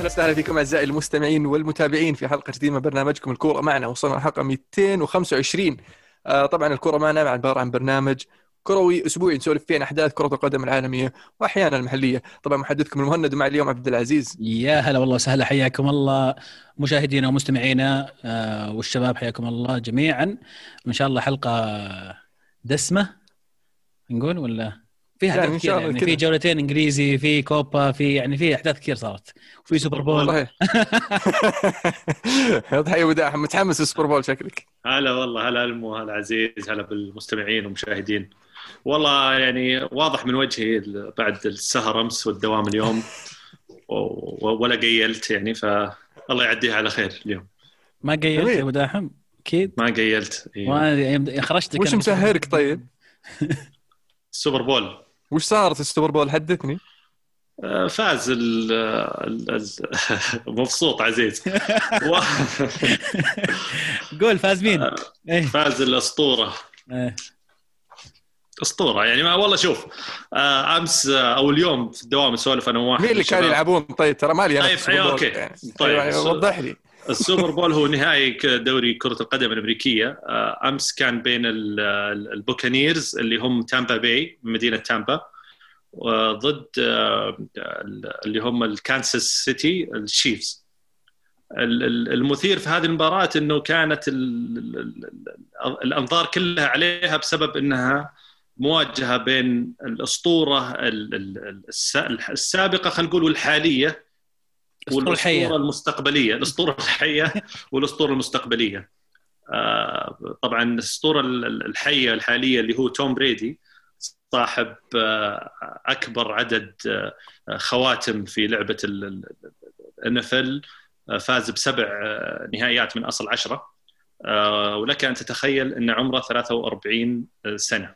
أهلا وسهلا فيكم أعزائي المستمعين والمتابعين في حلقة جديدة من برنامجكم الكورة معنا. وصلنا الحلقة 225. طبعا الكورة معنا عبارة عن برنامج كروي أسبوعي نسولف فيه عن أحداث كرة القدم العالمية وأحيانا المحلية. طبعا محدثكم المهند ومع اليوم عبد العزيز. يا هلا والله وسهلا، حياكم الله مشاهدينا ومستمعينا والشباب، حياكم الله جميعا. وإن شاء الله حلقة دسمة نقول ولا فيها يعني أحداث إن كثير، شاء الله يعني كذا. في جولتين إنجليزي، في كوبا، في يعني في أحداث كثير صارت، وفي سوبر بول. صحيح. تحية وداع، متحمس السوبر بول شكلك. هلا والله، هلا المو، هلا عزيز، هلا بالمستمعين والمشاهدين. والله يعني واضح من وجهي بعد السهر امس والدوام اليوم ولا قيلت يعني، فالله يعديها على خير اليوم. ما قيلت يا جميل. أبو داحم أكيد. ما قيلت ما خرجت لك وش أنا مسهرك طيب؟ السوبر بول. وش صارت السوبر بول؟ حدثني. فاز مبسوط عزيز. قول فاز مين؟ إيه. فاز الأسطورة. إيه. أسطورة يعني. ما والله شوف، أمس أو اليوم في الدوام نسولف أنا وواحد مين من اللي كانوا الشباب. يلعبون؟ طيب ترى مالي أنا طيب، في السوبر بول أوكي. يعني. طيب، يعني وضح لي. السوبر بول هو نهائي دوري كرة القدم الأمريكية. أمس كان بين البوكانيرز اللي هم تامبا باي، مدينة تامبا، ضد اللي هم الكانساس سيتي الشيفز. المثير في هذه المباراة أنه كانت الأنظار كلها عليها بسبب أنها مواجهة بين الأسطورة السابقة خلينا نقول والحالية والأسطورة المستقبلية. الأسطورة الحية والأسطورة المستقبلية. طبعا الأسطورة الحية الحالية اللي هو توم بريدي، صاحب أكبر عدد خواتم في لعبة NFL، فاز ب7 نهائيات من أصل 10. ولك أن تتخيل أن عمره 43 سنة.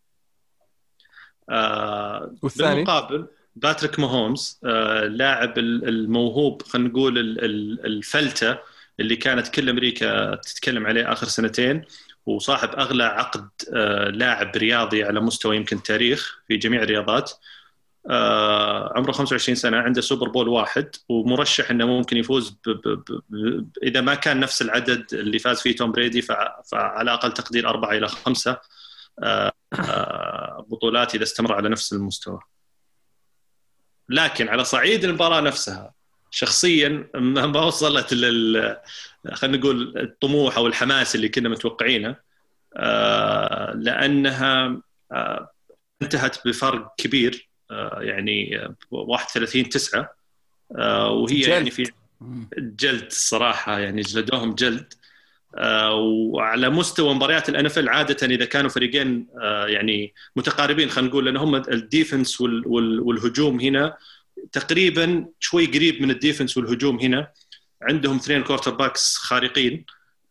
بالمقابل باتريك ماهومز، لاعب الموهوب خلينا نقول الفلتة اللي كانت كل أمريكا تتكلم عليه آخر سنتين، وصاحب أغلى عقد لاعب رياضي على مستوى يمكن التاريخ في جميع الرياضات. عمره 25 سنة، عنده سوبر بول 1 ومرشح أنه ممكن يفوز إذا ما كان نفس العدد اللي فاز فيه توم بريدي فعلى أقل تقدير 4 إلى 5 بطولات إذا استمر على نفس المستوى. لكن على صعيد المباراة نفسها شخصيا ما وصلت خلينا نقول الطموح أو الحماس اللي كنا متوقعينه، لأنها انتهت بفرق كبير، يعني 31-9. وهي جلد. يعني في جلد الصراحة، يعني جلدوهم جلد. وعلى مستوى مباريات الNFL عادة إذا كانوا فريقين يعني متقاربين خلينا نقول، لأن هم الديفنس والهجوم هنا تقريبا شوي قريب من الديفنس والهجوم هنا، عندهم 2 كوارتر باكس خارقين.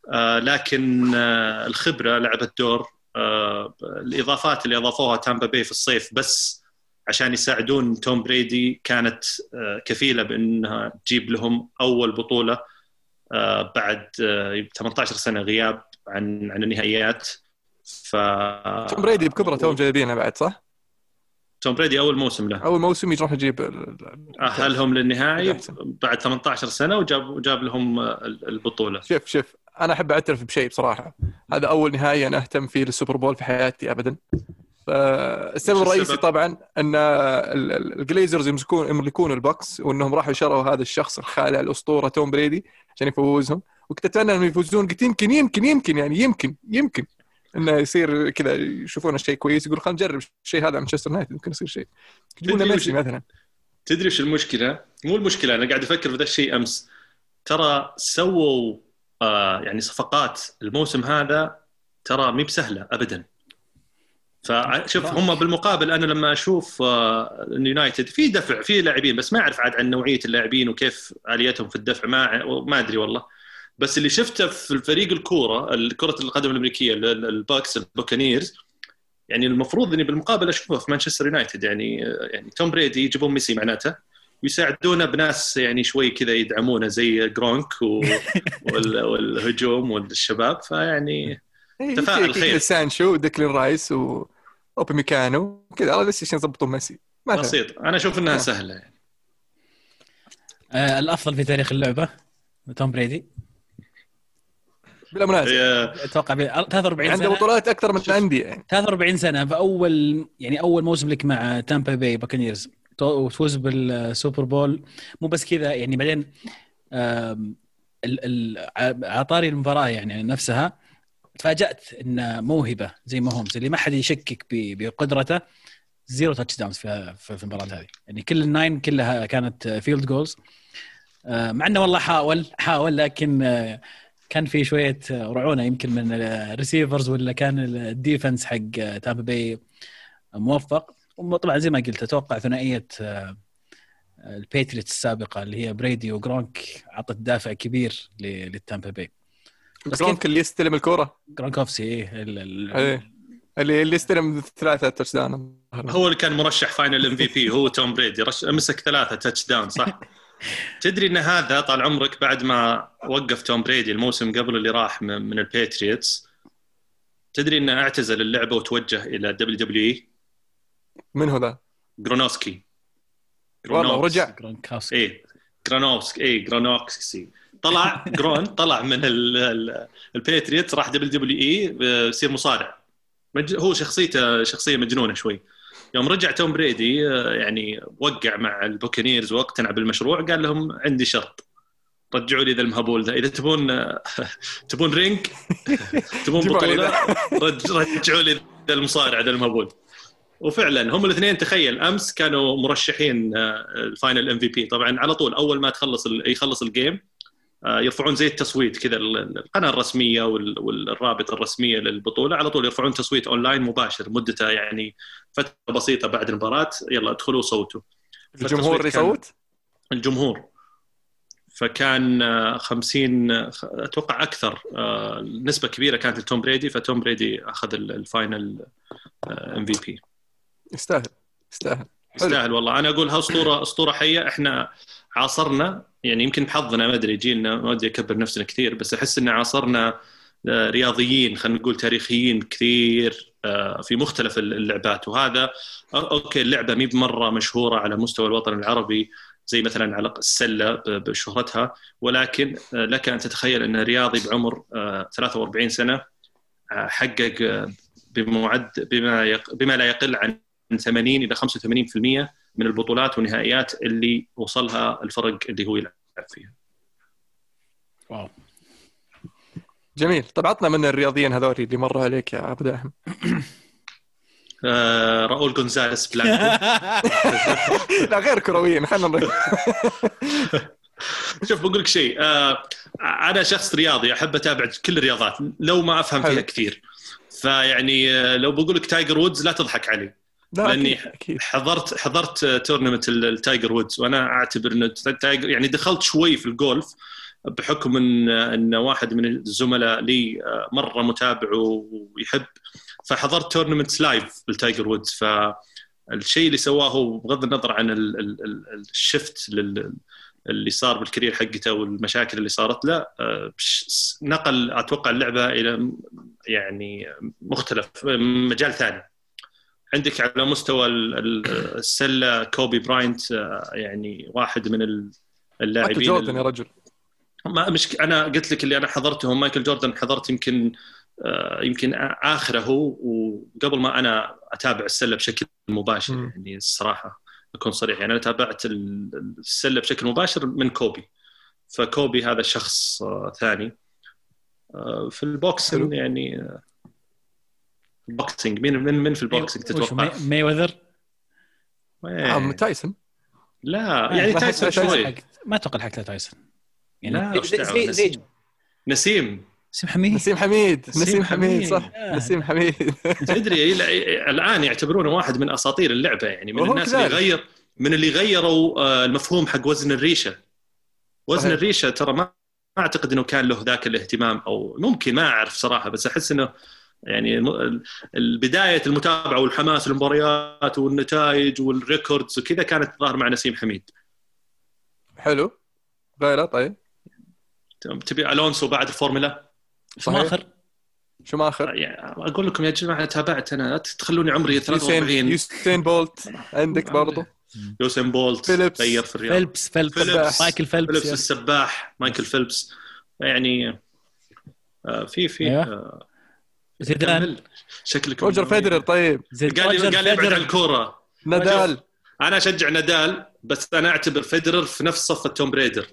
لكن الخبرة لعبت دور. الإضافات اللي أضافوها تامبا باي في الصيف بس عشان يساعدون توم بريدي كانت كفيلة بأنها تجيب لهم أول بطولة بعد 18 سنة غياب عن النهائيات. توم بريدي بكبره توم جايبينه بعد، صح؟ توم بريدي أول موسم له، أول موسم يروح يجيب أهلهم للنهائي بعد 18 سنة وجاب لهم البطولة. شوف أنا أحب أعترف بشيء بصراحة، هذا أول نهائي أنا أهتم فيه للسوبر بول في حياتي أبدا. السبب الرئيسي طبعا أن الجليزرز يملكون البوكس، وأنهم راحوا يشروا هذا الشخص الخالع الأسطورة توم بريدي عشان يفوزهم، وكنت أتمنى أنهم يفوزون. قلت يمكن يعني يمكن انه يصير كذا، يشوفون الشيء كويس يقول خلينا نجرب الشيء هذا على مانشستر يونايتد يمكن يصير شيء. يجيبون ميسي مثلا. تدري وش المشكله؟ مو المشكله، انا قاعد افكر في ذا الشيء امس. ترى سووا يعني صفقات الموسم هذا ترى مي بسهله ابدا. فشوف هم بالمقابل انا لما اشوف اليونايتد في دفع في لاعبين، بس ما اعرف عاد عن نوعيه اللاعبين وكيف اليتهم في الدفع، ما ادري والله. بس اللي شفته في الفريق كرة القدم الأمريكية الباكس البوكانيرز، يعني المفروض إني بالمقابل أشوفه في مانشستر يونايتد. يعني توم بريدي يجيبون ميسي معناته ويساعدونه بناس يعني شوي كذا يدعمونه زي جرونك والهجوم والشباب. فيعني تفاعل خير. سانشو وديكلين رايس وأوبي ميكانو كذا، بس عشان يضبطون ميسي بسيط. أنا أشوف إنها سهلة يعني. الافضل في تاريخ اللعبه توم بريدي بلا منازع. اتوقع 43 عنده سنه، بطولات اكثر من انديه يعني. 43 سنه باول يعني اول موسم لك مع تامبا باي باكنيرز وتفوز بالسوبر بول. مو بس كذا يعني، بعدين عطاري المباراه يعني نفسها تفاجأت ان موهبه زي ما هومز اللي ما حد يشكك بقدرته، 0 تاتش داونز في المباراه هذه. يعني كل الناين كلها كانت فيلد جولز، مع انه والله حاول لكن كان في شويه رعونه يمكن من الريسيفرز، ولا كان الديفنس حق تامبا باي موفق. وطبعا زي ما قلت اتوقع ثنائيه البيتريتس السابقه اللي هي بريدي وجرونك عطت دافع كبير للتامبا باي. بس جرونك اللي يستلم الكرة، جرونكوفسي ايه اللي يستلم 3 تاتش داون، هو اللي كان مرشح فاينل MVP. هو توم بريدي مسك 3 تاتش داون صح. تدري ان هذا طال عمرك بعد ما وقف توم بريدي الموسم قبل اللي راح من البيتريتس، تدري انه اعتزل اللعبه وتوجه الى WWE. من هو ذا؟ جرونوفسكي. والله ورجع. جرونوفسكي طلع من البيتريتس، راح WWE يصير مصارع. هو شخصيه مجنونه شوي. يوم رجع توم بريدي يعني وقع مع البوكانيرز واقتنع بالمشروع، قال لهم عندي شرط، رجعوا لي ذا المهبول ذا، اذا تبون رينج تبون بطوله رجعوا لي ذا المصارع ذا المهبول. وفعلا هم الاثنين تخيل امس كانوا مرشحين الفاينل MVP. طبعا على طول اول ما يخلص الجيم يرفعون زي التصويت كذا، القناه الرسميه والرابط الرسميه للبطوله على طول يرفعون تصويت اونلاين مباشر مدته يعني فتره بسيطه بعد المباراه، يلا ادخلوا صوتوا. الجمهور يصوت، الجمهور. فكان 50 اتوقع اكثر، نسبه كبيره كانت لتوم بريدي، فتوم بريدي اخذ الفاينل MVP. يستاهل والله. انا اقول اسطوره حيه. احنا عاصرنا يعني يمكن بحظنا ما ادري جيلنا، ما ودي اكبر نفسنا كثير، بس احس ان عاصرنا رياضيين خلينا نقول تاريخيين كثير في مختلف اللعبات. وهذا اوكي اللعبه مي بمره مشهوره على مستوى الوطن العربي زي مثلا على السله بشهرتها، ولكن لك ان تتخيل ان رياضي بعمر 43 سنه حقق بما لا يقل عن 80 إلى 85% من البطولات والنهائيات اللي وصلها الفرق اللي هو يلعب فيها. واو جميل. طب عطنا من الرياضيين هذول اللي مروا عليك يا أبو داحم. راؤول غونزاليس بلانكو. لا غير كرويين، خلنا شوف بقول لك شيء، أنا شخص رياضي أحب أتابع كل الرياضات لو ما أفهم فيها كثير. فيعني لو بقول لك تايجر وودز لا تضحك علي، لاني حضرت تورنمنت التايجر وودز، وانا اعتبر ان التايجر يعني دخلت شوي في الجولف بحكم ان واحد من الزملاء لي مره متابع ويحب، فحضرت تورنمنت لايف بالتايجر وودز. فالشيء اللي سواه بغض النظر عن الشفت اللي صار بالكارير حقته والمشاكل اللي صارت له، نقل اتوقع اللعبه الى يعني مختلف مجال ثاني. عندك على مستوى السله كوبي براينت، يعني واحد من اللاعبين. مايكل جوردن يا رجل، ما مش انا قلت لك اللي انا حضرتهم. مايكل جوردن حضرت يمكن اخره، وقبل ما انا اتابع السله بشكل مباشر يعني الصراحه اكون صريح، يعني انا تابعت السله بشكل مباشر من كوبي. فكوبي هذا شخص ثاني. في البوكسينج يعني بوكسينج مين في البوكسينج تتوقع؟ ماي وذر؟ تايسون؟ لا يعني تايسون شوي ما اتوقع حق تايسون يعني. لا زي نسيم حميد صح. نسيم حميد تدري الان يعتبرونه واحد من اساطير اللعبه، يعني من الناس اللي غيروا المفهوم حق وزن الريشه. وزن الريشه ترى ما اعتقد انه كان له ذاك الاهتمام، او ممكن ما اعرف صراحه، بس احس انه يعني البدايه المتابعه والحماس المباريات والنتائج والريكوردز وكذا كانت ظاهر مع نسيم حميد. حلو غيره. طيب تبي الونسو بعد الفورمولا؟ شماخر يعني اقول لكم يا جماعه تابعت انا، لا تخلوني عمري 43. يوسين بولت عندك برضو يوسين بولت غير في الرياضة، فيلبس مايكل فيلبس السباح مايكل فيلبس يعني في زيدان شكلك روجر فيدرر. طيب قال يبعد عن الكورة. نادال. أنا أشجع نادال، بس أنا أعتبر فيدرر في نفس صفة توم بريدر.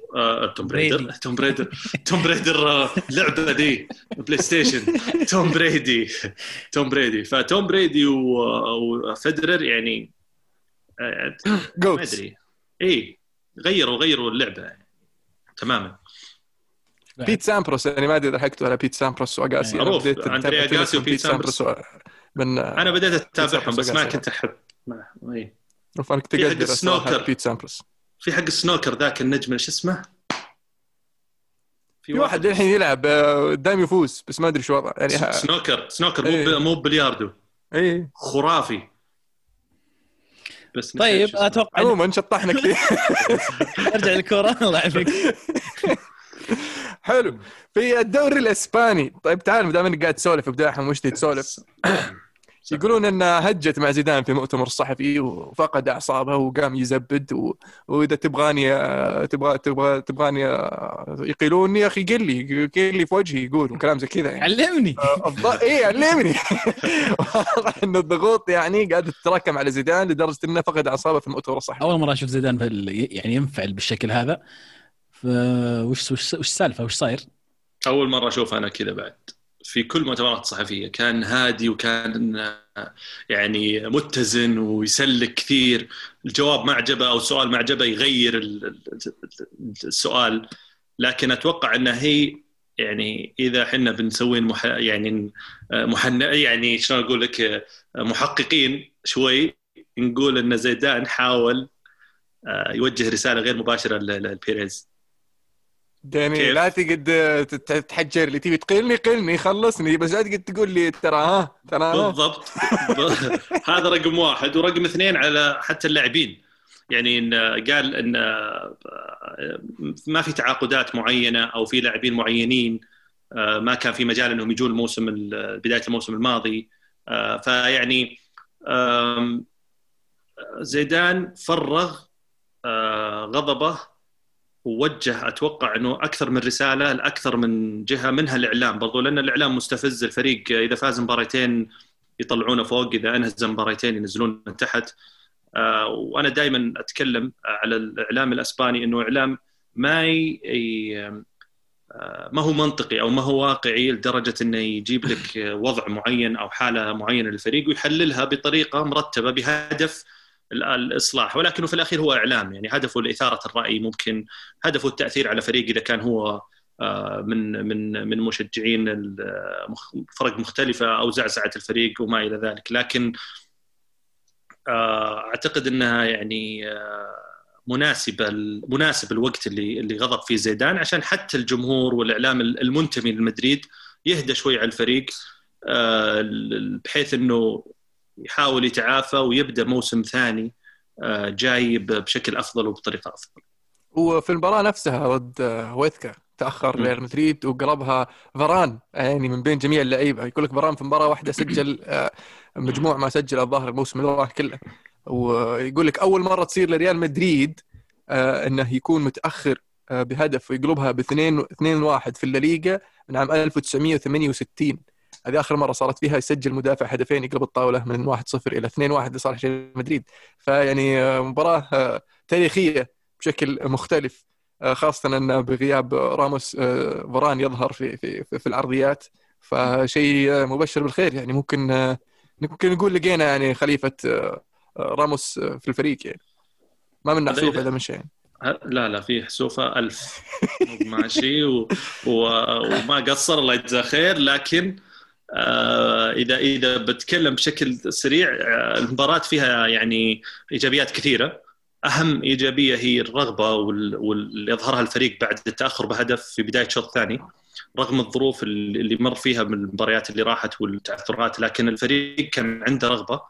توم بريدر لعبة دي بلاي ستيشن. توم بريدي فتوم بريدي وفيدرر يعني ما أدري غيروا اللعبة يعني تماما. بيت سامبروس يعني ما ادري حكته على بيت سامبروس واغاسي. معروف اندريا اغاسي وبيت سامبروس. انا بديت اتابعهم بس ما كنت احب وفانك تقدر السنوكر بيت سامبروس. في حق السنوكر ذاك النجم ايش اسمه؟ في واحد الحين يلعب دايم يفوز بس ما ادري شو وضعه يعني. سنوكر مو بلياردو. خرافي. بس طيب اتوقع عموما شطحنا كثير. ارجع للكره الله يعافيك. حلو. في الدوري الاسباني. طيب تعال ما دام انك قاعد تسولف بداحم وش تسولف. يقولون ان هجت مع زيدان في مؤتمر الصحفي وفقد اعصابه وقام يزبد واذا تبغاني يقيلوني يا اخي قل لي في وجهي يقول وكلام زي كذا يعني. علمني علمني. واضح ان الضغوط يعني قاعده تتراكم على زيدان لدرجه انه فقد اعصابه في المؤتمر الصحفي. اول مره اشوف زيدان يعني ينفعل بالشكل هذا. وش السالفه وش صاير؟ اول مره اشوف انا كذا بعد في كل مؤتمرات صحفيه. كان هادي وكان يعني متزن ويسلك كثير. الجواب ما عجبه او السؤال ما عجبه يغير السؤال. لكن اتوقع انها هي يعني اذا احنا بنسوي يعني شلون اقول لك محققين شوي نقول ان زيدان حاول يوجه رساله غير مباشره للبيريز. يعني لا تقعد تتحجر لي تبي تقلني خلصني بس لا تقعد تقول لي ترى بالضبط. هذا رقم 1. ورقم 2 على حتى اللاعبين يعني إن قال ان ما في تعاقدات معينه او في لاعبين معينين ما كان في مجال انهم يجون بدايه الموسم الماضي. فيعني زيدان فرغ غضبه ووجه أتوقع أنه أكثر من رسالة لأكثر من جهة منها الإعلام برضو لأن الإعلام مستفز. الفريق إذا فاز مباريتين يطلعونه فوق، إذا أنهز مباريتين ينزلون من تحت. وأنا دائما أتكلم على الإعلام الأسباني أنه إعلام ما هو منطقي أو ما هو واقعي لدرجة أنه يجيب لك وضع معين أو حالة معينة للفريق ويحللها بطريقة مرتبة بهدف الإصلاح. ولكنه في الأخير هو إعلام يعني هدفه لإثارة الرأي، ممكن هدفه التأثير على فريق إذا كان هو من مشجعين فرق مختلفة أو زعزعة الفريق وما إلى ذلك. لكن أعتقد أنها يعني مناسب الوقت اللي غضب فيه زيدان عشان حتى الجمهور والإعلام المنتمي للمدريد يهدى شوي على الفريق بحيث أنه يحاول يتعافى ويبدأ موسم ثاني جاي بشكل أفضل وبطريقة أفضل. وفي المباراة نفسها ضد ويتكا تأخر ريال مدريد وقلبها فران يعني من بين جميع اللعيبة. يقول لك فران في مباراة واحدة سجل مجموع ما سجل الظاهر الموسم اللي راح كله. ويقول لك أول مرة تصير لريال مدريد أنه يكون متأخر بهدف ويقلبها ب2-1 في الليغا من عام 1968. هذه آخر مرة صارت فيها يسجل مدافع هدفين يقلب الطاولة من 1-0 إلى 2-1 لصالح ريال مدريد. فيعني مباراة تاريخية بشكل مختلف، خاصة أن بغياب راموس فران يظهر في العرضيات. فشيء مبشر بالخير يعني. ممكن نقول لقينا يعني خليفة راموس في الفريق يعني. ما من حسوف هذا من شيء. لا في حسوفة 1000 ماشي وما قصر الله يجزاه خير. لكن إذا بتكلم بشكل سريع المباراة فيها يعني إيجابيات كثيرة. أهم إيجابية هي الرغبة واللي يظهرها الفريق بعد التأخر بهدف في بداية الشوط الثاني رغم الظروف اللي مر فيها من المباريات اللي راحت والتعثرات. لكن الفريق كان عنده رغبة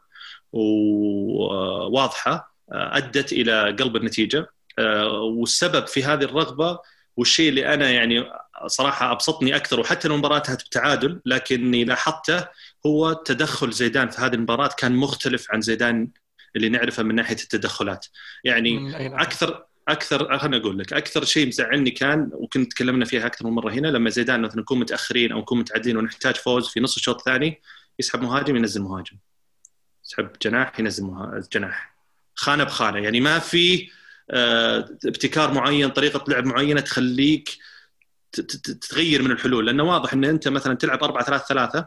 وواضحة أدت إلى قلب النتيجة. والسبب في هذه الرغبة والشيء اللي أنا يعني صراحة أبسطني أكثر وحتى المباراة بتعادل لكني لاحظته هو تدخل زيدان في هذه المباراة كان مختلف عن زيدان اللي نعرفه من ناحيه التدخلات. يعني اكثر خليني اقول لك اكثر شيء مزعلني كان، وكنت تكلمنا فيها اكثر من مره هنا، لما زيدان مثلا نكون متاخرين او نكون متعدين ونحتاج فوز في نص الشوط الثاني، يسحب مهاجم ينزل مهاجم، يسحب جناح ينزل جناح، خانه بخانه. يعني ما في ابتكار معين، طريقه لعب معينه تخليك تغير من الحلول، لانه واضح ان انت مثلا تلعب 4-3-3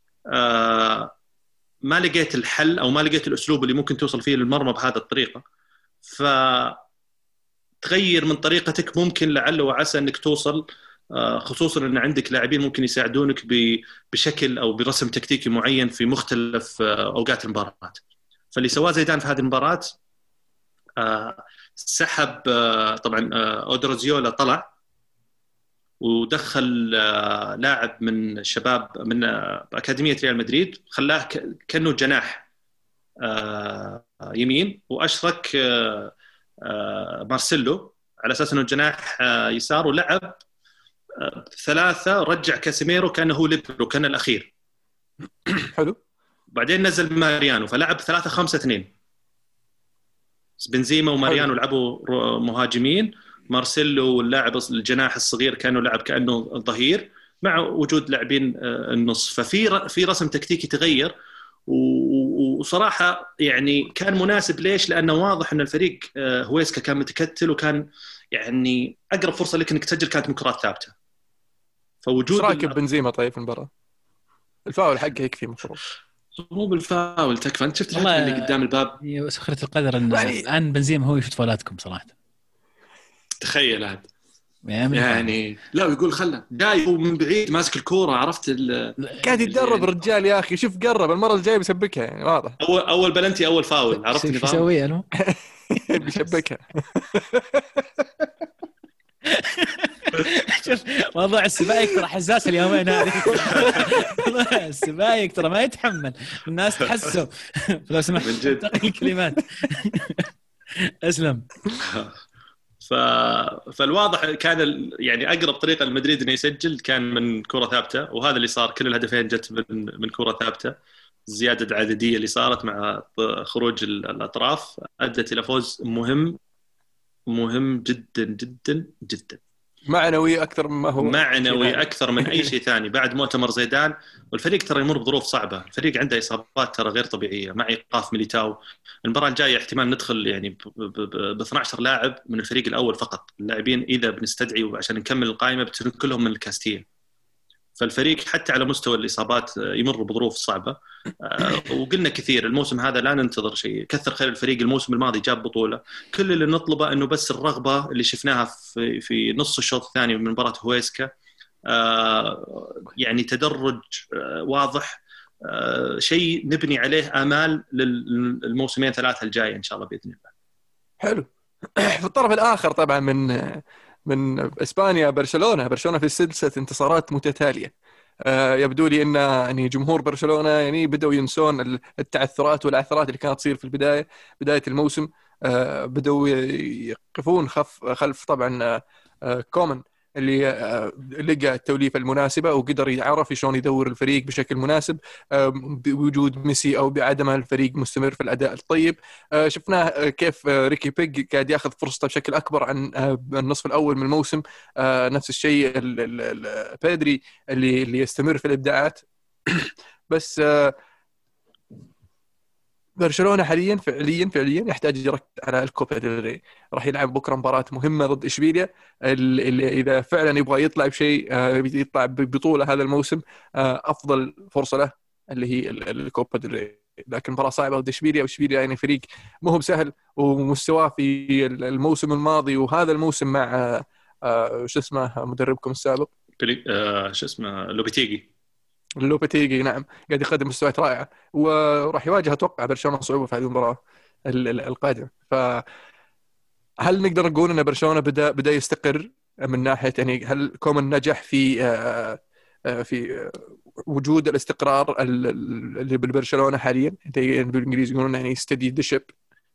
ما لقيت الحل او ما لقيت الاسلوب اللي ممكن توصل فيه للمرمى بهذه الطريقه، فتغير من طريقتك ممكن لعل وعسى انك توصل، خصوصا ان عندك لاعبين ممكن يساعدونك بشكل او برسم تكتيكي معين في مختلف اوقات المباراه. فاللي سواه زيدان في هذه المباراه سحب طبعا اودرزيولا، طلع ودخل لاعب من الشباب من اكاديميه ريال مدريد، خلاه كانه جناح يمين، واشرك مارسيلو على اساس انه جناح يسار، ولعب 3، رجع كاسيميرو كانه هو ليبرو، كان الاخير. حلو. بعدين نزل ماريانو، فلعب 3-5-2. بنزيما وماريانو لعبوا مهاجمين، مارسيلو واللاعب الجناح الصغير كانوا لعب كانه ظهير، مع وجود لاعبين النص. ففي رسم تكتيكي تغير، وصراحه يعني كان مناسب. ليش؟ لانه واضح ان الفريق هويسكا كان متكتل، وكان يعني اقرب فرصه لك انك تسجل كانت من كرات ثابته. فوجود راكب بنزيما طيب في المباراه، الفاول حقه يكفي مفروض. مو بالفاول تكفى. انت شفت الهجمه اللي قدام الباب؟ هي سخرة القدر ان الان بنزيما هو يشوت فاولاتكم صراحه. تخيل هذا يعني لا، ويقول خله جاي هو من بعيد ماسك الكوره، عرفت قاعد يتدرب الرجال يا اخي. شوف قرب المره الجايه بيسبكها، يعني واضح. اول بلنتي اول فاول، عرفت النظام شو يسوي له؟ بيشبكها. شوف موضوع السبايك ترى حساس اليومين هذه. السبايك ترى ما يتحمل، الناس تحسه. لو سمحت انتقل الكلمات. اسلم. فالواضح كان يعني اقرب طريقه لمدريد انه يسجل كان من كره ثابته، وهذا اللي صار. كل الهدفين جت من كره ثابته. الزياده العدديه اللي صارت مع خروج الاطراف ادت الى فوز مهم جدا جدا جدا، معنوي اكثر مما هو معنوي اكثر من اي شيء ثاني بعد مؤتمر زيدان. والفريق ترى يمر بظروف صعبه، الفريق عنده اصابات ترى غير طبيعيه، مع ايقاف ميليتاو. المباراه الجايه احتمال ندخل يعني ب 12 لاعب من الفريق الاول فقط. اللاعبين اذا بنستدعي عشان نكمل القائمه بتصير كلهم من الكاستيه. فالفريق حتى على مستوى الإصابات يمر بظروف صعبة. وقلنا كثير الموسم هذا لا ننتظر شيء. كثر خير الفريق الموسم الماضي جاب بطولة. كل اللي نطلبه أنه بس الرغبة اللي شفناها في نص الشوط الثاني من مباراة هويسكا، يعني تدرج واضح، شيء نبني عليه آمال للموسمين 3 الجاي إن شاء الله بإذن الله. حلو. في الطرف الآخر طبعا من إسبانيا، برشلونة في سلسلة انتصارات متتالية. يبدو لي أن يعني جمهور برشلونة يعني بدأوا ينسون التعثرات والعثرات اللي كانت تصير في بداية الموسم. بدأوا يقفون خلف طبعا كومان اللي لقى التوليفة المناسبة وقدر يعرف شلون يدور الفريق بشكل مناسب بوجود ميسي أو بعدمه. الفريق مستمر في الأداء الطيب. شفناه كيف ريكي بيج قاعد ياخذ فرصته بشكل أكبر عن النصف الأول من الموسم. نفس الشيء بيدري اللي يستمر في الإبداعات. بس برشلونة حاليا فعليا يحتاج يركز على الكوبا ديل ري. راح يلعب بكره مباراة مهمة ضد إشبيليا، اللي إذا فعلا يبغى يطلع بشيء، يطلع ببطولة هذا الموسم، أفضل فرصة له اللي هي الكوبا ديل ري. لكن مباراة صعبة ضد إشبيليا، وإشبيليا يعني فريق مو بسهل، ومستواه في الموسم الماضي وهذا الموسم مع شو اسمه مدربكم السابق، شو اسمه لوبيتيغي. نعم، قاعد يقدم مستويات رائعة، وراح يواجه أتوقع برشلونة صعوبة في هذه المباراة القادمة. فهل نقدر نقول أن برشلونة بدأ يستقر من ناحية، يعني هل كومان نجح في وجود الاستقرار اللي بالبرشلونة حاليا؟ بالإنجليزي يقولون يعني steady the ship.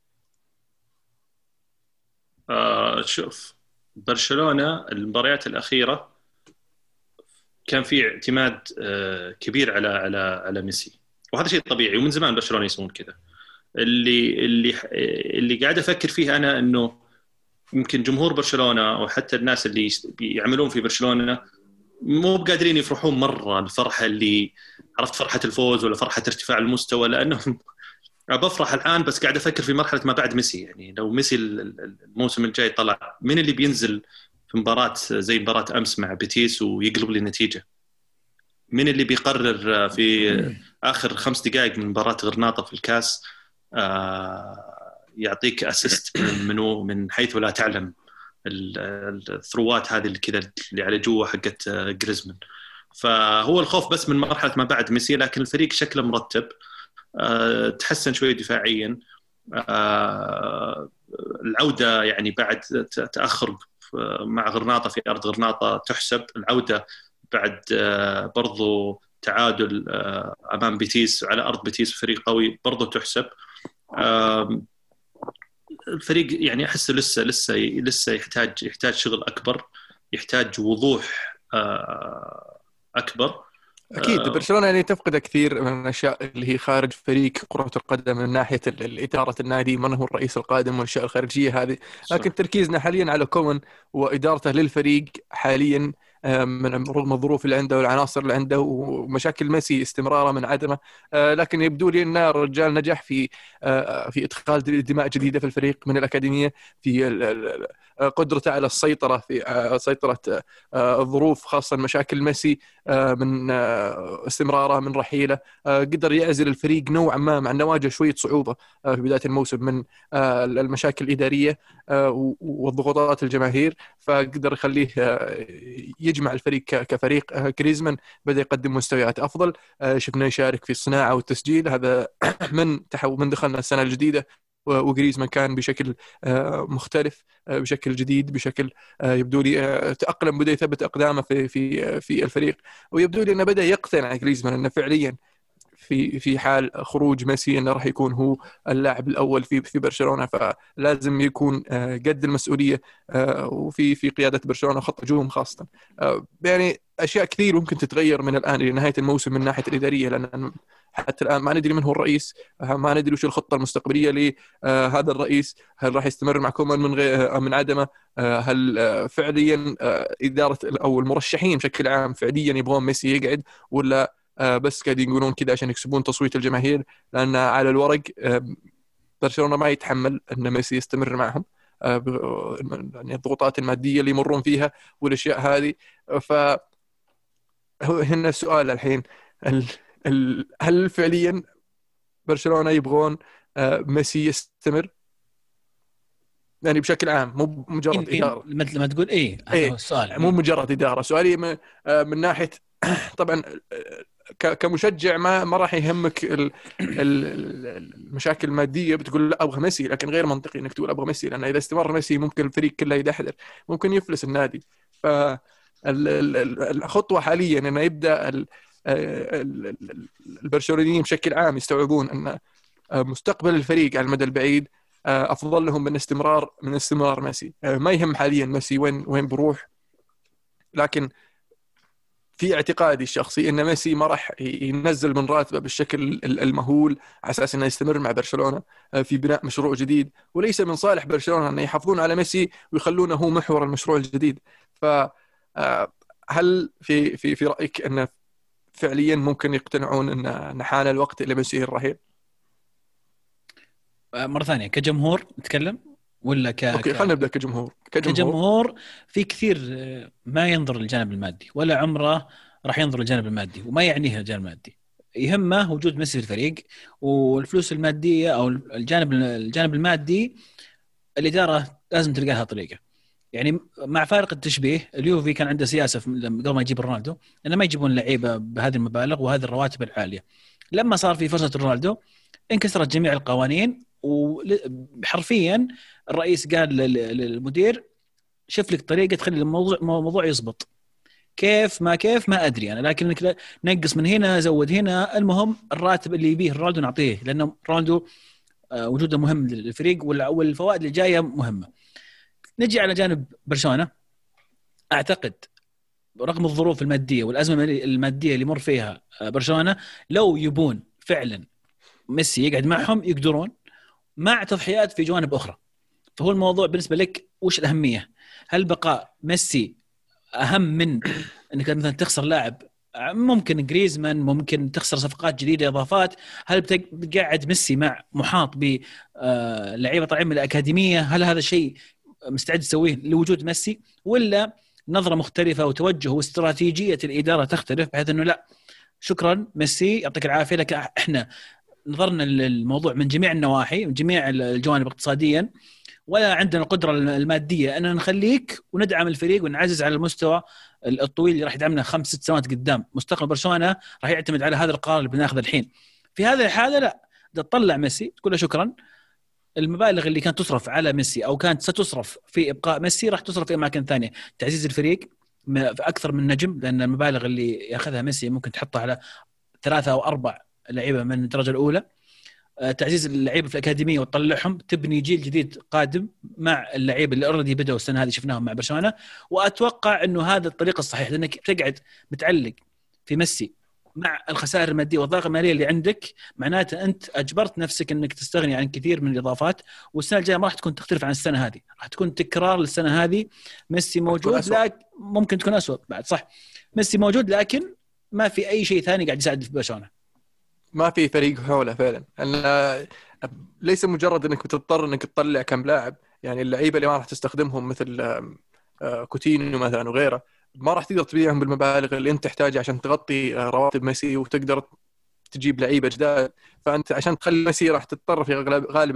شوف برشلونة المباريات الأخيرة كان في اعتماد كبير على ميسي، وهذا شيء طبيعي ومن زمان برشلونة يسوون كذا. اللي قاعد افكر فيه انا انه يمكن جمهور برشلونه او حتى الناس اللي يعملون في برشلونه مو بقادرين يفرحون مره الفرحه اللي عرفت، فرحه الفوز ولا فرحه ارتفاع المستوى، لانهم بفرح الان بس قاعد افكر في مرحله ما بعد ميسي. يعني لو ميسي الموسم الجاي طلع، من اللي بينزل في مباراه زي مباراه امس مع بيتيس ويقلب لي النتيجه؟ من اللي بيقرر في اخر 5 دقائق من مباراه غرناطه في الكاس يعطيك اسيست من حيث لا تعلم؟ الثروات هذه اللي كذا اللي على جوا حقت جريزمان. فهو الخوف بس من مرحله ما بعد ميسي، لكن الفريق شكله مرتب، تحسن شويه دفاعيا. العوده يعني بعد تاخر مع غرناطه في ارض غرناطه تحسب، العوده بعد برضو تعادل امام بيتيس على ارض بيتيس فريق قوي برضو تحسب. الفريق يعني احس لسه يحتاج شغل اكبر، يحتاج وضوح اكبر. اكيد برشلونه يعني تفقد كثير من الاشياء اللي هي خارج فريق كره القدم من ناحيه اداره النادي، من هو الرئيس القادم والاشياء الخارجيه هذه. لكن تركيزنا حاليا على كومان وادارته للفريق حاليا، من رغم الظروف اللي عنده والعناصر اللي عنده ومشاكل ميسي استمراره من عدمه. لكن يبدو لي ان الرجال نجح في ادخال دماء جديده في الفريق من الاكاديميه، في قدرته على السيطره في سيطره الظروف، خاصه مشاكل ميسي من استمراره من رحيله. قدر يعزل الفريق نوعا ما، مع انه واجه شويه صعوبه في بدايه الموسم من المشاكل الاداريه والضغوطات الجماهير، فقدر يخليه يجمع الفريق كفريق. جريزمان بدأ يقدم مستويات افضل، شفناه يشارك في الصناعه والتسجيل، هذا من دخلنا السنه الجديده وجريزمان كان بشكل مختلف، بشكل جديد، بشكل يبدو لي تأقلم، بدأ يثبت أقدامه في الفريق. ويبدو لي أنه بدأ يقتنع جريزمان أنه فعليا في حال خروج ميسي أنه راح يكون هو اللاعب الأول في برشلونة، فلازم يكون قد المسؤولية وفي قيادة برشلونة خط هجوم خاصة. يعني أشياء كثير ممكن تتغير من الآن إلى نهاية الموسم من ناحية الإدارية، لأن حتى الآن ما ندري من هو الرئيس، ما ندري وش الخطة المستقبلية لهذا الرئيس. هل راح يستمر مع كومان من عدمه؟ هل فعليا إدارة أو المرشحين بشكل عام فعليا يبغون ميسي يقعد، ولا بس قاعدين يقولون كذا عشان يكسبون تصويت الجماهير؟ لأن على الورق برشلونة ما يتحمل أن ميسي يستمر معهم، يعني الضغوطات المادية اللي يمرون فيها والأشياء هذه. هنا السؤال الحين، هل فعليا برشلونة يبغون ميسي يستمر يعني بشكل عام، مو مجرد إدارة؟ لما تقول هذا هو السؤال، مو مجرد إدارة. سؤالي من ناحية طبعا كمشجع ما راح يهمك المشاكل الماديه، بتقول لا ابغى ميسي، لكن غير منطقي انك تقول ابغى ميسي، لان اذا استمر ميسي ممكن الفريق كله يدحدر، ممكن يفلس النادي. فالخطوه حاليا انه يبدا البرشلونيين بشكل عام يستوعبون ان مستقبل الفريق على المدى البعيد افضل لهم من استمرار ميسي. ما يهم حاليا ميسي وين بروح، لكن في اعتقادي الشخصي ان ميسي ما راح ينزل من راتبه بالشكل المهول على اساس انه يستمر مع برشلونه في بناء مشروع جديد، وليس من صالح برشلونه ان يحافظون على ميسي ويخلونه هو محور المشروع الجديد. فهل في رايك ان فعليا ممكن يقتنعون ان حان الوقت الى ميسي الرحيل؟ مره ثانيه كجمهور نتكلم ولا اوكي، خلينا نبدا كجمهور في كثير ما ينظر للجانب المادي، ولا عمره راح ينظر للجانب المادي، وما يعنيه الجانب المادي. يهمه وجود ميسي في الفريق، والفلوس الماديه او الجانب المادي الاداره لازم تلقى لها طريقه. يعني مع فارق التشبيه، اليوفي كان عنده سياسه قبل ما يجيب رونالدو انه ما يجيبون لعيبه بهذه المبالغ وهذه الرواتب العاليه. لما صار في فرصه رونالدو انكسرت جميع القوانين، وحرفيا الرئيس قال للمدير شوف لك طريقه تخلي الموضوع يزبط. كيف ما ادري انا، لكن نقص من هنا زود هنا، المهم الراتب اللي يبيه رونالدو نعطيه، لانه رونالدو وجوده مهم للفريق والفوائد اللي جايه مهمه. نجي على جانب برشلونه، اعتقد رغم الظروف الماديه والازمه الماديه اللي يمر فيها برشلونه، لو يبون فعلا ميسي يقعد معهم يقدرون، مع تضحيات في جوانب أخرى. فهو الموضوع بالنسبة لك وش الأهمية؟ هل بقاء ميسي أهم من أنك مثلا تخسر لاعب ممكن جريزمان، ممكن تخسر صفقات جديدة إضافات؟ هل بتقعد ميسي مع محاط بلعيبة طالعين من الأكاديمية؟ هل هذا شيء مستعد تسويه لوجود ميسي، ولا نظرة مختلفة وتوجه واستراتيجية الإدارة تختلف بحيث أنه لا شكرا ميسي يعطيك العافية، لكن إحنا نظرنا للموضوع من جميع النواحي، من جميع الجوانب اقتصاديا، ولا عندنا القدرة المادية أن نخليك وندعم الفريق ونعزز على المستوى الطويل اللي راح يدعمنا 5-6 سنوات قدام. مستقبل برشلونة راح يعتمد على هذا القرار اللي بناخذه الحين. في هذه الحالة لا، تطلع ميسي تقول له شكرا، المبالغ اللي كانت تصرف على ميسي أو كانت ستصرف في إبقاء ميسي راح تصرف في أماكن ثانية، تعزيز الفريق في أكثر من نجم، لأن المبالغ اللي يأخذها ميسي ممكن تحطها على 3 أو 4 لعيبة من الدرجة الأولى. تعزيز اللعيبه في الاكاديميه وتطلعهم، تبني جيل جديد قادم مع اللعيبه اللي اوريدي بدأوا السنه هذه شفناهم مع برشلونه. واتوقع انه هذا الطريقه الصحيح، لانك تقعد متعلق في ميسي مع الخسائر الماديه والضغط الماليه اللي عندك، معناته انت اجبرت نفسك انك تستغني عن كثير من الاضافات، والسنه الجايه ما راح تكون تختلف عن السنه هذه، راح تكون تكرار للسنه هذه. ميسي موجود لكن ممكن تكون أسوأ بعد، صح، ميسي موجود لكن ما في اي شيء ثاني قاعد يساعد في برشلونه، ما في فريق حوله فعلا. ليس مجرد انك بتضطر انك تطلع كم لاعب، يعني اللعيبه اللي ما راح تستخدمهم مثل كوتينيو مثلا وغيره ما راح تقدر تبيعهم بالمبالغ اللي انت تحتاجها عشان تغطي رواتب ميسي وتقدر تجيب لعيبه جداد. فانت عشان تخلي ميسي راح تضطر في غالب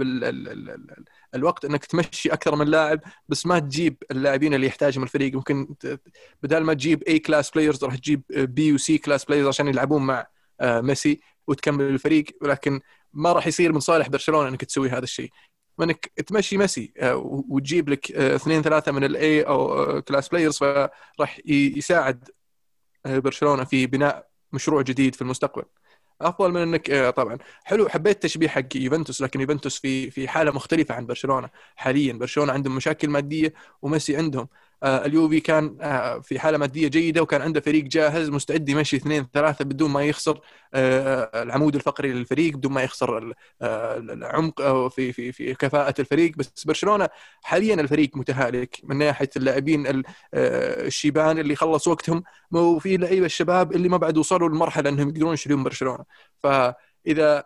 الوقت انك تمشي اكثر من لاعب، بس ما تجيب اللاعبين اللي يحتاجهم الفريق. ممكن بدل ما تجيب A class players راح تجيب B و C class players عشان يلعبون مع ميسي وتكمل الفريق. ولكن ما راح يصير من صالح برشلونة انك تسوي هذا الشيء، انك تمشي ميسي وتجيب لك 2-3 من الاي او كلاس بلايرز، فراح يساعد برشلونة في بناء مشروع جديد في المستقبل افضل من انك طبعا حلو. حبيت تشبيه حق يوفنتوس، لكن يوفنتوس في حالة مختلفة عن برشلونة حاليا. برشلونة عندهم مشاكل مادية وميسي عندهم. اليوفي كان في حالة مادية جيدة وكان عنده فريق جاهز مستعد يمشي 2-3 بدون ما يخسر العمود الفقري للفريق، بدون ما يخسر العمق أو في كفاءة الفريق. بس برشلونة حاليا الفريق متهالك من ناحية اللاعبين الشيبان اللي خلص وقتهم، وفي لعيبة الشباب اللي ما بعد وصلوا للمرحلة أنهم يقدرون يشيلون برشلونة. فإذا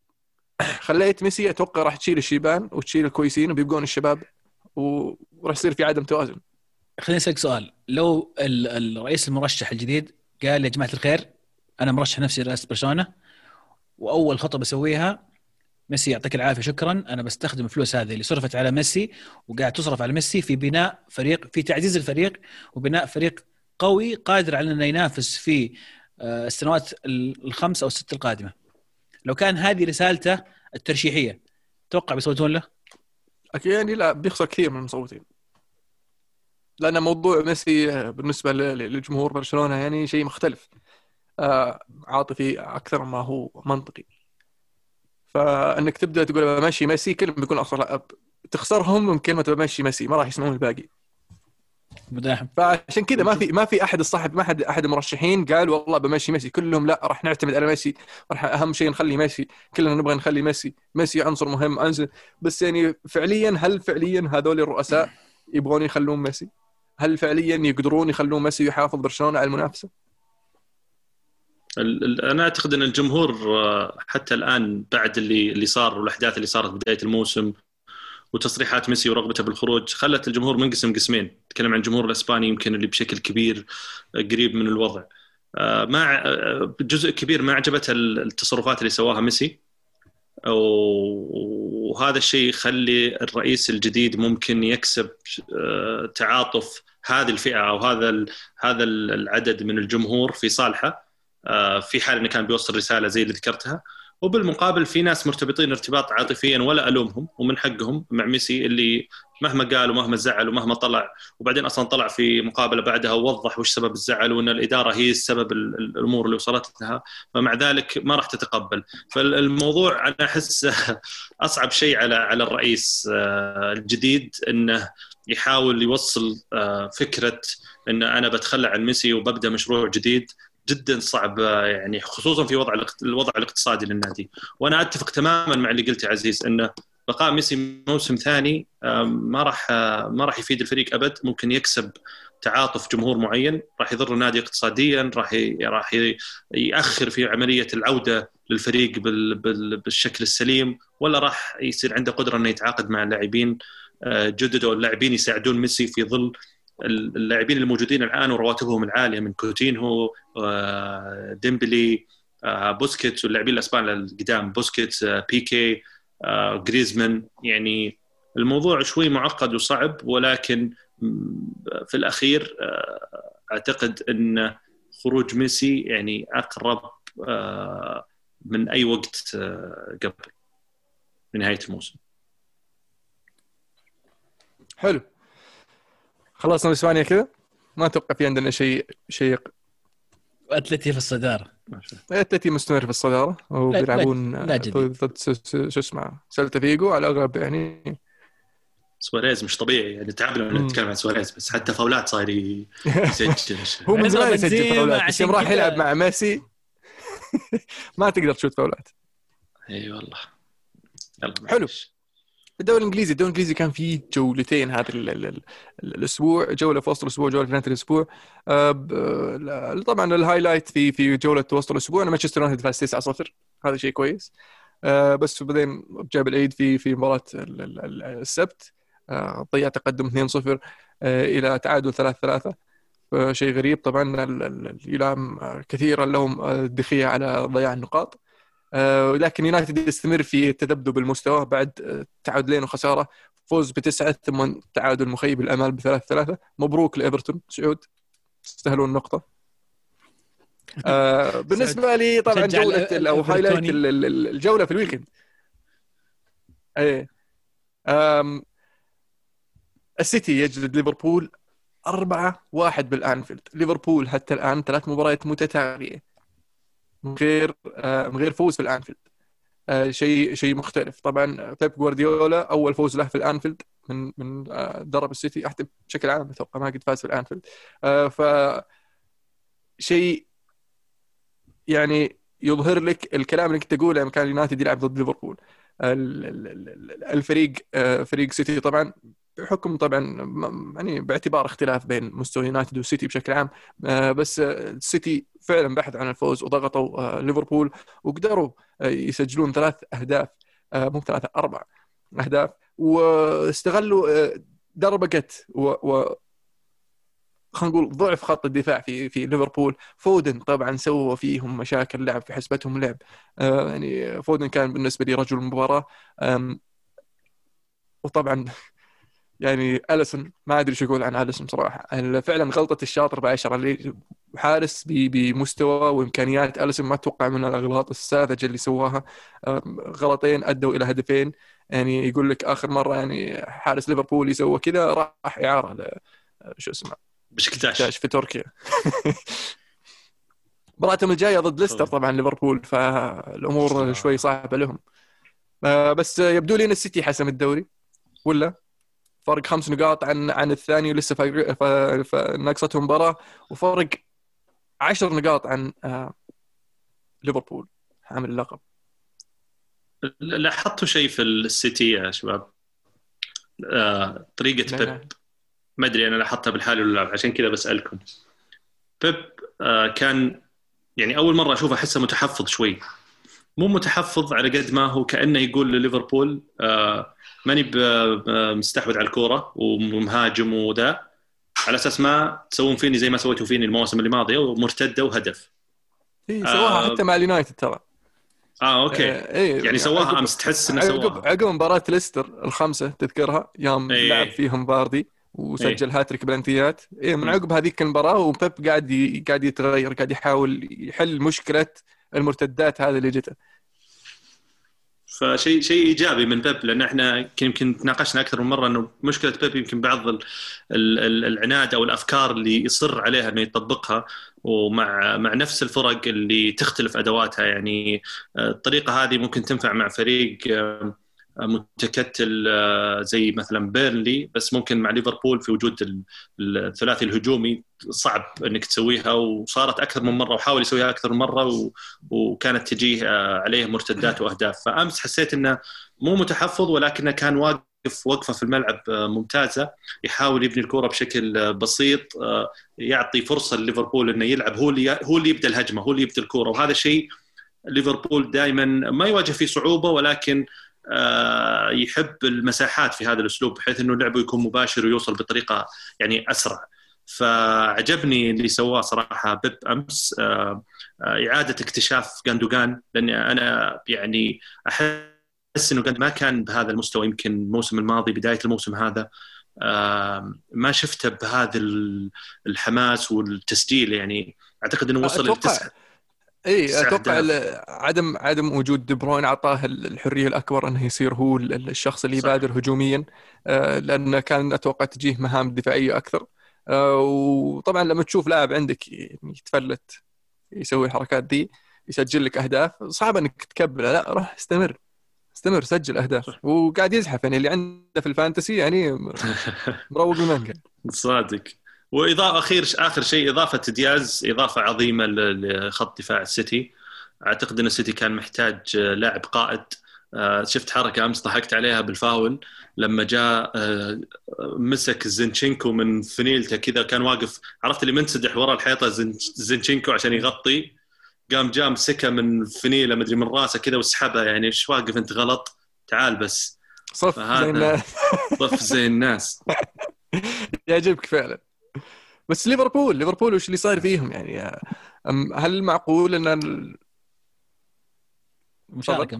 خليت ميسي أتوقع راح تشيل الشيبان وتشيل الكويسين وبيبقون الشباب، وراح يصير في عدم توازن. خليني أسألك سؤال، لو الرئيس المرشح الجديد قال يا جماعة الخير أنا مرشح نفسي رئاسة برشلونة، وأول خطوة بسويها ميسي يعطيك العافية شكرا، أنا بستخدم الفلوس هذه اللي صرفت على ميسي وقاعد تصرف على ميسي في بناء فريق، في تعزيز الفريق وبناء فريق قوي قادر على أنه ينافس في السنوات 5 أو 6 القادمة، لو كان هذه رسالته الترشيحية توقع بيصوتون له؟ أكيد يعني لا، بيخسر كثير من المصوتين، لأن موضوع ميسي بالنسبة لجمهور برشلونة يعني شيء مختلف، عاطفي أكثر ما هو منطقي. فأنك تبدأ تقول بمشي ميسي كلهم بيكون أصلا تخسرهم من كلمة بمشي ميسي، ما راح يسمعون الباقي. مداحم. فعشان كذا ما في أحد الصاحب، ما أحد المرشحين قال والله بمشي ميسي، كلهم لا راح نعتمد على ميسي، راح أهم شيء نخلي ميسي، كلنا نبغى نخلي ميسي عنصر مهم عنصر. بس يعني فعليا هل فعليا هذول الرؤساء يبغون يخلون ميسي؟ هل فعليا يقدرون يخلون ميسي يحافظ برشلونة على المنافسة؟ أنا أعتقد أن الجمهور حتى الآن بعد اللي صار والأحداث اللي صارت بداية الموسم وتصريحات ميسي ورغبته بالخروج خلت الجمهور منقسم قسمين. تكلم عن الجمهور الإسباني يمكن اللي بشكل كبير قريب من الوضع، مع جزء كبير ما عجبته التصرفات اللي سواها ميسي، وهذا الشيء يخلي الرئيس الجديد ممكن يكسب تعاطف هذه الفئة أو هذا العدد من الجمهور في صالحه، في حال انه كان بيوصل رساله زي اللي ذكرتها. وبالمقابل في ناس مرتبطين ارتباط عاطفيا ولا الومهم ومن حقهم مع ميسي، اللي مهما قال ومهما زعل ومهما طلع، وبعدين اصلا طلع في مقابله بعدها ووضح وش سبب الزعل وان الاداره هي السبب الامور اللي وصلت لها، فمع ذلك ما راح تتقبل. فالموضوع انا احس اصعب شيء على الرئيس الجديد انه يحاول يوصل فكره ان انا بتخلى عن ميسي وببدا مشروع جديد. جدا صعب يعني، خصوصا في الوضع الاقتصادي للنادي. وانا اتفق تماما مع اللي قلته عزيز، انه بقاء ميسي موسم ثاني ما راح يفيد الفريق ابد. ممكن يكسب تعاطف جمهور معين، راح يضر النادي اقتصاديا، راح ياخر في عمليه العوده للفريق بالشكل السليم، ولا راح يصير عنده قدره انه يتعاقد مع لاعبين جدد او اللاعبين يساعدون ميسي في ظل اللاعبين الموجودين الان ورواتبهم العاليه من كوتينهو، ديمبلي، بوسكيتس، واللاعبين الاسبان القدام بوسكيتس، بيكي، غريزمان. يعني الموضوع شوي معقد وصعب، ولكن في الأخير أعتقد أن خروج ميسي يعني أقرب من أي وقت قبل نهاية الموسم. حلو، خلصنا اسبانيا كذا، ما اتوقع في عندنا شيء اتلتي في الصداره، اتلتي مستمر في الصداره وبيلعبون ضد شو اسمه سيلتا فيجو على الاغلب. يعني سواريز مش طبيعي، يعني تعبنا لما نتكلم عن سواريز، بس حتى فاولات صاير يسجل. هو من زمان يسجل فاولات، بس يوم راح يلعب مع ميسي ما تقدر تشوت فاولات. اي والله. حلو. الدوري الانجليزي كان فيه جولتين هذا الاسبوع، جوله في وسط الاسبوع، جوله في نهايه الاسبوع. طبعا الهايلايت في جوله وسط الاسبوع ان مانشستر يونايتد فاز 9-0، هذا شيء كويس. بس بعدين جاب العيد في مباراه السبت، ضيع تقدم 2-0 الى تعادل 3-3. شيء غريب طبعا، يلام كثيرا لهم الدخية على ضياع النقاط. لكن يونايتد يستمر في التذبذب بالمستوى بعد تعادلين وخسارة، فوز ب9 ثم تعادل مخيب الأمال ب3-3. مبروك لإيفرتون سعود، استهلوا النقطة. بالنسبة لي طبعا جولة أو هايلايت الجولة في الويكند، السيتي يجلد ليفربول 4-1 بالأنفيلد. ليفربول حتى الآن 3 مباريات متتالية من غير فوز في الأنفيلد. شيء مختلف. طبعا بيب غوارديولا أول فوز له في الأنفيلد من درب السيتي، حتى بشكل عام أتوقع ما قد فاز في الأنفيلد. شيء يعني يظهر لك الكلام اللي كنت أقوله لما كان يونايتد يلعب ضد ليفربول. فريق سيتي طبعا بحكم طبعا يعني باعتبار اختلاف بين مستوى يونايتد والسيتي بشكل عام، بس السيتي فعلا بحث عن الفوز وضغطوا ليفربول وقدروا يسجلون 3 أهداف، مو 3 4 أهداف، واستغلوا دربكة خلينا نقول ضعف خط الدفاع في ليفربول. فودن طبعا سووا فيهم مشاكل، لعب في حسبتهم لعب. يعني فودن كان بالنسبة لي رجل المباراة. وطبعا يعني أليسون ما أدري شو أقول عن أليسون صراحة، فعلا غلطة الشاطر ب10 اللي حارس بمستوى وإمكانيات أليسون ما أتوقع من الأغلاط الساذجة اللي سواها. غلطين أدوا إلى هدفين. يعني يقول لك آخر مرة يعني حارس ليفربول يسوى كذا راح إعارة شو اسمه بشكتاش في تركيا. مباراتهم الجاية ضد ليستر طبعا ليفربول، فالأمور شوي صعبة لهم. بس يبدو لي أن السيتي حسم الدوري، ولا فرق 5 نقاط عن الثاني، ولسه ناقصتهم مباراة، وفرق 10 نقاط عن ليفربول حامل اللقب. لاحظتوا شيء في السيتي يا شباب؟ طريقة بيب ما أدري أنا لاحظتها بالحال ولا لا، عشان كذا بسألكم. بيب كان يعني أول مرة أشوفه أحسه متحفظ شوي، مو متحفظ على قد ما هو كأنه يقول لليفربول ماني مستحوذ على الكورة ومهاجم وذا، على أساس ما تسوون فيني زي ما سويتوا فيني المواسم اللي ماضية ومرتدة وهدف. سواها حتى مع اليونايتد ترى. اوكي. يعني سواها امس، تحس انه سواها عقب مباراه ليستر الخمسه تذكرها يوم لعب فيهم باردي وسجل هاتريك بلانتيات. من عقب هذيك المباراه وبيب قاعد يتغير، قاعد يحاول يحل مشكله المرتدات هذه اللي جته. فشيء ايجابي من بيب، لان احنا يمكن تناقشنا اكثر من مره انه مشكله بيب يمكن بعض العناد او الافكار اللي يصر عليها انه يطبقها، ومع نفس الفرق اللي تختلف ادواتها. يعني الطريقه هذه ممكن تنفع مع فريق متكتل زي مثلا بيرنلي، بس ممكن مع ليفربول في وجود الثلاثي الهجومي صعب انك تسويها، وصارت اكثر من مره وحاول يسويها اكثر من مره وكانت تجيه عليه مرتدات واهداف. فامس حسيت انه مو متحفظ، ولكنه كان وقفه في الملعب ممتازه، يحاول يبني الكره بشكل بسيط، يعطي فرصه لليفربول انه يلعب، هو اللي يبدا الهجمه، هو اللي يبدا الكره. وهذا شيء ليفربول دائما ما يواجه فيه صعوبه، ولكن يحب المساحات في هذا الاسلوب، بحيث انه لعبه يكون مباشر ويوصل بطريقه يعني اسرع. فعجبني اللي سواه صراحه بيب امس، اعاده اكتشاف غاندوغان، لاني انا يعني احس انه ما كان بهذا المستوى. يمكن الموسم الماضي بدايه الموسم هذا ما شفته بهذا الحماس والتسجيل. يعني اعتقد انه وصل للتسعه. اتوقع عدم وجود دي بروين اعطاه الحريه الاكبر انه يصير هو الشخص اللي يبادر هجوميا، لانه كان اتوقع تجيه مهام دفاعيه اكثر. وطبعا لما تشوف لاعب عندك يتفلت يسوي الحركات دي يسجل لك اهداف، صعب انك تكبله. لا، راح استمر سجل اهداف وقاعد يزحف. يعني اللي عنده في الفانتسي يعني مروق المانجا صادق. واضافه اخر شيء، اضافه دياز اضافه عظيمه لخط دفاع السيتي. اعتقد ان السيتي كان محتاج لاعب قائد. شفت حركه امس ضحكت عليها بالفاول، لما جاء مسك زينشينكو من فنيلته كذا، كان واقف، عرفت اللي منسدح وراء الحيطه زينشينكو عشان يغطي، قام جاء مسكه من فنيله مدري من راسه كذا وسحبها. يعني ايش واقف انت غلط، تعال بس صف زي الناس. صف زي الناس. يعجبك فعلا. بس ليفربول وش اللي صاير فيهم يعني؟ هل معقول ان مشاركه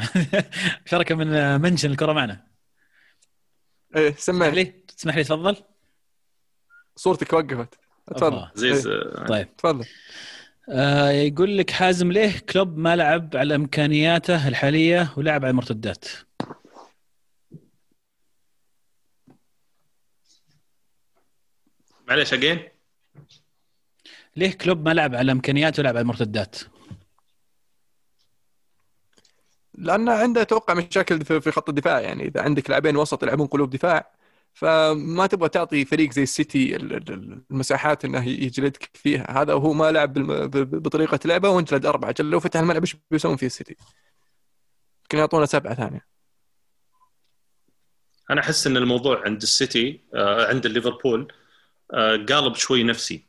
من منشن الكره معنا؟ ايه سمعني. تسمح لي تفضل. صورتك وقفت. تفضل عزيز. طيب تفضل. يقول لك حازم، ليه كلوب ما لعب على امكانياته الحاليه ولعب على المرتدات؟ معليش اجين، ليه كلوب ما لعب على امكانياته ولعب على المرتدات؟ لأن عنده توقع مشاكل في خط الدفاع. يعني إذا عندك لاعبين وسط يلعبون قلوب دفاع، فما تبغى تعطي فريق زي السيتي المساحات انه يجلدك فيها. هذا وهو ما لعب بطريقه لعبه وانجلد 4. لو فتح الملعب ايش بيسوون فيه السيتي؟ يمكن يعطونا 7 ثانيه. انا احس ان الموضوع عند السيتي عند ليفربول قالب شوي نفسي،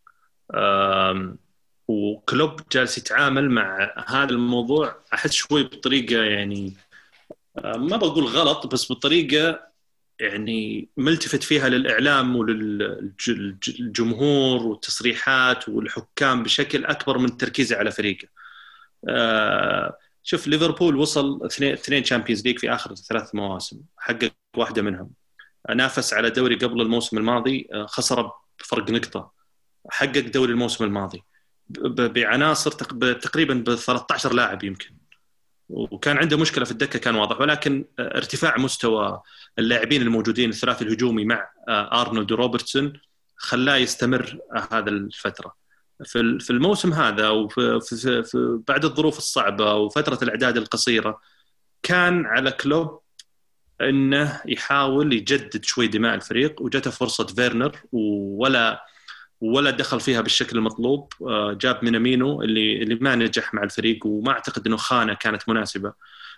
وكلوب جالس يتعامل مع هذا الموضوع احس شوي بطريقه يعني ما بقول غلط، بس بطريقه يعني ملتفت فيها للإعلام وللجمهور والتصريحات والحكام بشكل أكبر من تركيزه على فريقه. شوف ليفربول وصل 2 تشامبيونز ليج في آخر 3 مواسم، حقق واحدة منهم، نافس على دوري قبل الموسم الماضي، خسر بفرق نقطة، حقق دوري الموسم الماضي بعناصر تقريبا ب 13 لاعب يمكن، وكان عنده مشكلة في الدكة كان واضح، ولكن ارتفاع مستوى اللاعبين الموجودين الثلاثي الهجومي مع أرنولد وروبرتسون خلاه يستمر هذا الفترة. في الموسم هذا وفي بعد الظروف الصعبة وفترة الإعداد القصيرة، كان على كلوب أنه يحاول يجدد شوي دماء الفريق، وجته فرصة فيرنر ولا دخل فيها بالشكل المطلوب. جاب مينامينو اللي ما نجح مع الفريق، وما أعتقد أنه خانة كانت مناسبة.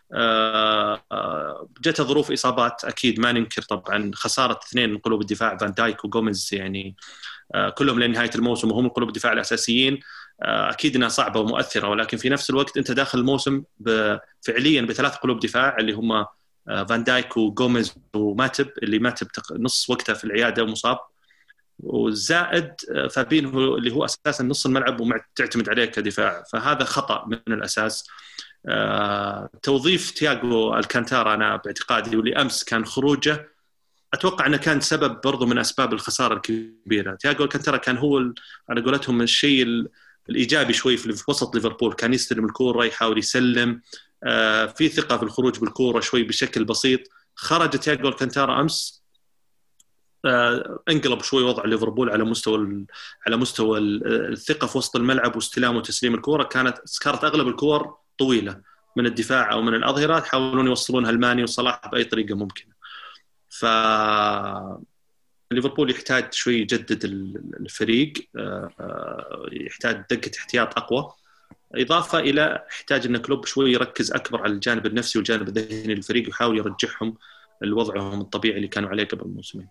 جته ظروف إصابات أكيد ما ننكر، طبعا خسارة 2 من قلوب الدفاع فان دايك وغوميز يعني كلهم لنهاية الموسم وهم قلوب الدفاع الأساسيين، أكيد أنها صعبة ومؤثرة، ولكن في نفس الوقت أنت داخل الموسم فعليا ب3 قلوب دفاع اللي هم فان دايك وغوميز وماتب، اللي ماتب نص وقته في العيادة ومصاب، وزائد فابينهو اللي هو أساساً نص الملعب وتعتمد عليه كدفاع. فهذا خطأ من الأساس. توظيف تياغو الكانتارا أنا باعتقادي، واللي أمس كان خروجه أتوقع أنه كان سبب برضو من أسباب الخسارة الكبيرة. تياغو الكانتارا كان هو على قولتهم الشيء الإيجابي شوي في وسط ليفربول، كان يستلم الكورة يحاول يسلم، في ثقة في الخروج بالكورة شوي بشكل بسيط. خرج تياغو الكانتارا أمس، انقلب شوي وضع ليفربول على مستوى الثقة في وسط الملعب واستلام وتسليم الكورة. كانت أغلب الكور طويلة، من الدفاع او من الاظهره يحاولون يوصلونها لماني وصلاح باي طريقه ممكنه. ف ليفربول يحتاج شوي يجدد الفريق، يحتاج دقة احتياط أقوى، إضافة إلى يحتاج أن كلوب شوي يركز أكبر على الجانب النفسي والجانب الذهني للفريق ويحاول يرجعهم لوضعهم الطبيعي اللي كانوا عليه قبل الموسمين.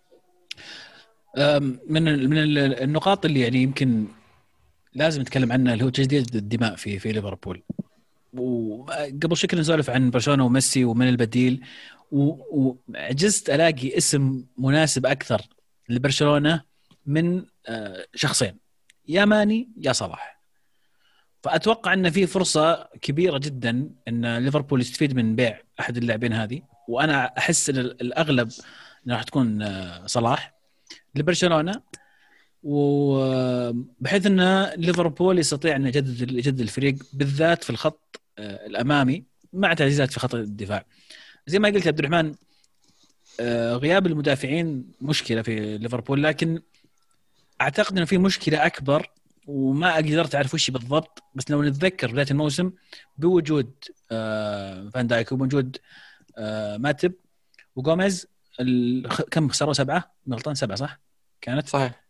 من النقاط اللي يعني يمكن لازم نتكلم عنها اللي هو تجديد الدماء في ليفربول. وقبل شوي كنا نسولف عن برشلونة وميسي ومن البديل، وعجزت ألاقي اسم مناسب أكثر لبرشلونة من شخصين، يا ماني يا صلاح. فأتوقع أن في فرصة كبيرة جدا أن ليفربول يستفيد من بيع أحد اللاعبين هذه، وأنا أحس أن الأغلب أنه راح تكون صلاح لبرشلونة، وبحيث أن ليفربول يستطيع أن يجدد الفريق بالذات في الخط الأمامي مع تعزيزات في خط الدفاع. زي ما قلت عبد الرحمن، غياب المدافعين مشكلة في ليفربول، لكن أعتقد أنه في مشكلة أكبر وما قدرت أعرف وش بالضبط. بس لو نتذكر بداية الموسم بوجود فان دايك وبوجود ماتب وغوميز، كم خسروا 7 غلطان 7 صح كانت صحيح.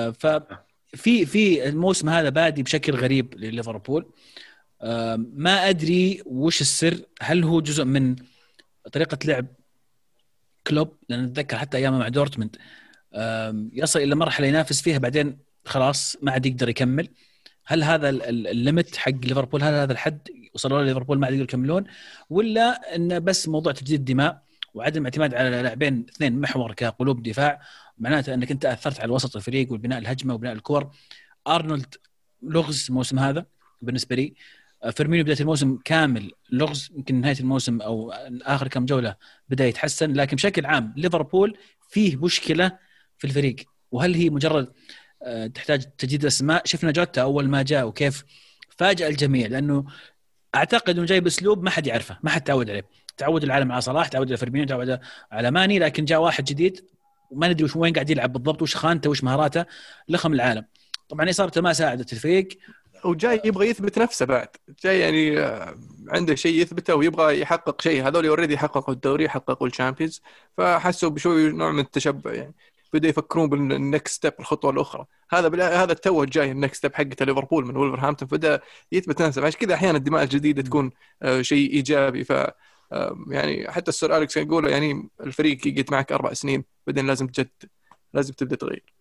في الموسم هذا بادي بشكل غريب لليفربول. ما أدري وش السر، هل هو جزء من طريقة لعب كلوب؟ لأن نتذكر حتى أيام مع دورتموند يصل إلى مرحلة ينافس فيها بعدين خلاص ما عاد يقدر يكمل. هل هذا الليمت حق ليفربول، هل هذا الحد وصلوا له ليفربول ما عاد يقدروا يكملون، ولا إنه بس موضوع تجديد دماء وعدم اعتماد على لاعبين اثنين محور كقلوب دفاع، معناته أنك أنت أثرت على وسط الفريق والبناء الهجمة وبناء الكور. أرنولد لغز الموسم هذا بالنسبة لي، فيرمينيو بداية الموسم كامل لغز، يمكن نهاية الموسم أو آخر كم جولة بدأ يتحسن، لكن بشكل عام ليفربول فيه مشكلة في الفريق. وهل هي مجرد تحتاج تجديد أسماء؟ شفنا جوتا أول ما جاء وكيف فاجأ الجميع، لأنه أعتقد أنه جاي بأسلوب ما حد يعرفه، ما حد تعود عليه. تعود العالم على صلاح، تعود على فيرمينيو، تعود على ماني، لكن جاء واحد جديد وما ندري وين قاعد يلعب بالضبط، وش خانته وش مهاراته، لخم العالم. طبعا إصابته ما ساعدت الفريق، وجاي يبغى يثبت نفسه بعد، جاي يعني عنده شيء يثبته ويبغى يحقق شيء. هذول اوريدي حققوا الدوري، حققوا الشامبيونز، فحسوا بشوي نوع من التشبع، يعني بدأوا يفكرون بالنكست ستيب، الخطوه الاخرى. هذا التوه جاي النكست ستيب حقته ليفربول من ولفرهامبتون، فبدأ يثبت نفسه. عشان كذا احيانا الدماء الجديده تكون شيء ايجابي. ف يعني حتى السير أليكس يقول يعني الفريق يقعد معك 4 سنين بعدين لازم تجدد، لازم تبدا تغير.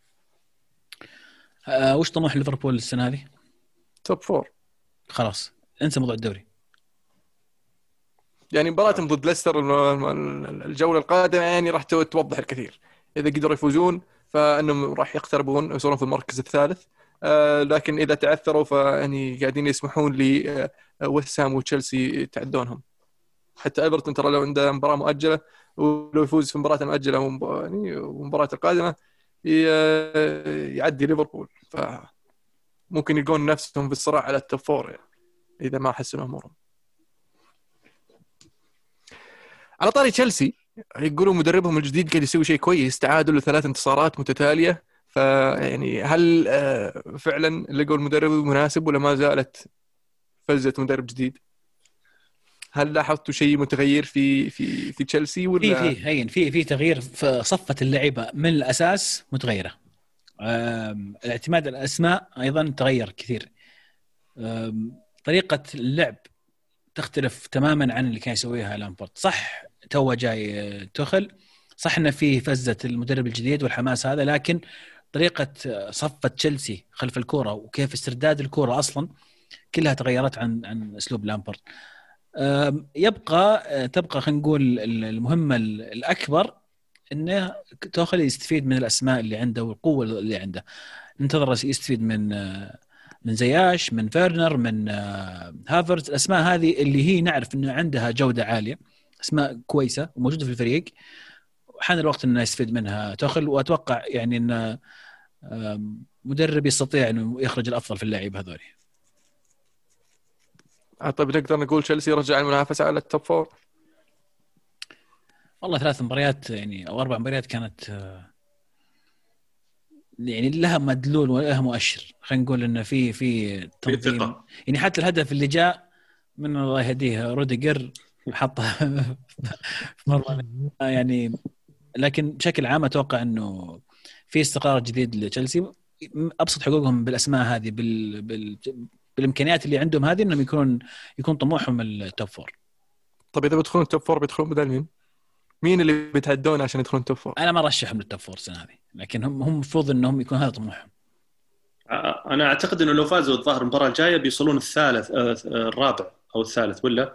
وش طموح ليفربول السنه هذه؟ توب 4 خلاص، انسى موضوع الدوري. يعني مباراتهم ضد ليستر الجوله القادمه يعني راح توضح الكثير. اذا قدروا يفوزون فانهم راح يقتربون يصيرون في المركز الثالث، لكن اذا تعثروا فيعني قاعدين يسمحون لي ويست هام وتشيلسي يتعدونهم. حتى ايفرتون ترى لو عنده مباراه مؤجله ولو يفوز في مباراه المؤجله ومباراه القادمه يعدي ليفربول، فممكن يلقون نفسهم في الصراع على التوب 4 يعني اذا ما حسنوا امورهم. على طاري تشيلسي، يقولوا مدربهم الجديد قاعد يسوي شيء كويس، تعادل و3 انتصارات متتاليه. فيعني هل فعلا لقوا المدرب المناسب ولا ما زالت فزة مدرب جديد؟ هل لاحظتوا شيء متغير في تشيلسي ولا في تغيير في صفة اللعيبة من الأساس متغيرة. الاعتماد على الأسماء أيضا تغير كثير. طريقة اللعب تختلف تماما عن اللي كان يسويها لامبورت. صح تو جاي تخل، صح إنه في فزة المدرب الجديد والحماس هذا، لكن طريقة صفة تشيلسي خلف الكرة وكيف استرداد الكرة أصلا كلها تغيرت عن أسلوب لامبورت. تبقى خلينا نقول المهمة الأكبر إنه توخل يستفيد من الأسماء اللي عنده والقوة اللي عنده. ننتظر يستفيد من زياش، من فيرنر، من هافرز. الأسماء هذه اللي هي نعرف إنه عندها جودة عالية، أسماء كويسة وموجودة في الفريق، وحان الوقت إنه يستفيد منها توخل. وأتوقع يعني إنه مدرب يستطيع إنه يخرج الأفضل في اللاعب هذول. طيب نقدر نقول تشيلسي رجع المنافسة على التوب 4؟ والله 3 مباريات يعني أو 4 مباريات كانت يعني لها مدلول ولها مؤشر. خلينا نقول إنه في تنظيم، يعني حتى الهدف اللي جاء من الله يهديه روديجر حطها في مرمى يعني. لكن بشكل عام اتوقع انه في استقرار جديد لتشيلسي. ابسط حقوقهم بالاسماء هذه بالامكانيات اللي عندهم هذه انهم يكون طموحهم التوب فور. طب اذا بيدخلون التوب فور بيدخلون بدل مين اللي بيتهدون عشان يدخلون التوب فور؟ انا ما رشحهم للتوب فور السنه هذه، لكن هم المفروض انهم يكون هذا طموحهم. انا اعتقد انه لو فازوا الظاهر المباراه الجايه بيوصلون الثالث الرابع او الثالث ولا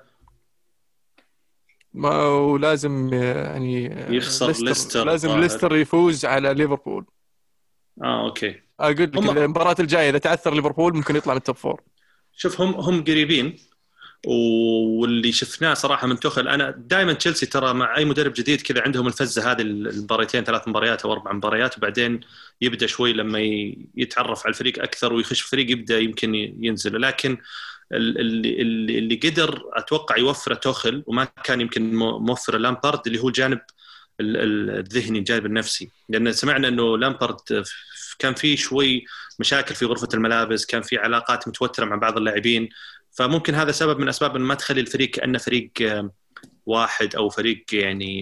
ما ولازم يعني يخسر ليستر لازم ليستر يفوز على ليفربول. اوكي اقول لك المباراه الجايه اذا تعثر ليفربول ممكن يطلع من التوب فور. شوف هم قريبين، واللي شفناه صراحه من توخل. انا دائما تشيلسي ترى مع اي مدرب جديد كذا عندهم الفزه هذه المباراتين 3 مباريات او 4 مباريات، وبعدين يبدا شوي لما يتعرف على الفريق اكثر ويخش فريق يبدا يمكن ينزل. لكن اللي قدر اتوقع يوفر توخل وما كان يمكن موفر لامبارد اللي هو الجانب الذهني، الجانب النفسي. لان سمعنا انه لامبارد كان فيه شوي مشاكل في غرفه الملابس، كان في علاقات متوتره مع بعض اللاعبين، فممكن هذا سبب من أسباب ما تخلي الفريق كأنه فريق واحد أو فريق يعني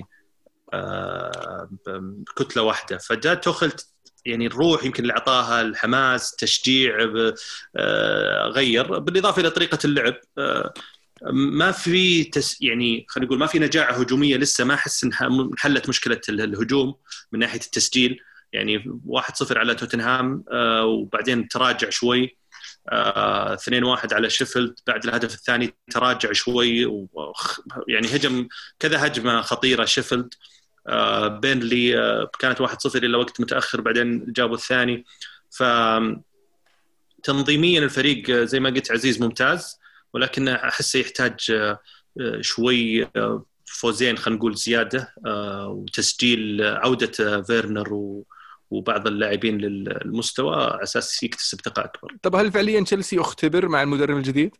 كتلة واحدة. فجاء توخل يعني الروح يمكن اللي أعطاها، الحماس، تشجيع، غير بالإضافة إلى طريقة اللعب. ما في يعني خلينا نقول ما في نجاعة هجومية لسه، ما أحس إن حلت مشكلة الهجوم من ناحية التسجيل. يعني 1-0 على توتنهام وبعدين تراجع شوي، 2-1 على شيفيلد، بعد الهدف الثاني تراجع شوي يعني هجم كذا هجمة خطيرة شيفيلد. بيرنلي كانت 1-0 إلى وقت متأخر، بعدين جابوا الثاني. فتنظيميا الفريق زي ما قلت عزيز ممتاز، ولكن أحسه يحتاج شوي فوزين خلينا نقول زيادة، وتسجيل عودة فيرنر وبعض اللاعبين للمستوى على أساس يكتسب ثقة أكبر. طب هل فعليا تشيلسي يختبر مع المدرب الجديد؟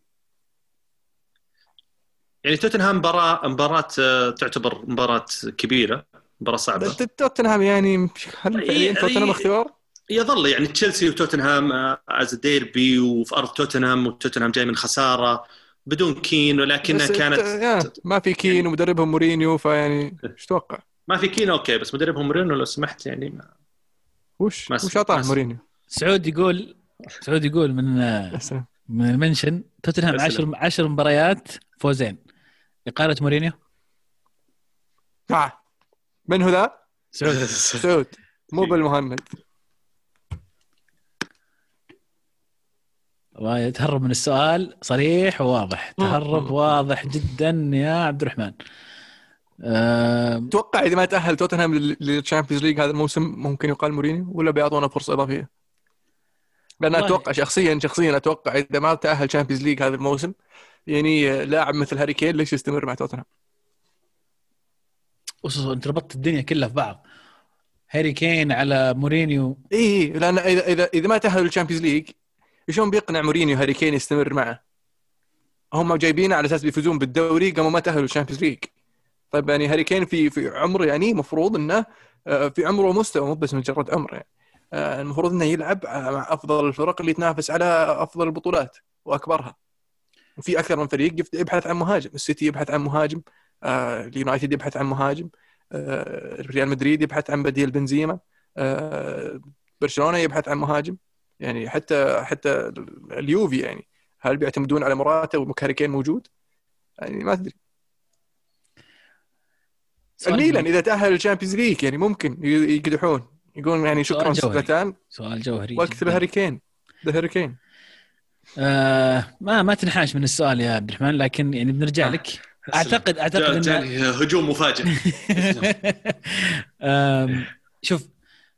يعني توتنهام مباراة تعتبر مباراة كبيرة، مباراة صعبة. توتنهام يعني هل فعليا توتنهام اختبار؟ يظل يعني تشيلسي وتوتنهام از ديربي وفي أرض توتنهام، وتوتنهام جاي من خسارة بدون كين، ولكنها كانت ما في كين يعني ومدربهم مورينيو، فيعني ايش توقع؟ ما في كين اوكي، بس مدربهم مورينيو لو سمحت يعني وش عطاه مورينيو؟ سعود يقول من المنشن توتنهام 10 مباريات فوزين، إقالة مورينيو. من هو ذا؟ سعود مو بالمهند. تهرب من السؤال صريح وواضح، تهرب واضح جدا يا عبد الرحمن. توقع إذا ما تأهل توتنهام للشامبيونز ليج هذا الموسم ممكن يقال مورينيو ولا بيعطونا فرصة إضافية؟ لأن أتوقع شخصيا أتوقع إذا ما تأهل شامبيونز ليج هذا الموسم يعني لاعب مثل هاري كين ليش يستمر مع توتنهام؟ أنت ربطت الدنيا كلها في بعض، هاري كين على مورينيو. إيه لأن إذا ما تأهل للشامبيونز ليج شلون بيقنع مورينيو هاري كين يستمر معه؟ هم جايبينه على أساس بيفوزون بالدوري قاموا ما تأهلوا للشامبيونز ليج. طيب يعني هاري كين في عمر يعني مفروض إنه في عمره مستوى، مو بس مجرد عمر يعني المفروض إنه يلعب مع أفضل الفرق اللي تنافس على أفضل البطولات وأكبرها. وفي أكثر من فريق يبحث عن مهاجم، السيتي يبحث عن مهاجم، اليونايتد يبحث عن مهاجم، ريال مدريد يبحث عن بديل بنزيما، برشلونة يبحث عن مهاجم. يعني حتى اليوفي يعني هل بيعتمدون على مراته وهاري كين موجود؟ يعني ما تدري. الميلان إذا تأهل الشامبيونز ليج يعني ممكن يقدحون يقولون يعني شكرا سلطان. سؤال جوهري وقت هاري كين ده هاري كين. ما تنحاش من السؤال يا عبد الرحمن، لكن يعني بنرجع لك. اعتقد ان هجوم مفاجئ. شوف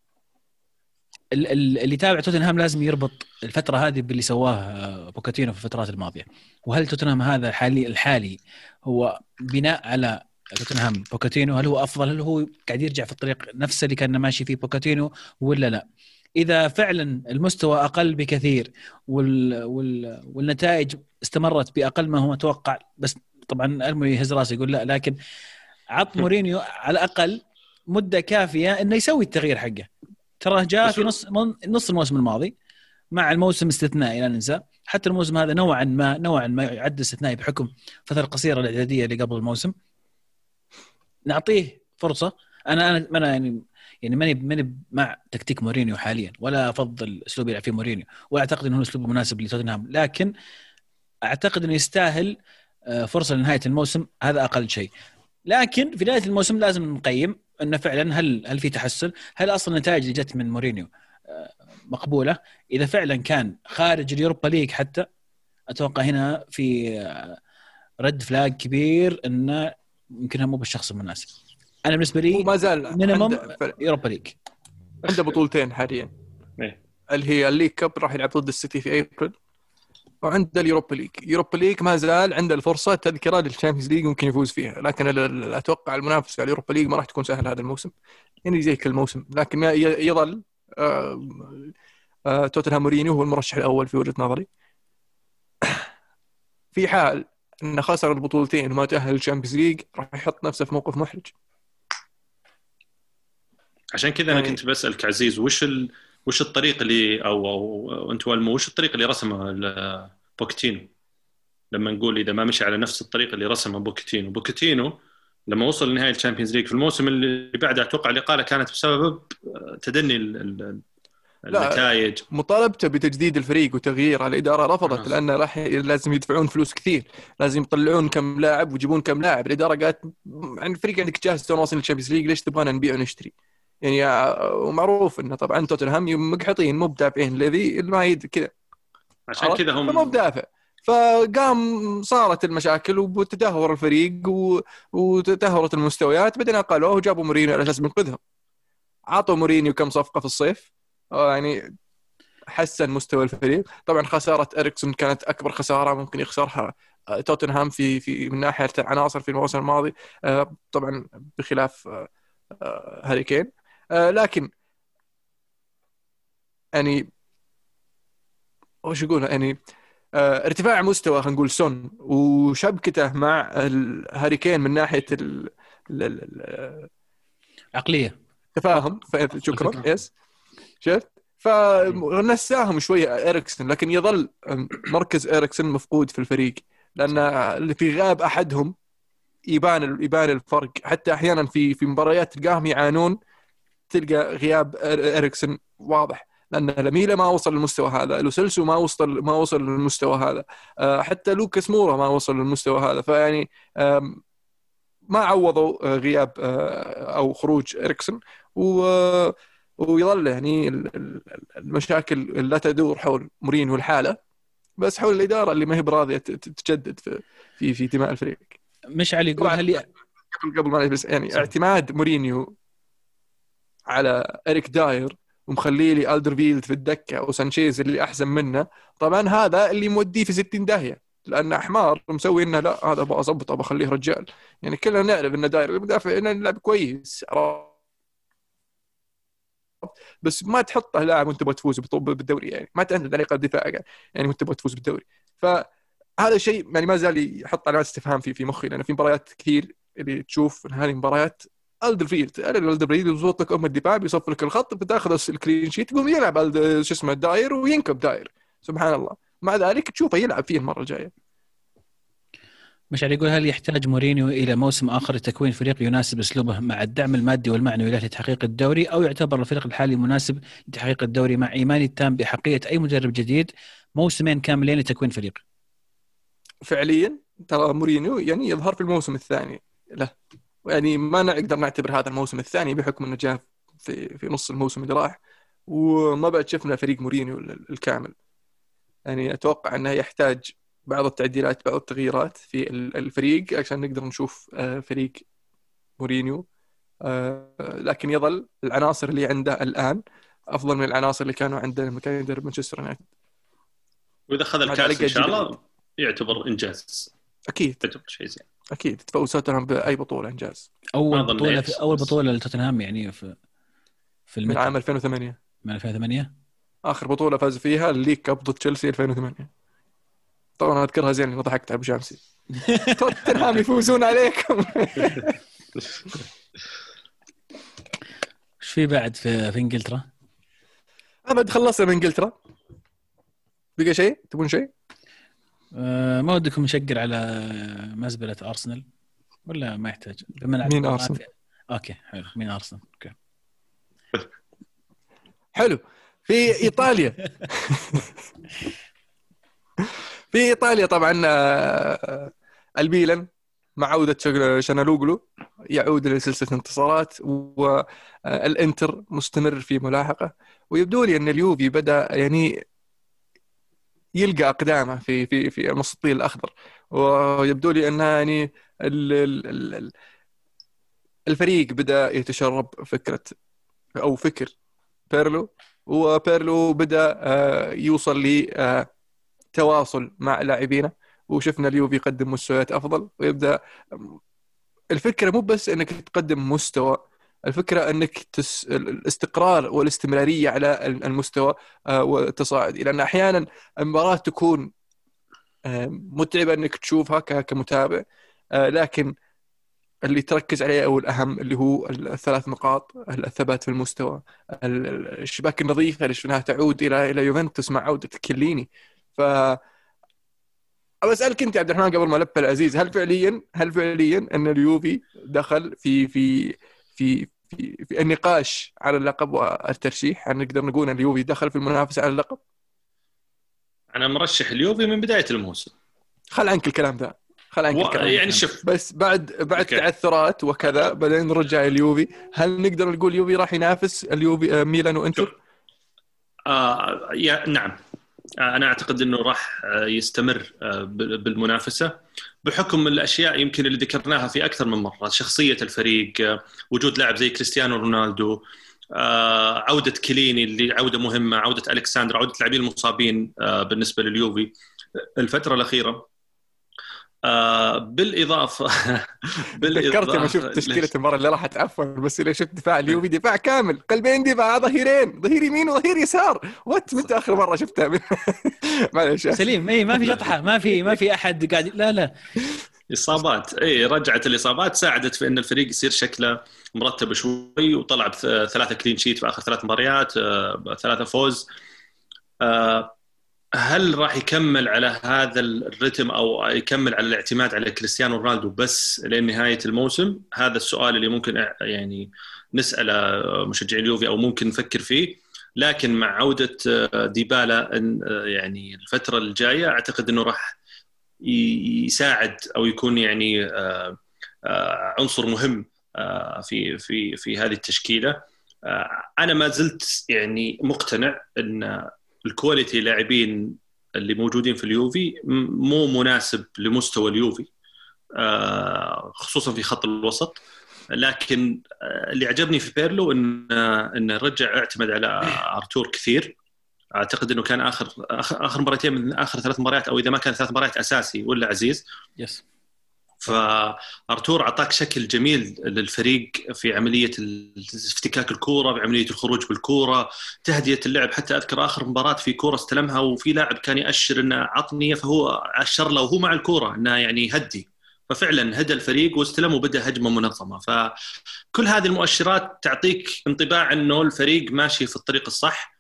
اللي تابع توتنهام لازم يربط الفتره هذه باللي سواه بوكاتينو في الفترات الماضيه. وهل توتنهام هذا الحالي هو بناء على توتنهام بوكاتينو؟ هل هو افضل؟ هل هو قاعد يرجع في الطريق نفسه اللي كان ماشي فيه بوكاتينو ولا لا؟ إذا فعلا المستوى أقل بكثير والنتائج استمرت بأقل ما هو متوقع، بس طبعا المي يهز راسه يقول لا، لكن عط مورينيو على الأقل مدة كافية إنه يسوي التغيير حقه. ترى جاء في نص الموسم الماضي مع الموسم استثنائي لا ننسى، حتى الموسم هذا نوعا ما يعد استثنائي بحكم فترة قصيرة الإعدادية اللي قبل الموسم. نعطيه فرصة. أنا يعني ماني مع تكتيك مورينيو حاليا، ولا أفضل أسلوب يلعب فيه مورينيو، ولا أعتقد إنه أسلوب مناسب لتوتنهام، لكن أعتقد إنه يستاهل فرصة لنهاية الموسم، هذا أقل شيء. لكن في بداية الموسم لازم نقيم أنه فعلا هل في تحسن، هل أصلا النتائج اللي جت من مورينيو مقبولة. إذا فعلا كان خارج اليوروبا ليج حتى، أتوقع هنا في رد فلاج كبير أنه يمكنها مو بالشخص المناسب. أنا بالنسبة لي وما زال مينيمم يوروبا ليج. عنده بطولتين حاليا اللي هي الليج كاب راح يلعب ضد السيتي في أبريل، وعند اليوروبا ليج ما زال عنده الفرصة تذكرة للشامبيونز ليج ممكن يفوز فيها، لكن أتوقع المنافسة على اليوروبا ليج ما راح تكون سهلة هذا الموسم، يعني زي كل موسم. لكن يظل توتنهام مورينيو هو المرشح الأول في وجهة نظري. في حال إنه خسر البطولتين وما تأهل الشامبيونز ليج راح يحط نفسه في موقف محرج. عشان كذا أنا كنت بسألك عزيز، وش الطريق اللي أو أنت والمو وش الطريق اللي رسمه بوكيتينو؟ لما نقول إذا ما مشي على نفس الطريق اللي رسمه بوكيتينو لما وصل لنهاية الشامبيونز ليج في الموسم اللي بعده، أتوقع اللي قاله كانت بسبب تدني النتائج. مطالبته بتجديد الفريق وتغيير، الإدارة رفضت لأنه لازم يدفعون فلوس كثير، لازم يطلعون كم لاعب ويجيبون كم لاعب. الإدارة قالت عن الفريق عندك جاهز تو واصل للشامبيونز ليج، ليش تبغانا نبيع ونشتري؟ يعني ومعروف إنه طبعا توتنهام مقحطين مو بدافعين الذي ما يد كذا، عشان كذا هم مو بدافع. فقام صارت المشاكل وتدهور الفريق وتدهورت المستويات، بعدين قالوه وجابوا مورينيو على أساس بينقذهم. عطوا مورينيو كم صفقة في الصيف يعني حسن مستوى الفريق. طبعا خسارة إريكسون كانت أكبر خسارة ممكن يخسرها توتنهام في من ناحية عناصر في الموسم الماضي، طبعا بخلاف هاري كين. لكن يعني وش يقول يعني ارتفاع مستوى خلينا نقول سون وشبكته مع هاري كين من ناحية عقلية تفاهم. شكرا يس شفت. فنساهم شوية إريكسون، لكن يظل مركز إريكسون مفقود في الفريق، لأن في غياب أحدهم يبان الفرق. حتى أحيانا في مباريات تلقاهم يعانون، تلقى غياب إريكسون واضح، لأن لميلا ما وصل للمستوى هذا، لوسيلسو ما وصل للمستوى هذا، حتى لوكاس مورا ما وصل للمستوى هذا. فيعني ما عوضوا غياب أو خروج إريكسون، ويظل يعني المشاكل لا تدور حول مورينيو الحالة، بس حول الإدارة اللي ما هي براضية تجدد في دماء الفريق. مش علي يقول قبل ما بس يعني اعتماد مورينيو على إريك داير ومخليه لي ألدرفيلد في الدكة وسانشيز اللي أحسن منه، طبعا هذا اللي موديه في 60 داهية، لأن حمار مسوي إنه لا هذا أبغى أضبطه بخليه رجال. يعني كلنا نعرف إن داير المدافع إنه لاعب كويس، بس ما تحطه لاعب وانت تبغى تفوز بالدوري، يعني ما تعتمد عليه قلب دفاع يعني وانت تبغى تفوز بالدوري. فهذا شيء يعني ما زال يحط علامات استفهام في مخي، لأن في مباريات كثير اللي تشوف إن هذه مباريات ألدرفيلد يضبط لك الدفاع، بيصف لك الخط، بتاخذ الكلين شيت، يقوم يلعب شو اسمه داير وينكب داير، سبحان الله. مع ذلك تشوفه يلعب فيه المرة الجاية. مشعل يقول هل يحتاج مورينيو إلى موسم آخر لتكوين فريق يناسب أسلوبه مع الدعم المادي والمعنوي له لتحقيق الدوري، أو يعتبر الفريق الحالي مناسب لتحقيق الدوري مع إيماني التام بحقية أي مدرب جديد موسمين كاملين لتكوين فريق؟ فعليا ترى مورينيو يعني يظهر في الموسم الثاني له، يعني ما نقدر نعتبر هذا الموسم الثاني بحكم أنه جاء في نص الموسم اللي راح، وما بعد شفنا فريق مورينيو الكامل. يعني أتوقع أنه يحتاج بعض التعديلات، بعض التغييرات في الفريق عشان نقدر نشوف فريق مورينيو. لكن يظل العناصر اللي عنده الآن أفضل من العناصر اللي كانوا عنده لما كان يدرب مانشستر يونايتد. وإذا أخذ الكاس إن شاء الله يعتبر إنجاز. أكيد تعتبر شيء زين. أكيد تفوز توتنهام بأي بطولة إنجاز. أول بطولة لتوتنهام يعني في من عام 2008. من 2008 آخر بطولة فاز فيها الليج كاب ضد تشيلسي 2008. طبعا أذكرها زين لأنه ضحكت أبو شامسي. توتنهام يفوزون عليكم. إيش في بعد في إنجلترا؟ أبد خلصنا من إنجلترا. بقى شيء تبون شيء؟ ما ودكم نشقر على مزبلة أرسنال ولا ما يحتاج؟ مين أرسنال؟ اوكي حلو، مين أرسنال؟ اوكي حلو. في إيطاليا في إيطاليا طبعا الميلان مع عودة شانالوغلو يعود لسلسلة انتصارات، والإنتر مستمر في ملاحقة، ويبدو لي أن اليوفي بدأ يعني يلقى أقدامه في المستطيل الأخضر، ويبدو لي أن يعني الفريق بدأ يتشرب فكر بيرلو، وبيرلو بدأ يوصل لتواصل مع لاعبينه، وشفنا اليوفي يقدم مستويات أفضل، ويبدأ الفكرة مو بس أنك تقدم مستوى، الفكرة أنك الاستقرار والاستمرارية على المستوى والتصاعد، لأن أحيانا المباراة تكون متعبة أنك تشوفها كمتابع، لكن اللي تركز عليه أو الأهم اللي هو الثلاث نقاط، الثبات في المستوى، الشباك النظيفة اللي شفناها تعود إلى يوفنتوس مع عودة كيليني. ف أسألك أنت يا عبد الرحمن قبل ما لف العزيز، هل فعليا أن اليوفي دخل في النقاش على اللقب والترشيح؟ هل نقدر نقول أن اليوفي دخل في المنافسة على اللقب؟ أنا مرشح اليوفي من بداية الموسم. خل عنك الكلام ذا، يعني شوف، بس بعد تعثرات وكذا بعدين نرجع اليوفي، هل نقدر نقول اليوفي راح ينافس اليوفي ميلان وإنتر؟ نعم، أنا أعتقد أنه راح يستمر بالمنافسة بحكم الأشياء يمكن اللي ذكرناها في أكثر من مرة، شخصية الفريق، وجود لاعب زي كريستيانو رونالدو، عودة كيليني اللي عودة مهمة، عودة ألكساندر، عودة لاعبين المصابين بالنسبة لليوفي الفترة الأخيرة. بالإضافة ذكرت لما شفت تشكيلة المباراة اللي راحت، عفوا بس اللي شفت دفاع اليوفي دفاع كامل، قلبين دفاع، ظهيرين، ظهير يمين وظهير يسار، متى آخر مرة شفتها؟ معلش سليم، اي ما في شطحة، ما في أحد قاعد، لا إصابات، رجعت الإصابات ساعدت في أن الفريق يصير شكله مرتب شوي، وطلع ب3 كلين شيت في آخر 3 مباريات، 3 فوز. هل راح يكمل على هذا الرتم أو يكمل على الاعتماد على كريستيانو رونالدو بس لنهاية الموسم؟ هذا السؤال اللي ممكن يعني نسأله مشجعين اليوفي أو ممكن نفكر فيه. لكن مع عودة ديبالا يعني الفترة الجاية أعتقد أنه راح يساعد أو يكون يعني عنصر مهم في هذه التشكيلة. أنا ما زلت يعني مقتنع أن الكواليتي لاعبين اللي موجودين في اليوفي مو مناسب لمستوى اليوفي، خصوصا في خط الوسط. لكن اللي عجبني في بيرلو إن رجع اعتمد على أرتور كثير. أعتقد إنه كان آخر مباراتين من آخر 3 مباريات، أو إذا ما كان 3 مباريات أساسي ولا عزيز. يس. فأرتور أعطاك شكل جميل للفريق في عملية افتكاك الكورة، بعملية الخروج بالكورة، تهدية اللعب. حتى أذكر آخر مباراة في كورة استلمها وفي لاعب كان يأشر إنه عطني، فهو أشر له وهو مع الكورة إنه يعني هدي، ففعلا هدى الفريق واستلم وبدأ هجمة منظمة. فكل هذه المؤشرات تعطيك انطباع إنه الفريق ماشي في الطريق الصح،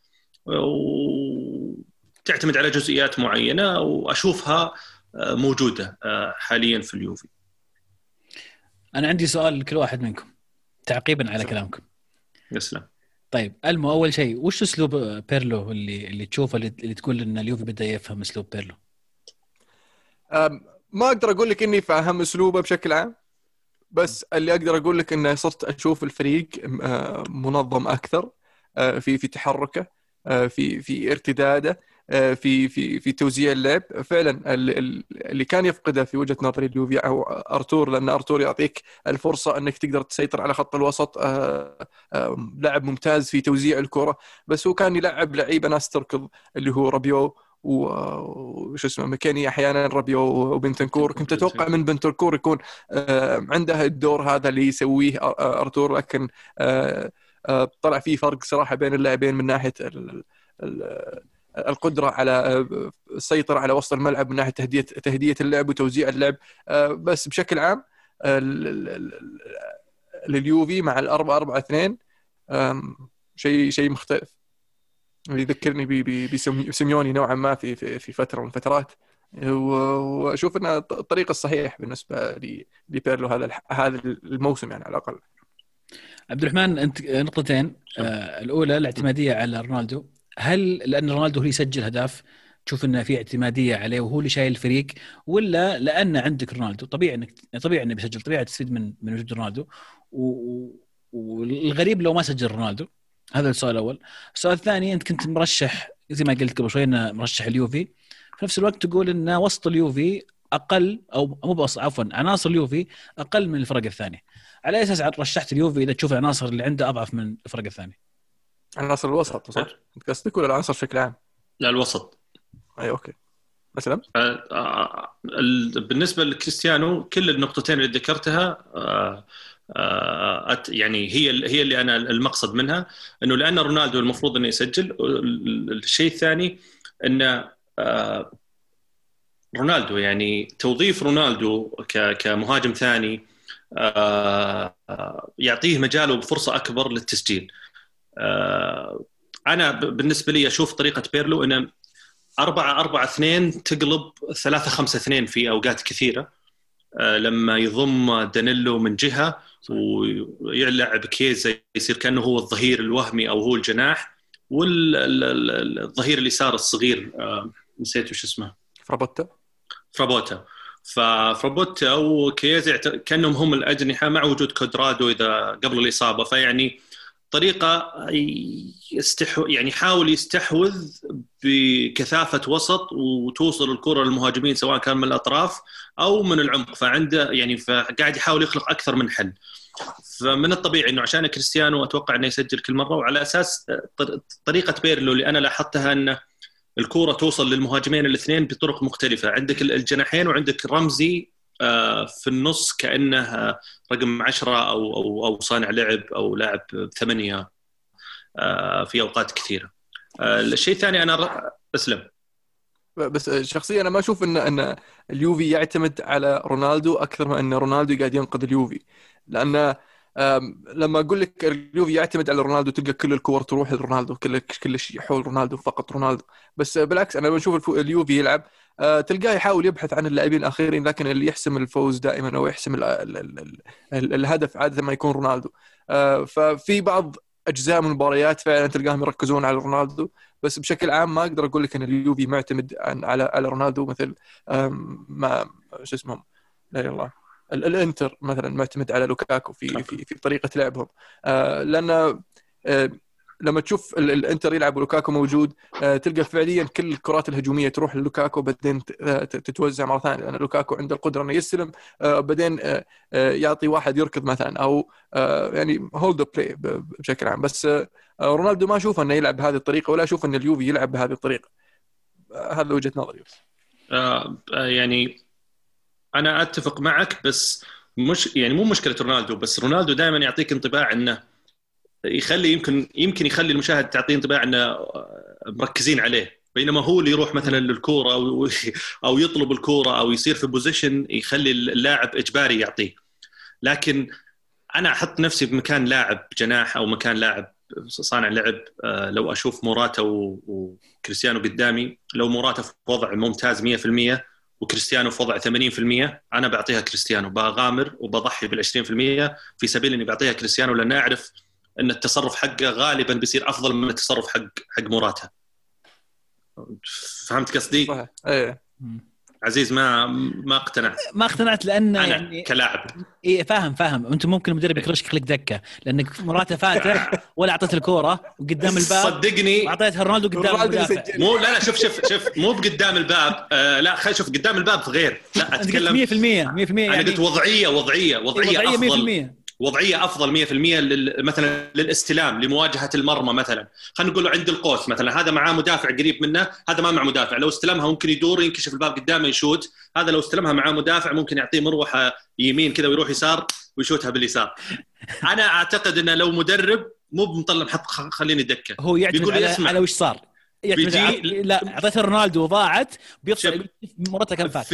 وتعتمد على جزئيات معينة وأشوفها موجودة حاليا في اليوفي. أنا عندي سؤال لكل واحد منكم تعقيبا على كلامكم. يسلم. طيب ألمو، أول شيء وش أسلوب بيرلو اللي تشوفه اللي تقول إن اليوفي بدأ يفهم أسلوب بيرلو؟ ما أقدر أقول لك إني فاهم أسلوبه بشكل عام، بس اللي أقدر أقول لك إنه صرت أشوف الفريق منظم أكثر في تحركه، في ارتداده، في توزيع اللعب. فعلا اللي كان يفقده في وجهة نظري اليوفي او ارتور، لان ارتور يعطيك الفرصة انك تقدر تسيطر على خط الوسط، لاعب ممتاز في توزيع الكرة، بس هو كان يلعب لعيبة ناس تركض اللي هو رابيو وش اسمه مكاني احيانا، رابيو وبنتنكور. كنت اتوقع من بنتنكور يكون عنده الدور هذا اللي يسويه ارتور، لكن طلع فيه فرق صراحة بين اللاعبين من ناحية القدرة على السيطرة على وسط الملعب، من ناحية تهدية اللعب وتوزيع اللعب. بس بشكل عام لليوفي مع 4-4-2 شيء مختلف. يذكرني بسيميوني نوعا ما في فتره من الفترات، واشوف انه الطريق الصحيح بالنسبه لبيرلو هذا الموسم يعني على الاقل. عبد الرحمن، انت نقطتين. الاولى الاعتماديه على رونالدو، هل لان رونالدو هو اللي يسجل هدف تشوف انه في اعتماديه عليه وهو اللي شايل الفريق، ولا لان عندك رونالدو طبيعي انه بيسجل، طبيعي تستفيد من وجود رونالدو، والغريب لو ما سجل رونالدو؟ هذا السؤال الاول. السؤال الثاني، انت كنت مرشح زي ما قلت قبل شوي انه مرشح اليوفي، في نفس الوقت تقول ان وسط اليوفي اقل، او مو بس عفوا عناصر اليوفي اقل من الفرق الثانيه. على اساس رشحت اليوفي اذا تشوف العناصر اللي عنده اضعف من الفرق الثانيه؟ عناصر الوسط صح؟ انت قصدك ولا العناصر بشكل عام؟ لا الوسط. اي اوكي. مثلا بالنسبه لكريستيانو كل النقطتين اللي ذكرتها يعني هي اللي انا المقصد منها، انه لان رونالدو المفروض انه يسجل. الشيء الثاني ان رونالدو يعني توظيف رونالدو كمهاجم ثاني يعطيه مجاله بفرصه اكبر للتسجيل. انا بالنسبه لي اشوف طريقه بيرلو ان 4-4-2 تقلب 3-5-2 في اوقات كثيره، لما يضم دانيلو من جهه ويلعب كيزا يصير كانه هو الظهير الوهمي او هو الجناح، والظهير اليسار الصغير نسيت وش اسمه، فرابوتا. ففرابوتا وكيزا كانهم هم الاجنحه مع وجود كودرادو اذا قبل الاصابه. فيعني طريقه يعني يحاول يستحوذ بكثافه وسط وتوصل الكره للمهاجمين سواء كان من الاطراف او من العمق، فعنده يعني فقاعد يحاول يخلق اكثر من حل. فمن الطبيعي انه عشان كريستيانو اتوقع انه يسجل كل مره، وعلى اساس طريقه بيرلو اللي انا لاحظتها ان الكره توصل للمهاجمين الاثنين بطرق مختلفه. عندك الجناحين وعندك رمزي في النص كأنه رقم 10 أو صانع لعب أو لاعب 8 في أوقات كثيرة. الشيء الثاني أنا أسلم بس شخصيا أنا ما أشوف أن اليوفي يعتمد على رونالدو أكثر ما أن رونالدو قاعد ينقذ اليوفي، لأن لما أقول لك اليوفي يعتمد على رونالدو تلقى كل الكور تروح لرونالدو، كل شيء حول رونالدو، فقط رونالدو. بس بالعكس أنا بنشوف اليوفي يلعب تلقاه يحاول يبحث عن اللاعبين الآخرين، لكن اللي يحسم الفوز دائما أو يحسم الهدف عادة ما يكون رونالدو. ففي بعض أجزاء من المباريات فعلا تلقاهم يركزون على رونالدو، بس بشكل عام ما أقدر أقول لك أن اليوفي معتمد على رونالدو مثل ما شو اسمهم لا يلا الانتر مثلا معتمد على لوكاكو في طريقة لعبهم. لأن لما تشوف الانتر يلعب ولوكاكو موجود تلقى فعليا كل الكرات الهجوميه تروح للوكاكو بعدين تتوزع مره ثانيه، لان لوكاكو عنده القدره انه يستلم بعدين يعطي واحد يركض مثلا او يعني هولد بلاي بشكل عام. بس رونالدو ما اشوف انه يلعب بهذه الطريقه، ولا اشوف ان اليوفي يلعب بهذه الطريقه. هذا وجهه نظري. يعني انا اتفق معك، بس مش يعني مو مشكله رونالدو، بس رونالدو دائما يعطيك انطباع انه يخلي يمكن يخلي المشاهد تعطيه انطباع انه مركزين عليه، بينما هو اللي يروح مثلا للكوره او يطلب الكوره او يصير في بوزيشن يخلي اللاعب اجباري يعطيه. لكن انا احط نفسي بمكان لاعب جناح او مكان لاعب صانع لعب، لو اشوف موراتا وكريستيانو قدامي، لو موراتا في وضع ممتاز 100% وكريستيانو في وضع 80%، انا بعطيها كريستيانو، بغامر وبضحي بال20% في سبيل اني بعطيها كريستيانو، لان اعرف ان التصرف حقه غالبا بيصير افضل من التصرف حق موراتا. فهمت قصدي؟ ايه عزيز ما اقتنعت لان أنا يعني كلاعب ايه فاهم انت ممكن المدرب يكرشك لك دكه لانك موراتا فاتح ولا اعطيت الكوره وقدام الباب، صدقني اعطيتها رونالدو قدام المدافع. مو لا شوف مو بقدام الباب، لا خلينا شوف قدام الباب غير، لا اتكلم 100% يعني انا قلت وضعيه افضل 100%. وضعيه افضل 100% مثلا للاستلام لمواجهه المرمى. مثلا خلينا نقول له عند القوس مثلا، هذا معاه مدافع قريب منه، هذا ما مع مدافع، لو استلمها ممكن يدور ينكشف الباب قدامه يشوت. هذا لو استلمها معاه مدافع ممكن يعطيه مروحه يمين كذا ويروح يسار ويشوتها باليسار. انا اعتقد انه لو مدرب مو بمطلع خليني دكه، هو يعتمد على وش صار، لا اعطيته رونالدو وضاعت بيفصل مرته كم فات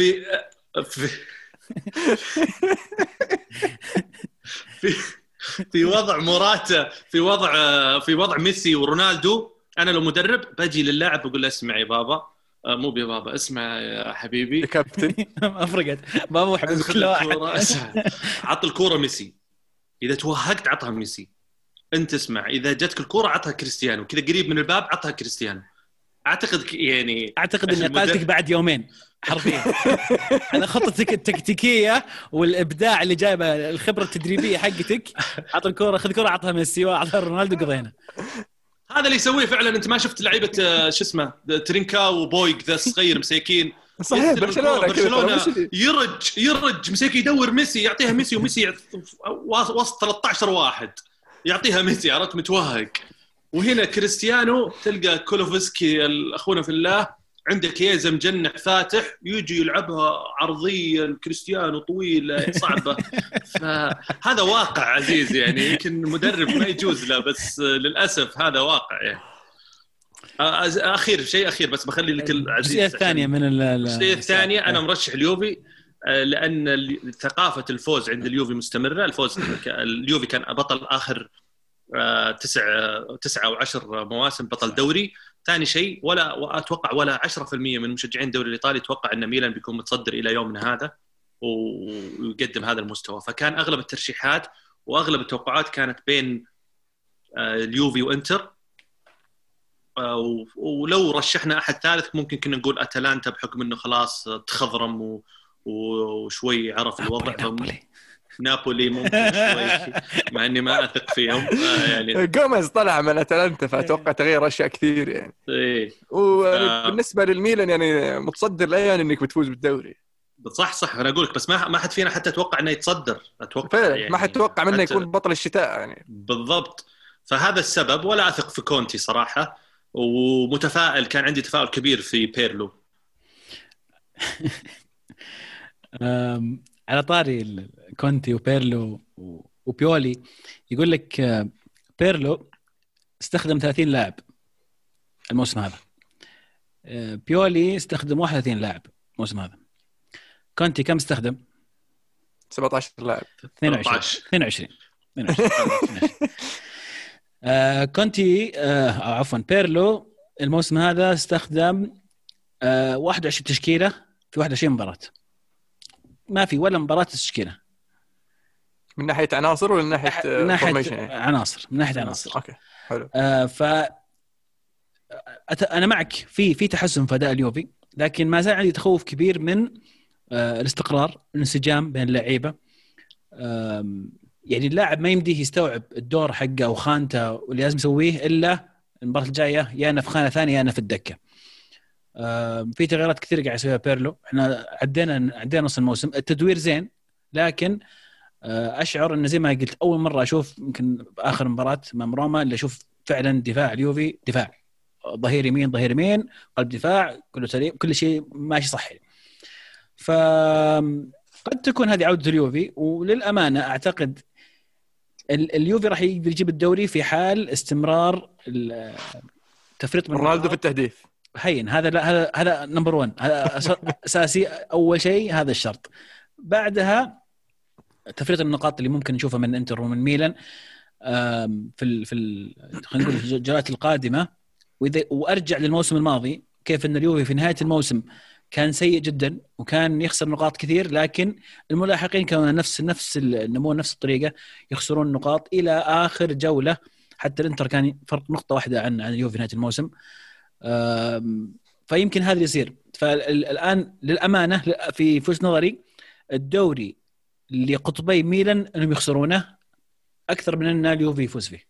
في وضع موراتا، في وضع ميسي ورونالدو، انا لو مدرب باجي للاعب بقول له اسمع يا بابا، مو يا بابا، اسمع يا حبيبي يا كابتن. ما فرقت بابا وحبيب خذ كل واحد. الكوره، عط الكوره ميسي، اذا توهقت عطها ميسي. انت اسمع، اذا جتك الكوره عطها كريستيانو، كذا قريب من الباب عطها كريستيانو. يعني اعتقد اني قالتك بعد يومين حرفيا. انا خطتك التكتيكيه والابداع اللي جايبه الخبره التدريبيه حقتك، عط الكوره، خذ كوره، عطها ميسي وعطها رونالدو، قضينا. هذا اللي يسويه فعلا. انت ما شفت لعيبه شو اسمه ترينكاو وبويك ذا الصغير مساكين؟ صحيح برشلونه يرج مساكي يدور ميسي، يعطيها ميسي، وميسي وسط 13 واحد يعطيها ميسي، عرفت؟ متوهق. وهنا كريستيانو تلقى كولوفسكي اخونا في الله عنده كيزه مجنح فاتح، يجي يلعبها عرضيا كريستيانو طويله صعبه. فهذا واقع عزيز يعني، يمكن المدرب ما يجوز له، بس للاسف هذا واقع يعني. شيء اخير بس بخلي لك العزيز الجزئيه الثانيه من الجزئيه الثانيه. انا مرشح اليوفي لان ثقافه الفوز عند اليوفي مستمره. اليوفي كان بطل اخر 9 أو 10 مواسم، بطل دوري. ثاني شيء، وأتوقع ولا 10% من مشجعين الدوري الإيطالي توقع أن ميلان بيكون متصدر إلى يومنا هذا ويقدم هذا المستوى. فكان أغلب الترشيحات وأغلب التوقعات كانت بين اليوفي وإنتر، ولو رشحنا أحد ثالث ممكن كنا نقول أتلانتا، بحكم أنه خلاص تخضرم وشوي عرف الوضع. نابولي ممكن شوي، مع اني ما اثق فيهم يعني. جوميز طلع من اتلانتا، فاتوقع تغير اشياء كثير يعني. وبالنسبه للميلان يعني متصدر الايام انك بتفوز بالدوري. صح انا اقول لك، بس ما حد فينا حتى اتوقع انه يتصدر. اتوقع يعني ما حد توقع منه يكون بطل الشتاء يعني. بالضبط. فهذا السبب. ولا اثق في كونتي صراحه، ومتفائل، كان عندي تفاؤل كبير في بيرلو. على طاري كونتي وبيرلو وبيولي، يقول لك بيرلو استخدم 30 لاعب الموسم هذا، بيولي استخدم 31 لاعب الموسم هذا. كونتي كم استخدم؟ 17 لاعب. 22. كونتي عفوا بيرلو الموسم هذا استخدم 21 تشكيلة في 21 مباراة. ما في ولا مباراة تشكيلة. من ناحية عناصر ولا من ناحية عناصر؟ من ناحية عناصر. اوكي حلو. انا معك في تحسن في اداء اليوفي، لكن ما زال عندي تخوف كبير من الاستقرار، الانسجام بين اللعيبة. يعني اللاعب ما يمديه يستوعب الدور حقه وخانته واللي لازم يسويه الا المباراة الجاية، يا انا في خانة ثانية يا انا في الدكة. في تغييرات كثير قاعد يسويها بيرلو. احنا عدينا نص الموسم، التدوير زين، لكن اشعر ان زي ما قلت اول مره اشوف يمكن اخر مباراه امام روما اللي اشوف فعلا دفاع اليوفي، دفاع ظهير يمين قلب دفاع كله سليم، كل شيء ماشي صحيح. فقد تكون هذه عوده اليوفي، وللامانه اعتقد اليوفي راح يقدر يجيب الدوري في حال استمرار تفريط من رونالدو في التهديف. هين هذا نمبر 1، هذا اساسي. اول شيء هذا الشرط، بعدها تفريط النقاط اللي ممكن نشوفها من انتر ومن ميلان في خلينا نقول الجولات القادمه. وارجع للموسم الماضي، كيف ان اليوفي في نهايه الموسم كان سيء جدا وكان يخسر نقاط كثير، لكن الملاحقين كانوا نفس النمو، نفس الطريقه، يخسرون نقاط الى اخر جوله. حتى الانتر كان فرق نقطه واحده عن اليوفي في نهايه الموسم. فيمكن هذا يصير. فالآن للأمانة في وجهة نظري الدوري لقطبي ميلان أنهم يخسرونه أكثر من أن اليوفي يفوز فيه.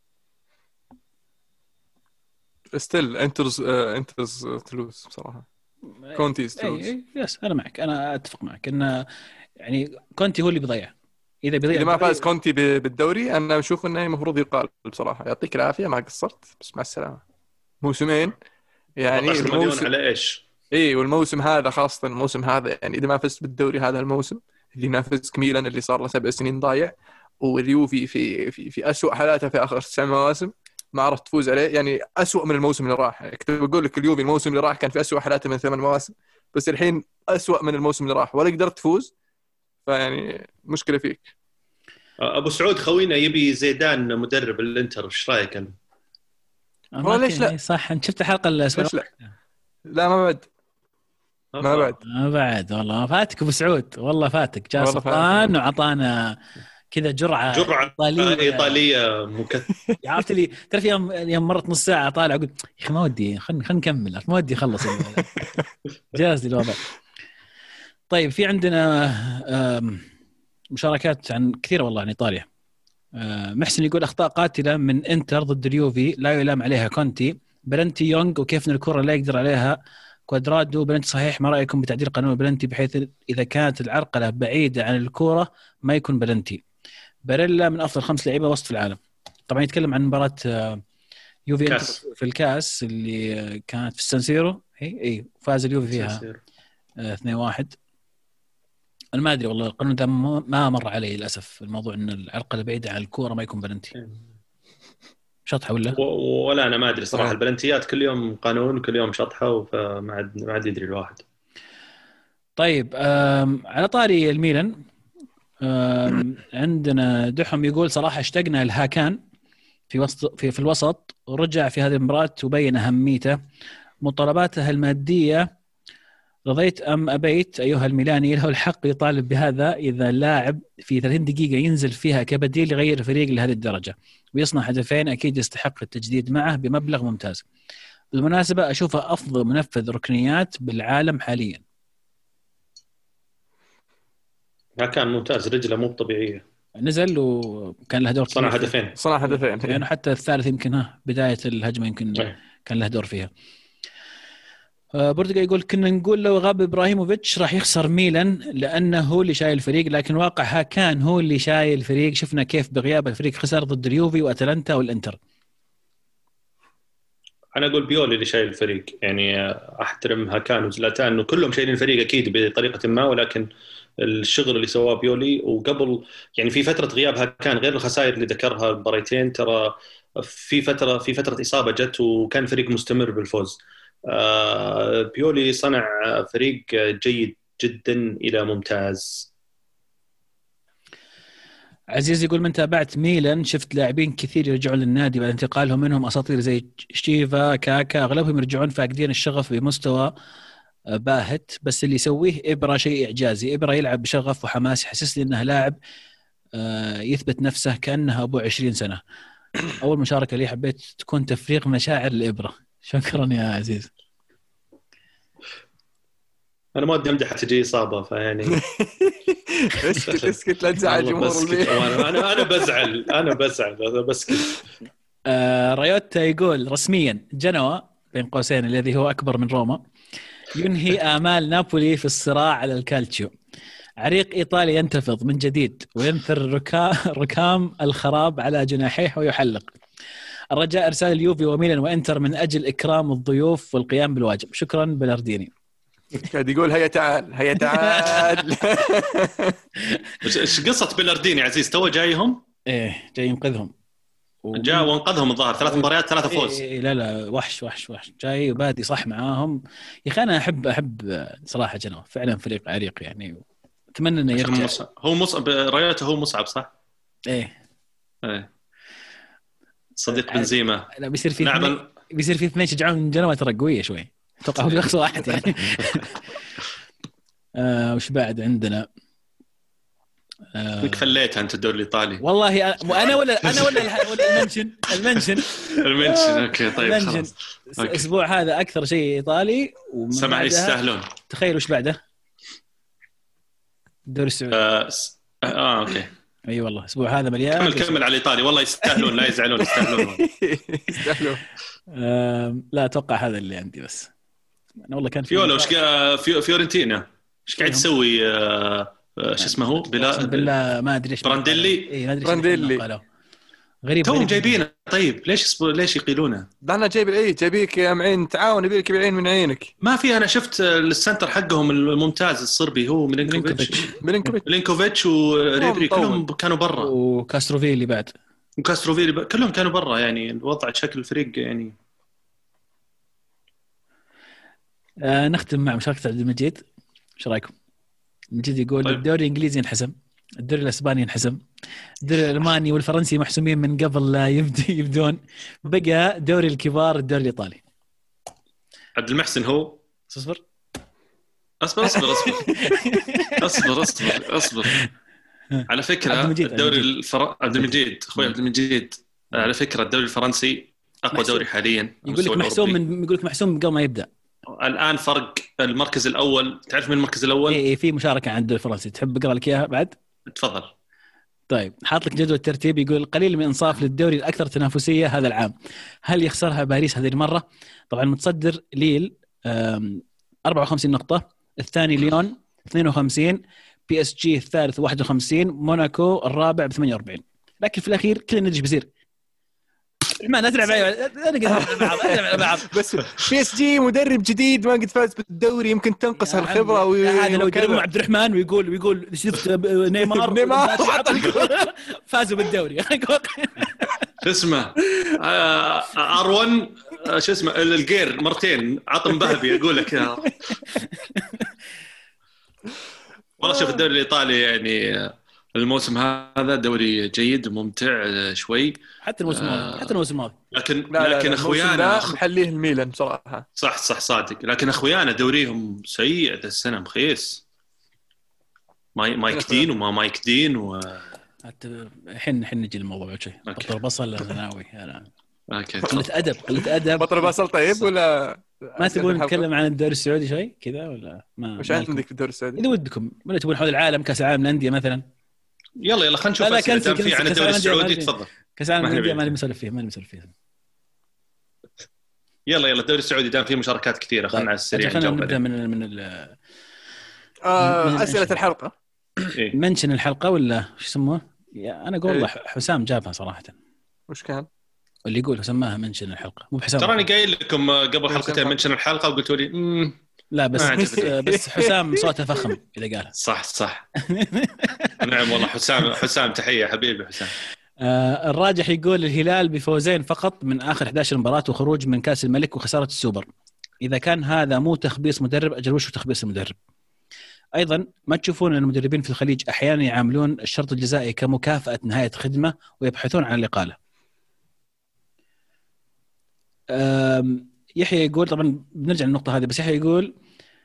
ستيل انترز تلوز بصراحة. كونتي تلوز. يس أنا معك، أنا أتفق معك أن يعني كونتي هو اللي بيضيع. إذا ما فاز كونتي بالدوري أنا أشوف أنه المفروض يقال بصراحة يعطيك العافية، ما قصرت، بس مع السلامة. موسمين يعني الموسم على ايش؟ والموسم هذا خاصة الموسم هذا يعني إذا ما فزت بالدوري هذا الموسم اللي نافسك ميلان اللي صار له 7 سنين ضايع، واليوفي في أسوأ حالاته في آخر 9 مواسم ما عرفت تفوز عليه، يعني أسوأ من الموسم اللي راح. كنت بقول لك اليوفي الموسم اللي راح كان في أسوأ حالاته من 8 مواسم، بس الحين أسوأ من الموسم اللي راح ولا قدرت تفوز. فيعني مشكلة فيك. أبو سعود خوينا يبي زيدان مدرب الانتر، ايش رايك انت؟ والله ليش لا؟ صح، انت شفت الحلقه الاسبوع؟ ليش لا؟ لا ما بعد. ما بعد. ما بعد والله فاتك ابو سعود، والله فاتك. جاء والله سلطان وعطانا كذا جرعه ايطاليه عرفت لي، تعرف يوم مرت نص ساعه طالع قلت يا اخي ما ودي، خلينا نكمل، ما ودي اخلص جاز لي الوضع. طيب في عندنا مشاركات عن كثيره والله عن ايطاليا. محسن يقول اخطاء قاتله من انتر ضد اليوفي لا يلام عليها كونتي، بلنتي يونغ وكيف ان الكره لا يقدر عليها كوادرادو. بلنتي صحيح، ما رايكم بتعديل قانون البلنتي بحيث اذا كانت العرقله بعيده عن الكره ما يكون بلنتي؟ باريلا من افضل 5 لعيبه وسط في العالم. طبعا يتكلم عن مباراه يوفي كاس. في الكاس اللي كانت في السانسيرو، اي فاز اليوفي فيها 2-1. انا ما ادري والله القانون ده ما مر علي للاسف، الموضوع ان العرقله بعيده عن الكوره ما يكون بلنتي. شطحه ولا انا ما ادري صراحه. البلنتيات كل يوم قانون، كل يوم شطحه، فما عاد يدري الواحد. طيب على طاري الميلان، عندنا دحم يقول صراحه اشتقنا الهاكان في الوسط، ورجع في هذه المباراه وبين اهميته. مطالباته الماديه رضيت أم أبيت أيها الميلاني، له الحق يطالب بهذا إذا لاعب في 30 دقيقة ينزل فيها كبديل يغير الفريق لهذه الدرجة ويصنع هدفين، أكيد يستحق التجديد معه بمبلغ ممتاز. بالمناسبة أشوفه أفضل منفذ ركنيات بالعالم حاليا. كان ممتاز، رجله مو طبيعية، نزل وكان له دور صنع هدفين يعني حتى الثالث يمكن بداية الهجمة يمكن كان له دور فيها. بورتغال يقول كنا نقول لو غاب إبراهيموفيتش راح يخسر ميلان لأنه هو اللي شايل الفريق، لكن واقعها كان هو اللي شايل الفريق. شفنا كيف بغياب الفريق خسر ضد اليوفي وأتلانتا والإنتر. أنا أقول بيولي اللي شايل الفريق، يعني أحترم هاكان وزلاتان وكلهم شايلين الفريق أكيد بطريقة ما، ولكن الشغل اللي سواه بيولي وقبل يعني في فترة غياب هاكان غير الخسائر اللي ذكرها المباراتين، ترى في فترة إصابة جت وكان فريق مستمر بالفوز. بيولي صنع فريق جيد جدا إلى ممتاز. عزيز يقول من تابعت ميلان شفت لاعبين كثير يرجعون للنادي بعد انتقالهم، منهم أساطير زي شيفا كاكا، أغلبهم يرجعون فاقدين الشغف بمستوى باهت، بس اللي يسويه إبرا شيء إعجازي. إبرا يلعب بشغف وحماس، يحسسني أنه لاعب يثبت نفسه كأنه أبو 20 سنة. أول مشاركة لي حبيت تكون تفريغ مشاعر لإبرا. شكرا يا عزيز. أنا ما ودي أمدح تجي إصابة فيعني اسكت لا تزعل جمهور المياه. أنا بزعل بسكت. رايوتا يقول رسميا جنوا بين قوسين الذي هو أكبر من روما ينهي آمال نابولي في الصراع على الكالتشيو. عريق إيطالي ينتفض من جديد وينثر ركام الخراب على جناحيه ويحلق. الرجاء إرسال اليوفي وميلان وإنتر من أجل إكرام الضيوف والقيام بالواجب. شكرا بلارديني. قاعد يقول هيا تعال هيا تعال. ايش قصة بلارديني عزيز؟ تو جايهم؟ ايه جاي ينقذهم. جاء وانقذهم الظاهر 3 مباريات 3 فوز. إيه لا وحش جاي وبادي صح معاهم. يا اخي انا احب صراحه جنوا فعلا فريق عريق يعني، اتمنى انه يرجع. هو مصعب رايته، هو مصعب صح؟ ايه صديق بنزيما. لا بيصير في 2 يشجعون جنوا ترى قويه شوي، اتوقع هو شخص واحد يعني. وش بعد عندنا؟ فليتها انت الدوري الايطالي والله. انا ولا المنشن اوكي طيب خلاص. الاسبوع هذا اكثر شيء ايطالي سمع يستاهلون. تخيل وش بعده الدوري السعودي. اوكي اي والله الاسبوع هذا مليان. كمل على الايطالي والله يستاهلون، لا يزعلون يستاهلون. لا اتوقع هذا اللي عندي بس. انا والله كان فيولا وش فيورنتينا ايش قاعد تسوي؟ شو اسمه هو بالله ما ادري ايش برانديلي. ما ادري غريب توم جايبينه. طيب ليش يقيلونه؟ انا جايبيك يا معين تعاون يبيلك بالعين من عينك. ما في. انا شفت السنتر حقهم الممتاز الصربي هو ميلينكوفيتش وريبري كلهم كانوا برا، وكاستروفيلي بعد كلهم كانوا برا. يعني الوضع شكل الفريق يعني. نختم مع مشاركة عبد المجيد. ايش رايكم؟ مجيد يقول طيب. الدوري الانجليزي انحسم، الدوري الاسباني انحسم، الدوري الالماني والفرنسي محسومين من قبل لا يبدون. بقى دوري الكبار الدوري الايطالي. عبد المحسن هو اصبر اصبر اصبر اصبر اصبر اصبر اصبر. على فكره الدوري عبد المجيد اخوي عبد المجيد، على فكره الدوري الفرنسي اقوى دوري حاليا. يقول لك محسوم يقول لك محسوم قبل ما يبدا. الان فرق المركز الاول، تعرف من المركز الاول؟ اي في مشاركه عند الدوري الفرنسي، تحب اقرا لك اياها بعد؟ تفضل. طيب حاط لك جدول الترتيب، يقول القليل من انصاف للدوري الاكثر تنافسيه هذا العام، هل يخسرها باريس هذه المره؟ طبعا متصدر ليل 54 نقطه، الثاني ليون 52، بي اس جي الثالث 51، موناكو الرابع ب 48. لكن في الاخير كل النتيجه بيصير ما نلعب على بعض. بس بي اس جي مدرب جديد ما قد فاز بالدوري، يمكن تنقص الخبره. هذا لو يدربهم عبد الرحمن ويقول شفت نيمار فازوا بالدوري. شو اسمه ار1 شو اسمه الجير مرتين عطم ذهبي اقول لك يا والله. شوف الدوري الايطالي يعني الموسم هذا دوري جيد وممتع شوي، حتى الموسم الماضي لكن اخويانا محليه الميلان بصراحه. صح صادق، لكن اخويانا دوريهم سيء هذا السنه مخيس، ما يكدين وما يكدين حتى الحين نجي الموضوع شيء بطل بصل ثانوي انا اوكي. قلة ادب بطل بصل. طيب ولا ما تبون نتكلم عن الدوري السعودي شيء كذا ولا ما؟ وش عندك في الدوري السعودي اذا ودكم، ولا تبون حول العالم كاس العالم للانديه مثلا؟ يلا خلينا نشوف دام في عن الدوري السعودي. تفضل. كاس العالم للانديه ما نسولف فيه يلا الدوري السعودي دام فيه مشاركات كثيره. خلينا على السريع نبدا من اسئله الحلقه. منشن الحلقه ولا شو يسموه؟ انا اقول والله حسام جابها صراحه. وش كان اللي يقول سماها منشن الحلقه؟ مو بحسام. تراني قايل لكم قبل حلقتين منشن الحلقه وقلتوا لي لا بس حسام صوته فخم اذا قالها. صح نعم والله حسام تحيه حبيبي حسام. الراجح يقول الهلال بفوزين فقط من اخر 11 مباراه وخروج من كاس الملك وخساره السوبر. اذا كان هذا مو تخبيص مدرب اجل وش تخبيص المدرب؟ ايضا ما تشوفون ان المدربين في الخليج احيانا يعاملون الشرط الجزائي كمكافاه نهايه خدمه ويبحثون عن الاقاله؟ يحيى يقول، طبعا بنرجع للنقطه هذه، بس يحيى يقول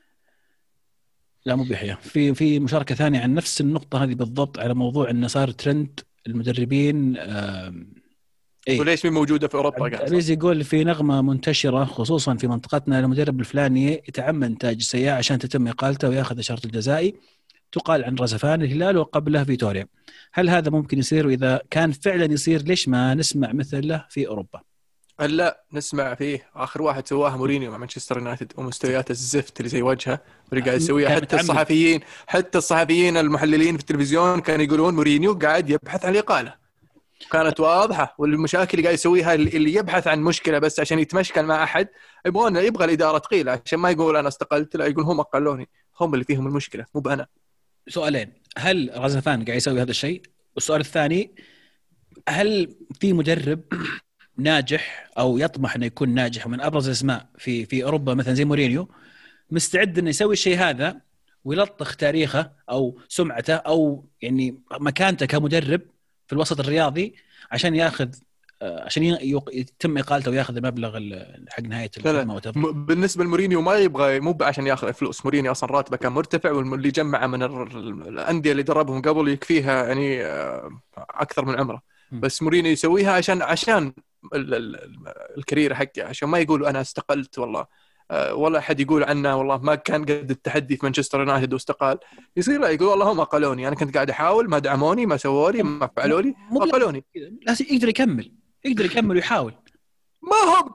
لا مو بيحيى، في مشاركه ثانيه عن نفس النقطه هذه بالضبط، على موضوع انه صار ترند المدربين. وليش مين موجوده في اوروبا؟ عزيز يقول في نغمه منتشره خصوصا في منطقتنا المدرب الفلاني يتعمد انتاج السيئة عشان تتم اقالته وياخذ الشرط الجزائي. تقال عن رزفان الهلال وقبله فيتوريا. هل هذا ممكن يصير؟ واذا كان فعلا يصير ليش ما نسمع مثله في اوروبا؟ لا نسمع فيه. اخر واحد سواها مورينيو مع مانشستر يونايتد ومستويات الزفت اللي زي وجهه ورجع يسويها. حتى الصحفيين المحللين في التلفزيون كانوا يقولون مورينيو قاعد يبحث عن الإقالة، كانت واضحة. والمشاكل اللي قاعد يسويها اللي يبحث عن مشكلة بس عشان يتمشكل مع أحد، يبغى الإدارة ثقيلة عشان ما يقول أنا استقلت، لا يقول هم أقلوني، هم اللي فيهم المشكلة مو بأنا. سؤالين، هل رزفان قاعد يسوي هذا الشيء؟ والسؤال الثاني، هل في مدرب ناجح أو يطمح أنه يكون ناجح ومن أبرز الأسماء في أوروبا مثلا زي مورينيو مستعد أنه يسوي الشيء هذا ويلطخ تاريخه أو سمعته أو يعني مكانته كمدرب في الوسط الرياضي عشان ياخذ عشان يتم إقالته وياخذ المبلغ حق نهاية الخدمة؟ بالنسبة لمورينيو ما يبغى، مو عشان ياخذ فلوس. مورينيو أصلا راتبه كان مرتفع، واللي جمعه من الأندية اللي دربهم قبل يكفيها يعني أكثر من عمره. بس مورينيو يسويها عشان الكارير حقه، عشان ما يقولوا أنا استقلت والله، ولا أحد يقول عنه والله ما كان قد التحدي في مانشستر يونايتد واستقال. يصير لا يقول والله هم قالوني، أنا كنت قاعد أحاول، ما دعموني، ما سوولي، ما فعلوا لي، قالوني. لازم يقدر يكمل ويحاول. ما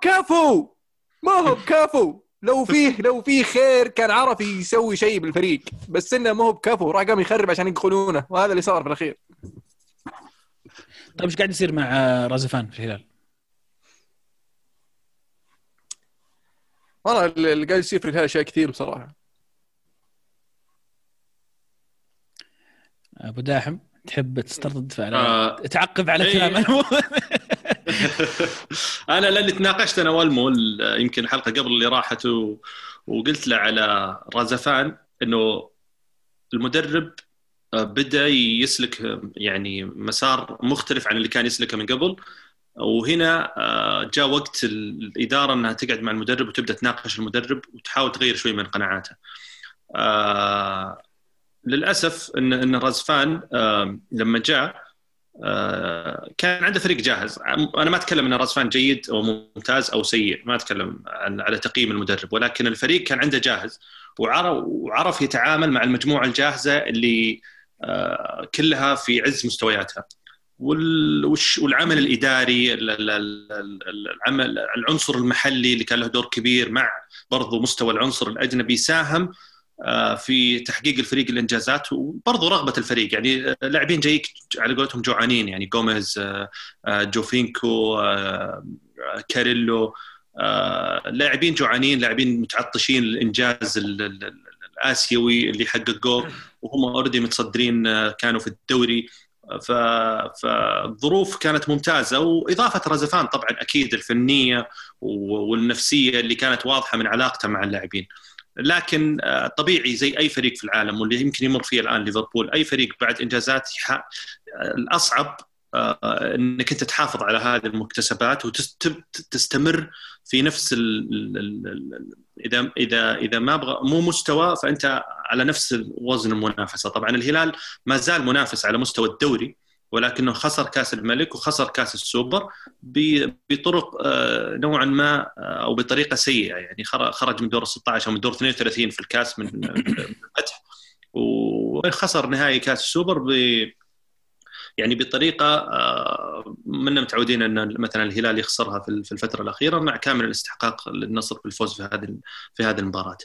هو بكافو. لو فيه خير كان عرف يسوي شيء بالفريق، بس إنه ما هو بكافو، راح قام يخرب عشان يدخلونه، وهذا اللي صار في الأخير. طيب إيش قاعد يصير مع رازفان في الهلال؟ والله اللي قاعد يصير في الهلال أشياء كثير بصراحة. أبو داحم تحب تسترد تعقب على كلام أنا لأني تناقشت أنا والمول يمكن الحلقة قبل اللي راحت وقلت له على رازفان إنه المدرب بدأ يسلك يعني مسار مختلف عن اللي كان يسلكه من قبل. وهنا جاء وقت الإدارة أنها تقعد مع المدرب وتبدأ تناقش المدرب وتحاول تغير شوي من قناعاته. للأسف أن رازفان لما جاء كان عنده فريق جاهز. أنا ما أتكلم أن رازفان جيد أو ممتاز أو سيء، ما أتكلم على تقييم المدرب، ولكن الفريق كان عنده جاهز وعرف يتعامل مع المجموعة الجاهزة اللي كلها في عز مستوياتها. والعمل الإداري، العمل العنصر المحلي اللي كان له دور كبير مع برضو مستوى العنصر الأجنبي ساهم في تحقيق الفريق الإنجازات وبرضو رغبة الفريق. يعني لاعبين جايك على قولتهم جوعانين، يعني غوميز، جوفينكو، كاريلو، لاعبين جوعانين، لاعبين متعطشين للإنجاز الآسيوي اللي حققوه، وهم أوردي متصدرين كانوا في الدوري. فالظروف كانت ممتازة، وإضافة رازفان طبعا أكيد الفنية والنفسية اللي كانت واضحة من علاقته مع اللاعبين. لكن طبيعي زي أي فريق في العالم واللي يمكن يمر فيه الآن ليفربول، أي فريق بعد إنجازات الأصعب أنك أنت تحافظ على هذه المكتسبات وتستمر في نفس إذا ما أبغى مو مستوى فأنت على نفس وزن المنافسة. طبعا الهلال ما زال منافس على مستوى الدوري، ولكنه خسر كأس الملك وخسر كأس السوبر بطرق نوعا ما أو بطريقة سيئة. يعني خرج من دور 16 أو من دور 32 في الكأس من الفتح، وخسر نهائي كأس السوبر يعني بطريقة منا متعودين أن مثلا الهلال يخسرها في الفترة الأخيرة، مع كامل الاستحقاق للنصر بالفوز في هذه المباراة.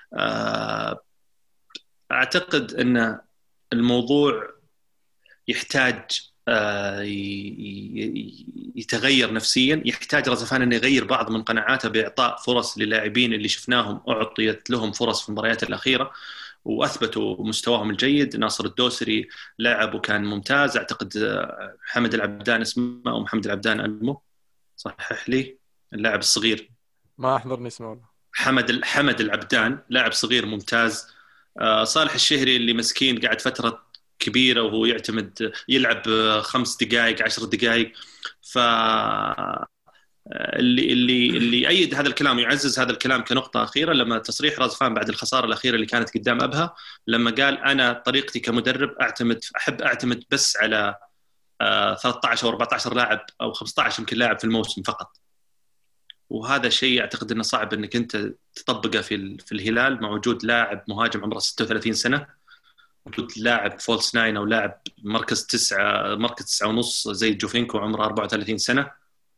أعتقد أن الموضوع يحتاج يتغير نفسيا، يحتاج رازفان أن يغير بعض من قناعاته بإعطاء فرص للاعبين اللي شفناهم أعطيت لهم فرص في المباريات الأخيرة وأثبتوا مستواهم الجيد. ناصر الدوسري لاعب وكان ممتاز. أعتقد حمد العبدان اسمه أو محمد العبدان ألمو، صحح لي اللاعب الصغير، ما أحضرني اسمه والله. حمد العبدان لاعب صغير ممتاز. صالح الشهري اللي مسكين قاعد فترة كبيرة وهو يلعب 5 دقائق 10 دقائق. اللي أيد هذا الكلام ويعزز هذا الكلام كنقطة أخيرة لما تصريح رازفان بعد الخسارة الأخيرة اللي كانت قدام أبها، لما قال أنا طريقتي كمدرب أحب أعتمد بس على 13 أو 14 لاعب أو 15 يمكن لاعب في الموسم فقط. وهذا شيء أعتقد أنه صعب أنك أنت تطبقه في الهلال مع وجود لاعب مهاجم عمره 36 سنة، وجود لاعب فولس 9 أو لاعب مركز 9 مركز 9 ونص زي جوفينكو عمره 34 سنة،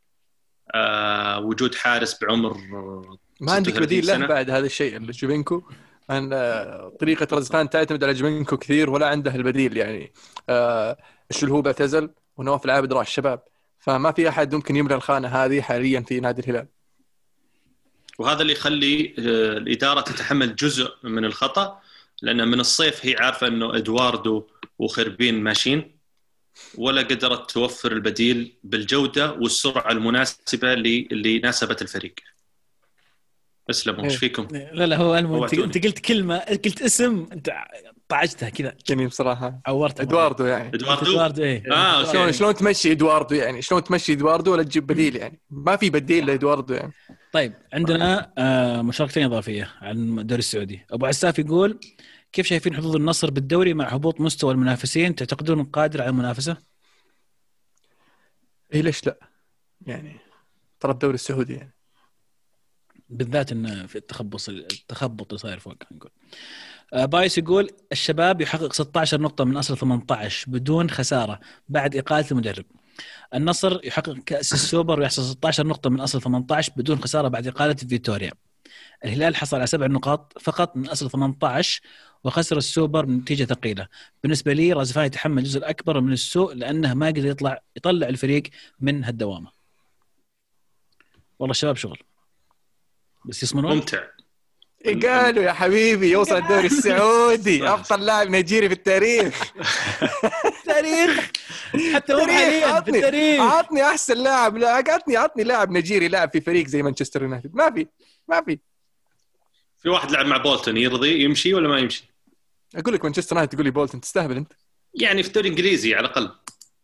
وجود حارس بعمر ما عندك بديل له بعد هذا الشيء اللي جوفينكو. أن طريقة رازفان تعتمد على جوفينكو كثير ولا عنده البديل. يعني الشلهوب اعتزل ونواف العابد راح الشباب، فما في أحد ممكن يملى الخانة هذه حاليا في نادي الهلال. وهذا اللي يخلي الإدارة تتحمل جزء من الخطأ، لأن من الصيف هي عارفة أنه إدواردو وخربين ماشين، ولا قدرت توفر البديل بالجودة والسرعة المناسبة اللي ناسبت الفريق. اسلموا ايش فيكم؟ لا هو انت قلت كلمة، قلت اسم انت طعجتها كذا يعني بصراحة عورت إدواردو. يعني إدواردو إيه شلون تمشي إدواردو؟ يعني شلون تمشي إدواردو ولا تجيب بديل؟ يعني ما في بديل لإدواردو يعني. طيب عندنا مشاركتين إضافية عن الدوري السعودي. أبو عساف يقول كيف شايفين حظوظ النصر بالدوري مع هبوط مستوى المنافسين؟ تعتقدون قادر على المنافسة؟ إيه ليش لا؟ يعني ترى الدوري السعودي يعني بالذات إن في التخبط اللي صاير فوق. نقول بايس يقول الشباب يحقق 16 نقطة من أصل 18 بدون خسارة بعد إقالة المدرب. النصر يحقق كأس السوبر ويحصل 16 نقطة من أصل 18 بدون خسارة بعد إقالة فيتوريا. الهلال حصل على 7 نقاط فقط من أصل 18 وخسر السوبر بنتيجة ثقيلة. بالنسبة لي رازفان يتحمل جزء الأكبر من السوء لأنه ما قدر يطلع الفريق من هالدوامة. والله الشباب شغل بس يصمنون ممتع. قالوا يا حبيبي يوصل الدوري السعودي أفضل لاعب نيجيري في التاريخ. تاريخ حتى هو حاليا في التاريخ. عطني أحسن لاعب، لا عطني لاعب نيجيري لاعب في فريق زي مانشستر يونايتد. ما في واحد لعب مع بولتون يرضي يمشي ولا ما يمشي؟ أقول لك مانشستر يونايتد تقول لي بولتون، تستهبل أنت. يعني في الدوري الانجليزي على الاقل.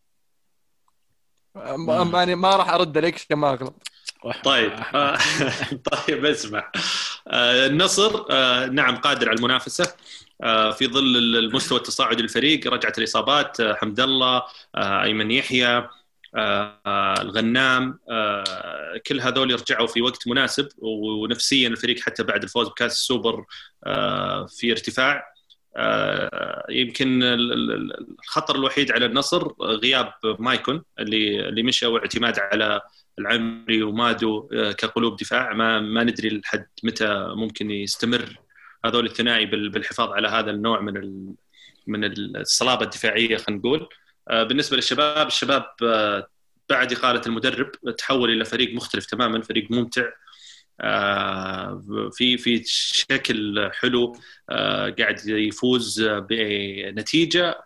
يعني ما راح ارد عليك عشان ما اغلط. طيب طيب اسمع، النصر نعم قادر على المنافسة في ظل المستوى التصاعدي للفريق. رجعت الإصابات، حمد الله، أيمن يحيى، الغنام، كل هذول يرجعوا في وقت مناسب، ونفسيا الفريق حتى بعد الفوز بكأس السوبر في ارتفاع. يمكن الخطر الوحيد على النصر غياب مايكون اللي مشى، واعتماد على العمري ومادو كقلوب دفاع. ما ندري لحد متى ممكن يستمر هذول الثنائي بالحفاظ على هذا النوع من الصلابة الدفاعية خلينا نقول. بالنسبة للشباب، الشباب بعد إقالة المدرب تحول إلى فريق مختلف تماما، فريق ممتع في شكل حلو، قاعد يفوز بنتيجة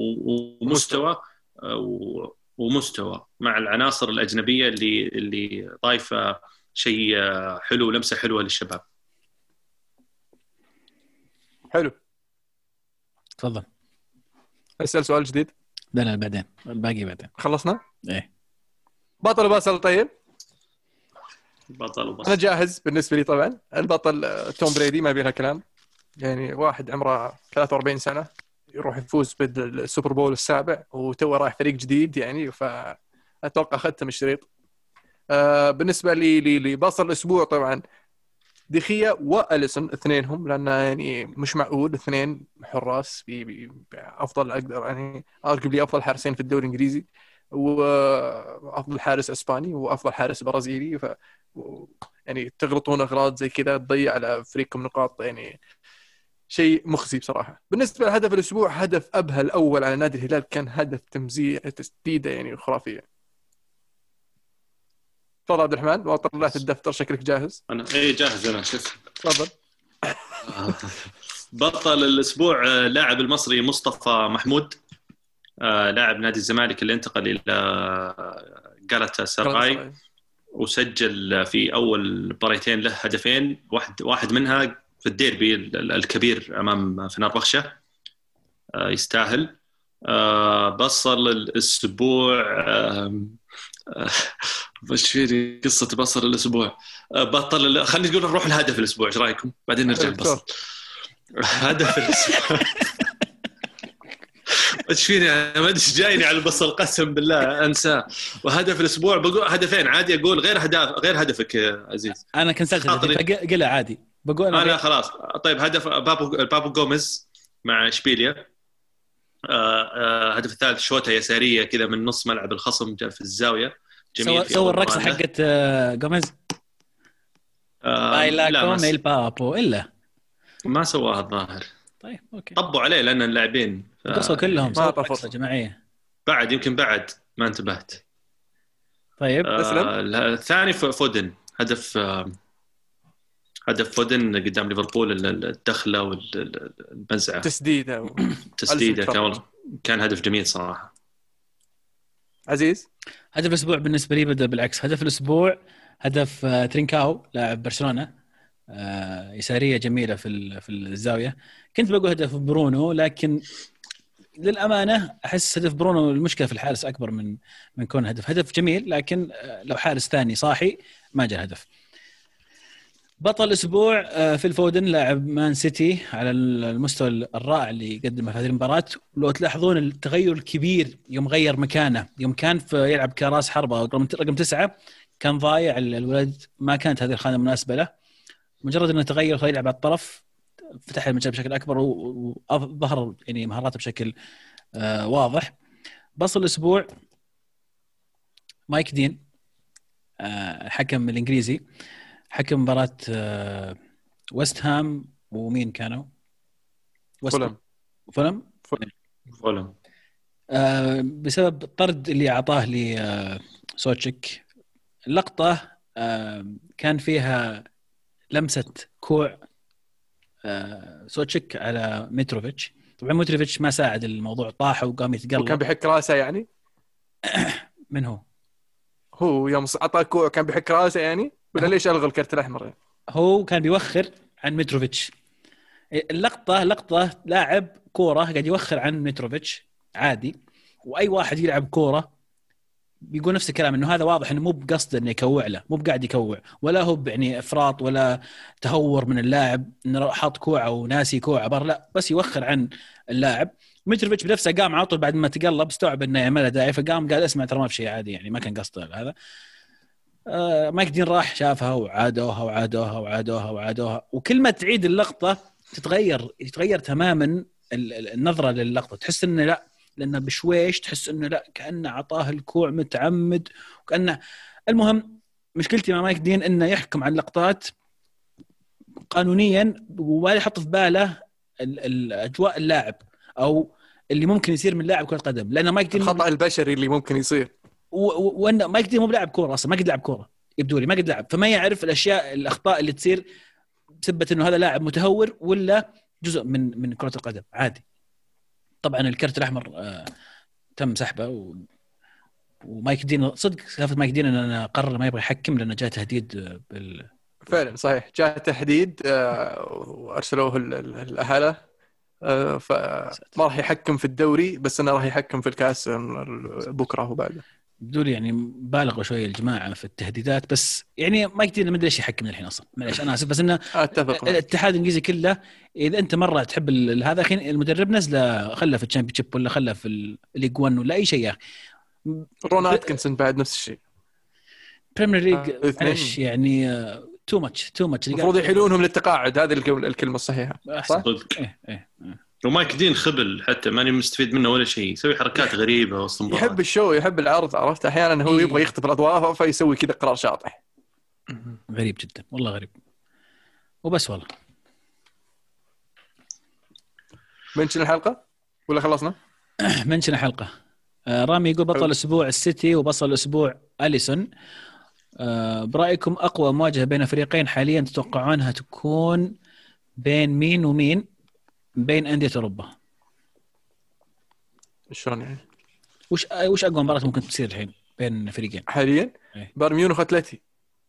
ومستوى مع العناصر الأجنبية اللي ضايفة شيء حلو، لمسة حلوة للشباب. حلو، تفضل اسأل سؤال جديد. لا بعدين، الباقي بعدين. خلصنا؟ ايه بطل وباسل. طيب بطل وباسل انا جاهز. بالنسبه لي طبعا البطل توم بريدي، ما بينها كلام. يعني واحد عمره 43 سنه يروح يفوز بالسوبر بول السابع وتو رايح فريق جديد، يعني فاتوقع ختم الشريط. بالنسبه لي بصل الاسبوع طبعا دخية واليسون، اثنينهم، لان يعني مش معقول اثنين حراس افضل، اقدر يعني ارجبلي افضل حارسين في الدوري الانجليزي، وافضل حارس اسباني وافضل حارس برازيلي. يعني تغلطون اغراض زي كذا تضيع على فريقكم نقاط، يعني شيء مخزي بصراحه. بالنسبه لهدف الاسبوع، هدف ابها الاول على نادي الهلال كان هدف تسديده يعني خرافيه. تفضل عبد الرحمن، وطلعت الدفتر شكلك جاهز. انا جاهز. انا شوف تفضل. بطل الاسبوع لاعب المصري مصطفى محمود، لاعب نادي الزمالك اللي انتقل الى غالاتا سراي، وسجل في اول مباراتين له هدفين، واحد منها في الديربي الكبير امام فنربخشة. يستاهل. بصل الاسبوع وش في قصة بصل الأسبوع؟ بطل خلينا نقول نروح الهدف الأسبوع، إيش رأيكم؟ بعدين نرجع البصل. هدف الأسبوع. إيش فيني أنا ما أدري جايني على البصل، قسم بالله أنساه. وهدف الأسبوع بقول هدفين عادي، أقول غير هدفك يا عزيز. أنا كنسلت قلها عادي بقول أنا خلاص. طيب هدف بابو غوميز مع إشبيليا. هدف الثالث شوطة يسارية كذا من نص ملعب الخصم جاء في الزاوية. سوى الرقصة حقت غوميز. بايلاكم البابو إلا ما سواها الظاهر. طيب أوكي. طبوا عليه لأن اللاعبين قصوا كلهم سووا رقصة جماعية. يمكن بعد ما انتبهت. طيب الثاني فودن، هدف فودن قدام ليفربول، الدخلة والمزعة، تسديدة كان هدف جميل صراحة. عزيز، هدف الأسبوع بالنسبة لي بدأ بالعكس. هدف الأسبوع هدف ترينكاو لاعب برشلونة، يسارية جميلة في الزاوية. كنت بقول هدف برونو، لكن للأمانة أحس هدف برونو المشكلة في الحارس أكبر من كون هدف جميل، لكن لو حارس ثاني صاحي ما جاء هدف. بطل الأسبوع في الفودن، لاعب مان سيتي على المستوى الرائع اللي قدمه في هذه المباراة. ولو تلاحظون التغير الكبير يوم غير مكانه، يوم كان يلعب كراس حربة رقم 9 كان ضايع الولد، ما كانت هذه الخانة مناسبة له. مجرد أنه تغير وخليه يلعب على الطرف فتح المجال بشكل أكبر وظهر يعني مهاراته بشكل واضح. بصل الأسبوع مايك دين، الحكم الإنجليزي، حكم مباراة ويست هام ومين كانوا؟ فولم. بسبب الطرد اللي أعطاه لي سوتشيك. اللقطة كان فيها لمسة كوع سوتشيك على متروفيتش. طبعا متروفيتش ما ساعد الموضوع، طاح وقام يتقلب وكان بيحك راسه يعني. من هو يوم عطاه كوع كان بيحك راسه يعني، ولا ليش ألغى الكرت الأحمر يعني؟ هو كان بيوخر عن متروفيتش. اللقطة لاعب كورة قاعد يوخر عن متروفيتش عادي، واي واحد يلعب كوره بيقول نفس الكلام، انه هذا واضح انه مو بقصد انه يكوع له، مو بقاعد يكوع، ولا هو يعني افراط ولا تهور من اللاعب انه حاط كوعه وناسي كوعه برا، لا بس يوخر عن اللاعب. متروفيتش بنفسه قام على طول بعد ما تقلب، استوعب انه يعملها داعي، فقام قال اسمع ترى ما في شيء عادي يعني، ما كان قصده هذا. مايك دين راح شافها وعادوها وعادوها وعادوها وعادوها، وكل ما تعيد اللقطه يتغير تماما النظره للقطه، تحس انه لا، لانه بشويش تحس انه لا، كانه عطاه الكوع متعمد، وكانه. المهم مشكلتي مع مايك دين انه يحكم على اللقطات قانونيا ولا يحط في باله الاجواء اللاعب او اللي ممكن يصير من لاعب كره قدم، لانه مايك دين الخطا البشري اللي ممكن يصير، وان مايك دين مو بلاعب كوره اصلا، ما قد لعب كوره، يبدو لي ما قد لعب، فما يعرف الاشياء الاخطاء اللي تصير بسبب انه هذا لاعب متهور ولا جزء من كره القدم عادي. طبعا الكرت الاحمر تم سحبه ومايك دين صدق سالفه مايك دين انه قرر ما يبغى يحكم لانه جاء تهديد فعلا صحيح، جاء تهديد وارسلوه الاهله، فما راح يحكم في الدوري، بس انه راح يحكم في الكاس بكره وبعده. بدول يعني بالغوا شويه الجماعه في التهديدات، بس يعني ما يقدر ما ادري ايش يحكم الحين اصلا، معليش انا اسف، بس انه الاتحاد الانجليزي كله اذا انت مره تحب هذا الحين المدرب نزله خله في الشامبيونشيب ولا خله في الليج 1 ولا اي شيء يا اخي. رون اتكنسون بعد نفس الشيء. بريمير ليج معليش يعني تو ماتش المفروض يحيلونهم للتقاعد، هذه الكلمه الصحيحه صح؟ ايه. ومايك دين خبل حتى ماني مستفيد منه ولا شيء، يسوي حركات غريبه واستنباطات، يحب الشو، يحب العرض، عرفت؟ احيانا هو يبغى يخطف الاضواء فيسوي كذا قرار شاطح. غريب جدا والله، غريب وبس. والله منشن الحلقه ولا خلصنا؟ منشن الحلقه. رامي يقول بطل الاسبوع السيتي وبطل الاسبوع أليسون. برايكم اقوى مواجهه بين فريقين حاليا تتوقعونها تكون بين مين ومين بين انديه اوروبا؟ شلون يعني؟ وش اقوى مباراه ممكن تصير الحين بين فريقين حاليا؟ بايرن ميونخ واتلتي.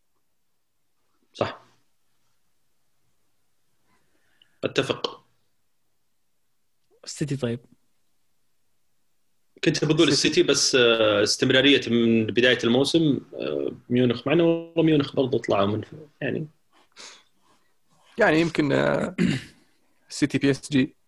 صح، اتفق. السيتي طيب، كنت بقول السيتي بس استمراريه من بدايه الموسم. ميونخ معنا، والله ميونخ برضو طلعوا من يعني يمكن سيتي بي اس جي.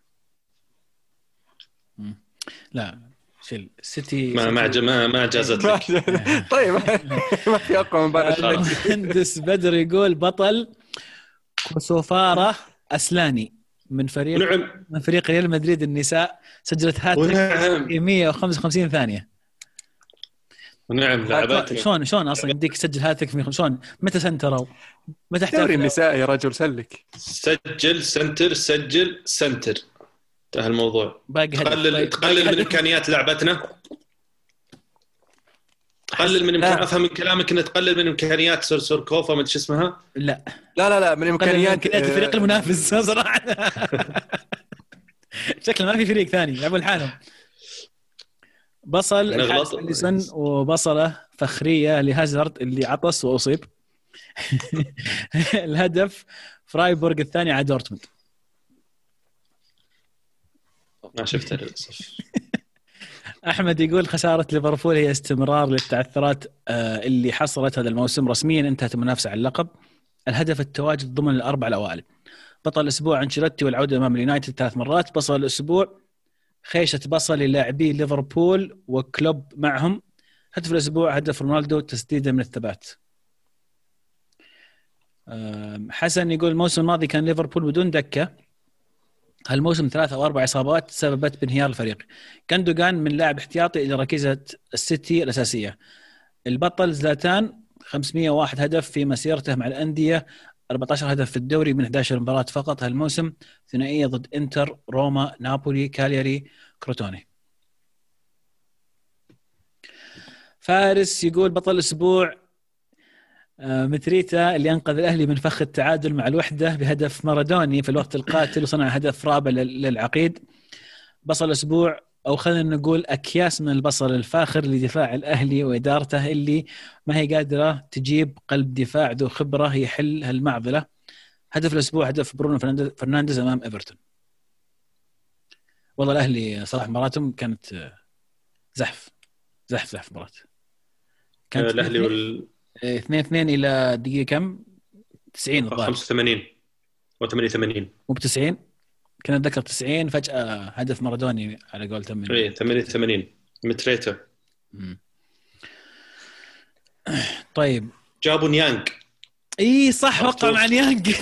لا شيل السيتي ما جازت لك. طيب ما في اقوى من بايرن. مهندس بدر يقول بطل كوسوفارا أسلاني من فريق ريال مدريد النساء، سجلت هاتريك في 155 ثانية. ونعم لاعباتنا شلون اصلا يديك تسجل هاتريك في شلون؟ متى سنتروا؟ متى احتاج دوري النساء يا رجل؟ سلك، سجل سنتر، سجل سنتر، انتهى الموضوع. تقلل من امكانيات لعبتنا، تقلل من افهم من كلامك انه تقلل من امكانيات سوركوفا من شو اسمها. لا من امكانيات الفريق المنافس صراحه. شكله ما في فريق ثاني يلعبوا لحالهم. بصل أليسون وبصله فخريه لهازارد اللي عطس واصيب. الهدف فرايبورغ الثاني على دورتموند. ما شفته للأسف. أحمد يقول خسارة ليفربول هي استمرار للتعثرات اللي حصلت هذا الموسم، رسميا انتهت المنافسة على اللقب. الهدف التواجد ضمن الأربع الأوائل. بطل الأسبوع أنشيلوتي والعودة أمام اليونايتد 3 مرات. بصل الأسبوع خيشة بصل للاعبي ليفربول وكلوب معهم. هدف الأسبوع هدف رونالدو تسديده من الثبات. حسن يقول الموسم الماضي كان ليفربول بدون دكة، هالموسم 3 أو 4 إصابات سببت بانهيار الفريق. كاندوغان من لاعب احتياطي إلى ركيزة السيتي الأساسية. البطل زلاتان 501 هدف في مسيرته مع الأندية، 14 هدف في الدوري من 11 مباراة فقط هالموسم، ثنائية ضد إنتر، روما، نابولي، كالياري، كروتوني. فارس يقول بطل الأسبوع متريتا اللي أنقذ الأهلي من فخ التعادل مع الوحدة بهدف مارادوني في الوقت القاتل، وصنع هدف رابع للعقيد. بصل الأسبوع أو خلينا نقول أكياس من البصل الفاخر لدفاع الأهلي وإدارته اللي ما هي قادرة تجيب قلب دفاع ذو خبرة يحل هالمعضلة. هدف الأسبوع هدف برونو فرنانديز أمام إيفرتون. والله الاهلي صراحه مباراتهم كانت زحف مباراه. كانت الاهلي 2-2 الى دقيقه كم 90 الظاهر 85 و 88 مو ب 90 كنا نتذكر 90 فجاه هدف مارادوني على قولتهم من 88 متريتا. طيب جابوا نيانج. اي صح وقع مع نيانج.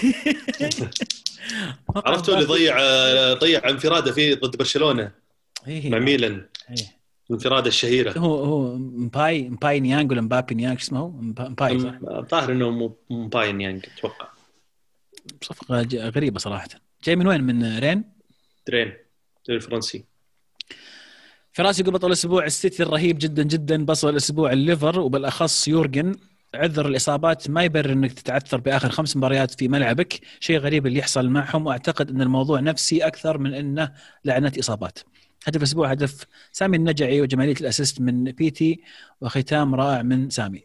عرفتوا اللي ضيع انفراده فيه ضد برشلونه مع ميلان. الانفرادة الشهيرة هو مباي نيانج ولا مبابي نيانج اسمه مباي صح؟ ظاهر انه مباي نيانج اتوقع. صفقة غريبة صراحة. جاي من وين؟ من درين الفرنسي. فراس يقول بطل الاسبوع السيتي الرهيب جدا جدا. بطل الاسبوع الليفر وبالاخص يورجن. عذر الاصابات ما يبرر انك تتعثر باخر 5 مباريات في ملعبك. شيء غريب اللي يحصل معهم واعتقد ان الموضوع نفسي اكثر من انه لعنة اصابات. هدف الأسبوع هدف سامي النجعي وجمالية الأسيست من بيتي وختام رائع من سامي.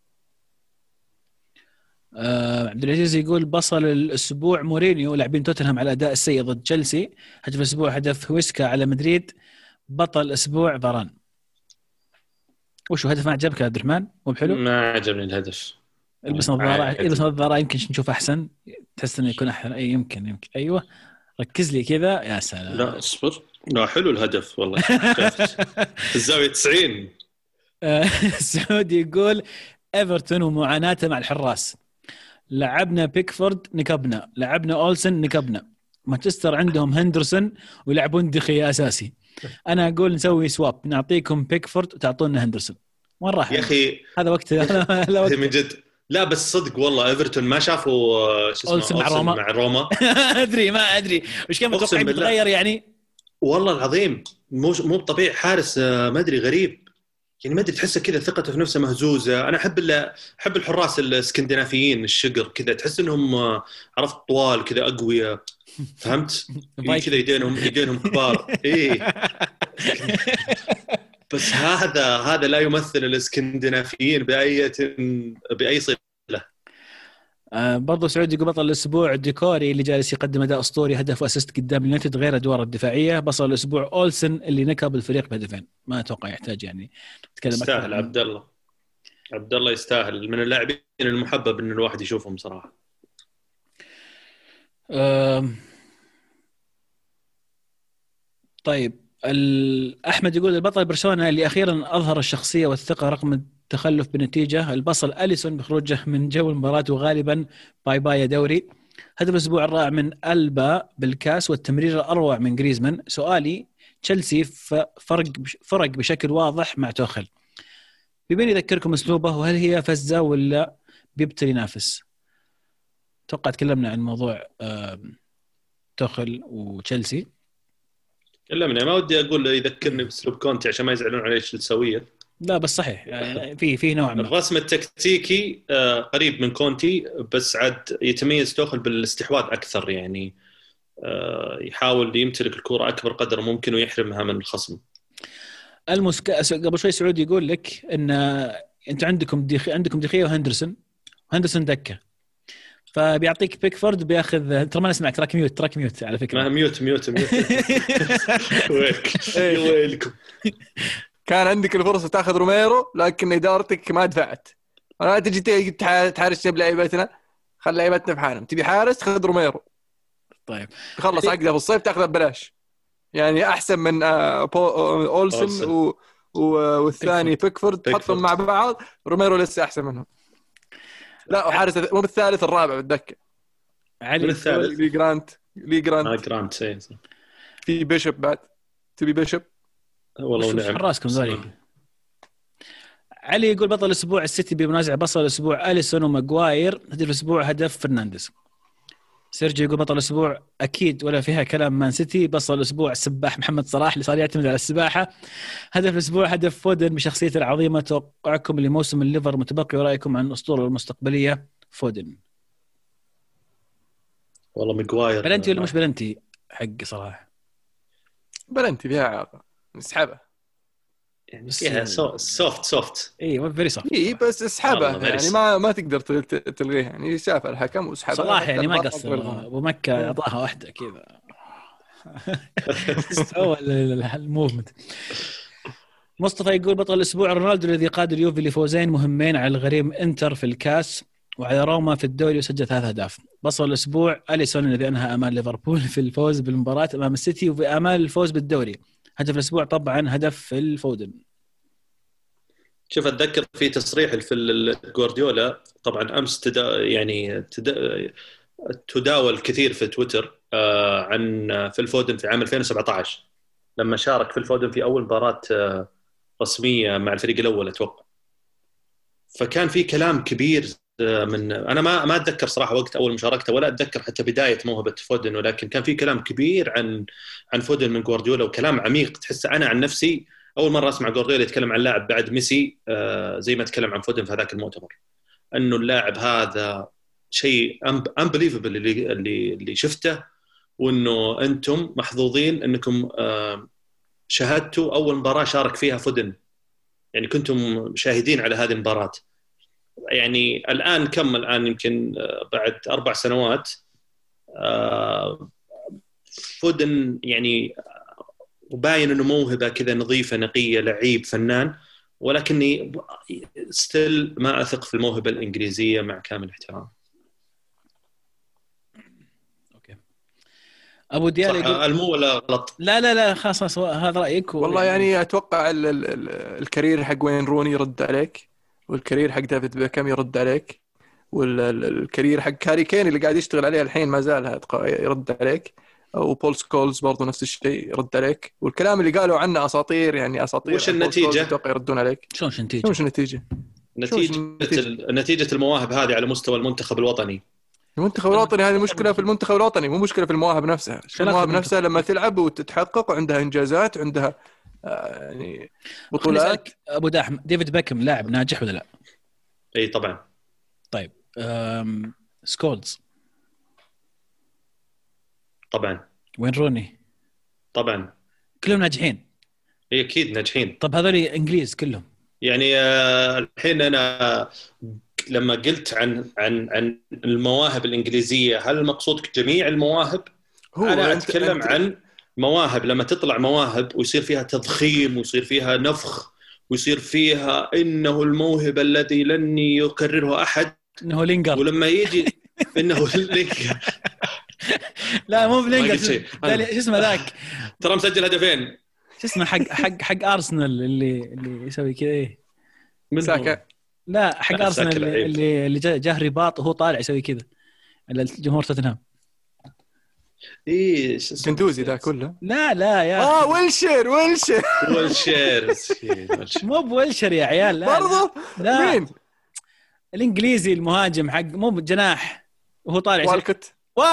عبد العزيز يقول بصل الأسبوع مورينيو لاعبين توتنهام على أداء السيء ضد تشيلسي. هدف الأسبوع هدف هويسكا على مدريد. بطل الأسبوع فاران. وشو هدف ما عجبك يا عبد الرحمن؟ مو بحلو؟ ما عجبني الهدف. البس نظارة يمكن نشوف أحسن. تحس إنه يكون أحسن. أي يمكن أيوة ركز لي كذا يا سلام. لا اصبر. لا حلو الهدف والله. الزاوية 90. سعودي يقول ايفرتون ومعاناته مع الحراس. لعبنا بيكفورد نكبنا. لعبنا أولسن نكبنا. مانشستر عندهم هندرسون ويلعبون دخيا أساسي. أنا أقول نسوي سواب نعطيكم بيكفورد وتعطونا هندرسون. وين راح يا أخي هذا وقت من جد. لا بس صدق والله ايفرتون ما شافوا شو اسمه مع روما. ما ادري وش كان متوقع يتغير يعني. والله العظيم مو طبيعي. حارس ما ادري غريب يعني. ما ادري تحسه كذا ثقته في نفسه مهزوزه. انا احب الحراس الاسكندنافيين الشقر كذا. تحس انهم عرفت طوال كذا اقوياء. فهمت كذا يدينهم كبار. ايه بس هذا لا يمثل الاسكندنافيين باي صله. برضو سعودي يقول بطل الأسبوع الديكوري اللي جالس يقدم أداء أسطوري هدف وأسيست قدام اليونايتد غير أدوار الدفاعية. بطل الأسبوع أولسن اللي نكب الفريق بهدفين. ما أتوقع يحتاج يعني نتكلم يستاهل عبد الله يستاهل من اللاعبين المحبب إن الواحد يشوفهم صراحة. طيب أحمد يقول البطل برشلونة اللي أخيرا أظهر الشخصية والثقة رغم التخلف بنتيجة. البصل أليسون بخروجه من جو المباراة وغالبا باي يا دوري. هدف الأسبوع الرائع من ألبا بالكاس والتمرير الأروع من غريزمان. سؤالي تشيلسي فرق بشكل واضح مع توخل. بيبين يذكركم أسلوبه وهل هي فزة ولا بيبتل ينافس؟ توقع تكلمنا عن موضوع توخل وتشيلسي. كلمنا. ما ودي أقول يذكرني بأسلوب كونتي عشان ما يزعلون على إيش السوية. لا بس صحيح يعني في نوع من الرسم التكتيكي قريب من كونتي بس عاد يتميز توخل بالاستحواذ أكثر يعني. يحاول يمتلك الكرة أكبر قدر ممكن ويحرمها من الخصم. قبل شوي سعودي يقول لك إن أنت عندكم دخية وهندرسون دكة فبيعطيك بيكفورد بياخذ. ترى ما نسمعك تراك ميوت على فكرة. ما ميوت ويلكم. كان عندك الفرصة تأخذ روميرو لكن إدارتك ما دفعت. أنا تجي تحارس بلعيبتنا. خلي لعيبتنا في حالهم. تبي حارس خذ روميرو. طيب تخلص عقده في الصيف تأخذه ببلاش. يعني أحسن من أولسن والثاني بيكفورد تحطهم مع بعض. روميرو لسه أحسن منهم. لا وحارس مو بالثالث الرابع بالدكة. علي الثالث لي جرانت في بيشوب بعد. تبي بيشوب والله ونعم. راسكم ذولي. علي يقول بطل الأسبوع السيتي بمنازع بصل الأسبوع أليسون وماغواير. هدف الأسبوع هدف فرنانديز. سيرجيو يقول بطل الأسبوع أكيد ولا فيها كلام مان سيتي. بطل الأسبوع السباح محمد صلاح اللي صار يعتمد على السباحة. هدف الأسبوع هدف فودن بشخصيته العظيمة. توقعكم لموسم الليفر متبقي ورأيكم عن الأسطورة المستقبلية فودن. والله ماغواير بلنتي ولا مش بلنتي حق صراحة؟ بلنتي فيها عاقة نسحبها يعني فيها سوفت. اي فيري سوفت. اي بس اسحبها يعني ما تقدر تلغيها يعني. شاف الحكم واسحبها صلاح يعني ما قصر ومكة اعطاها واحده كذا. استوى الموفمنت. مصطفى يقول بطل الأسبوع رونالدو الذي قاد اليوفي لفوزين مهمين على الغريم إنتر في الكاس وعلى روما في الدوري وسجل 3 أهداف. بطل الأسبوع أليسون الذي أنهى آمال ليفربول في الفوز بالمباراة أمام السيتي وفي آمال الفوز بالدوري. هدف الأسبوع طبعا هدف في الفودن. شوف أتذكر في تصريح في جوارديولا طبعا أمس تداول كثير في تويتر عن في الفودن في عام 2017 لما شارك في الفودن في أول مباراة رسمية مع الفريق الأول أتوقع. فكان في كلام كبير من أنا ما أتذكر صراحة وقت أول مشاركته ولا أتذكر حتى بداية موهبة فودن، ولكن كان في كلام كبير عن فودن من جوارديولا وكلام عميق تحس. أنا عن نفسي أول مرة أسمع جوارديولا يتكلم عن لاعب بعد ميسي زي ما تكلم عن فودن في هذاك المؤتمر، أنه اللاعب هذا شيء unbelievable اللي شفته، وأنه أنتم محظوظين أنكم شاهدتوا أول مباراة شارك فيها فودن، يعني كنتم شاهدين على هذه المباراة. يعني الآن يمكن بعد 4 سنوات فودن يعني وباين انه موهبه كذا نظيفه نقيه لعيب فنان، ولكني ستيل ما اثق في الموهبه الانجليزيه مع كامل احترام. اوكي ابو ديال يقول المو ولا غلط؟ لا خلاص هذا رايك. والله يعني اتوقع الكارير حق وين روني يرد عليك، والكارير حق دافيد بيكام يرد عليك، والكارير حق هاري كين اللي قاعد يشتغل عليه الحين ما زال يرد عليك، وبول سكولز برضو نفس الشيء يرد عليك، والكلام اللي قالوا عنه اساطير يعني اساطير. وش النتيجه؟ اتوقع يردون عليك. شلون النتيجه؟ نتيجه المواهب هذه على مستوى المنتخب الوطني. المنتخب الوطني هذه مشكله في المنتخب الوطني، مو مشكله في المواهب نفسها. المواهب نفسها لما تلعب وتتحقق وعندها انجازات وعندها يعني بطولات. ابو داحم ديفيد بيكم لاعب ناجح ولا لا؟ اي طبعا. طيب سكولز طبعا. وين روني؟ طبعا كلهم ناجحين. اي اكيد ناجحين. طب هذول انجليز كلهم يعني الحين انا لما قلت عن المواهب الانجليزيه، هل المقصود جميع المواهب؟ انا اتكلم عن مواهب لما تطلع مواهب ويصير فيها تضخيم ويصير فيها نفخ ويصير فيها انه الموهبه الذي لن يكرره احد، انه لينجر، ولما يجي انه لينجر لا مو بلينجر، شو اسمه ذاك ترى مسجل هدفين، شو اسمه حق ارسنال اللي يسوي كذا ايه ساكا. لا حق ارسنال اللي جاه رباط وهو طالع يسوي كذا الجمهور توتنهام. ايه جندوزي ذا كله. لا يا ويلشير مو بويلشير يا عيال. لا برضه مين الانجليزي المهاجم حق مو بجناح وهو طالع والكوت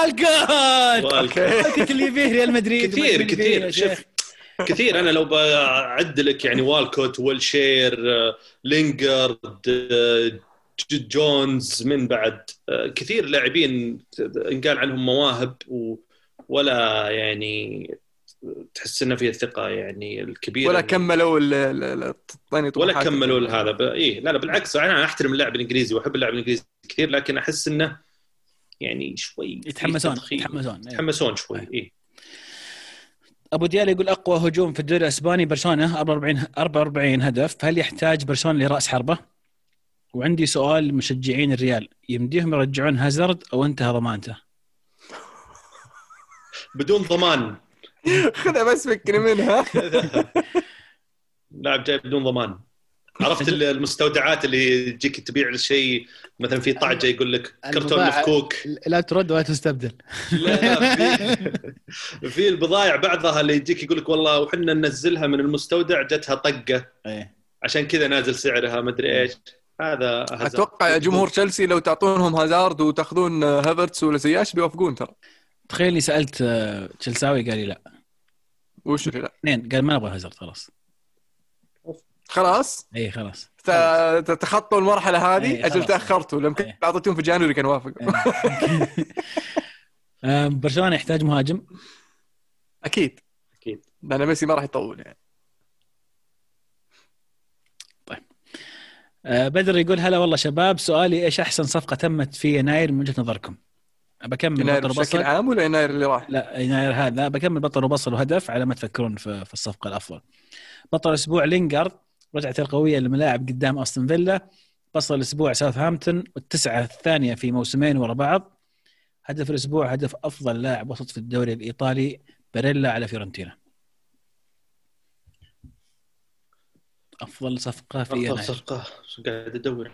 اللي فيه ريال مدريد كثير شوف كثير. انا لو بعد لك يعني والكوت، ويلشير، لينجارد، جونز، من بعد كثير لاعبين قال عنهم مواهب ولا يعني تحس انه فيه الثقه يعني الكبيره، ولا كملوا ولا كملوا هذا ايه. لا بالعكس، انا احترم اللاعب الانجليزي واحب اللاعب الانجليزي كثير، لكن احس انه يعني شوي يتحمسون شوي. ايه ابو ديال يقول اقوى هجوم في الدوري الاسباني برشلونه 44 هدف، فهل يحتاج برشلونه لراس حربه؟ وعندي سؤال مشجعين الريال، يمديهم يرجعون هازارد او انتهى ضمانته؟ بدون ضمان خذها بس فكني منها. لاعب جاي بدون ضمان. عرفت المستودعات اللي تجيك تبيع الشيء مثلا في طعجه يقول لك كرتون مفكوك لا ترد ولا تستبدل. لا في البضائع بعضها اللي يجيك يقول لك والله وحنا ننزلها من المستودع جتها طقه عشان كذا نازل سعرها ما ادري ايش. هذا اتوقع جمهور تشيلسي لو تعطونهم هازارد وتاخذون هافرتس ولا زياش بيوافقون ترى. تخيلني سالت تشيلساوي قال لي لا. وش اللي لا؟ اثنين قال ما ابغى هازارد خلاص اي خلاص تتخطوا المرحله هذه. اجل تاخرتوا لما اعطيتهم في جانوري كان وافق. برشلونه يحتاج مهاجم اكيد لان ميسي ما راح يطول يعني. طيب بدر يقول هلا والله شباب، سؤالي ايش احسن صفقه تمت في يناير من وجهه نظركم؟ بكمل يناير بطل بشكل وبصل. عام ولا يناير اللي راح؟ لا يناير هذا بكمل بطل وبصل وهدف على ما تفكرون في الصفقة الأفضل. بطل الأسبوع لينغارد، رجعت القوية للملاعب قدام أستون فيلا. بطل الأسبوع ساوثهامبتون، والتسعة الثانية في موسمين ورا بعض. هدف الأسبوع هدف أفضل لاعب وسط في الدوري الإيطالي، باريلا على فيورنتينا. أفضل صفقة في أفضل يناير. صفقة قاعد أدور.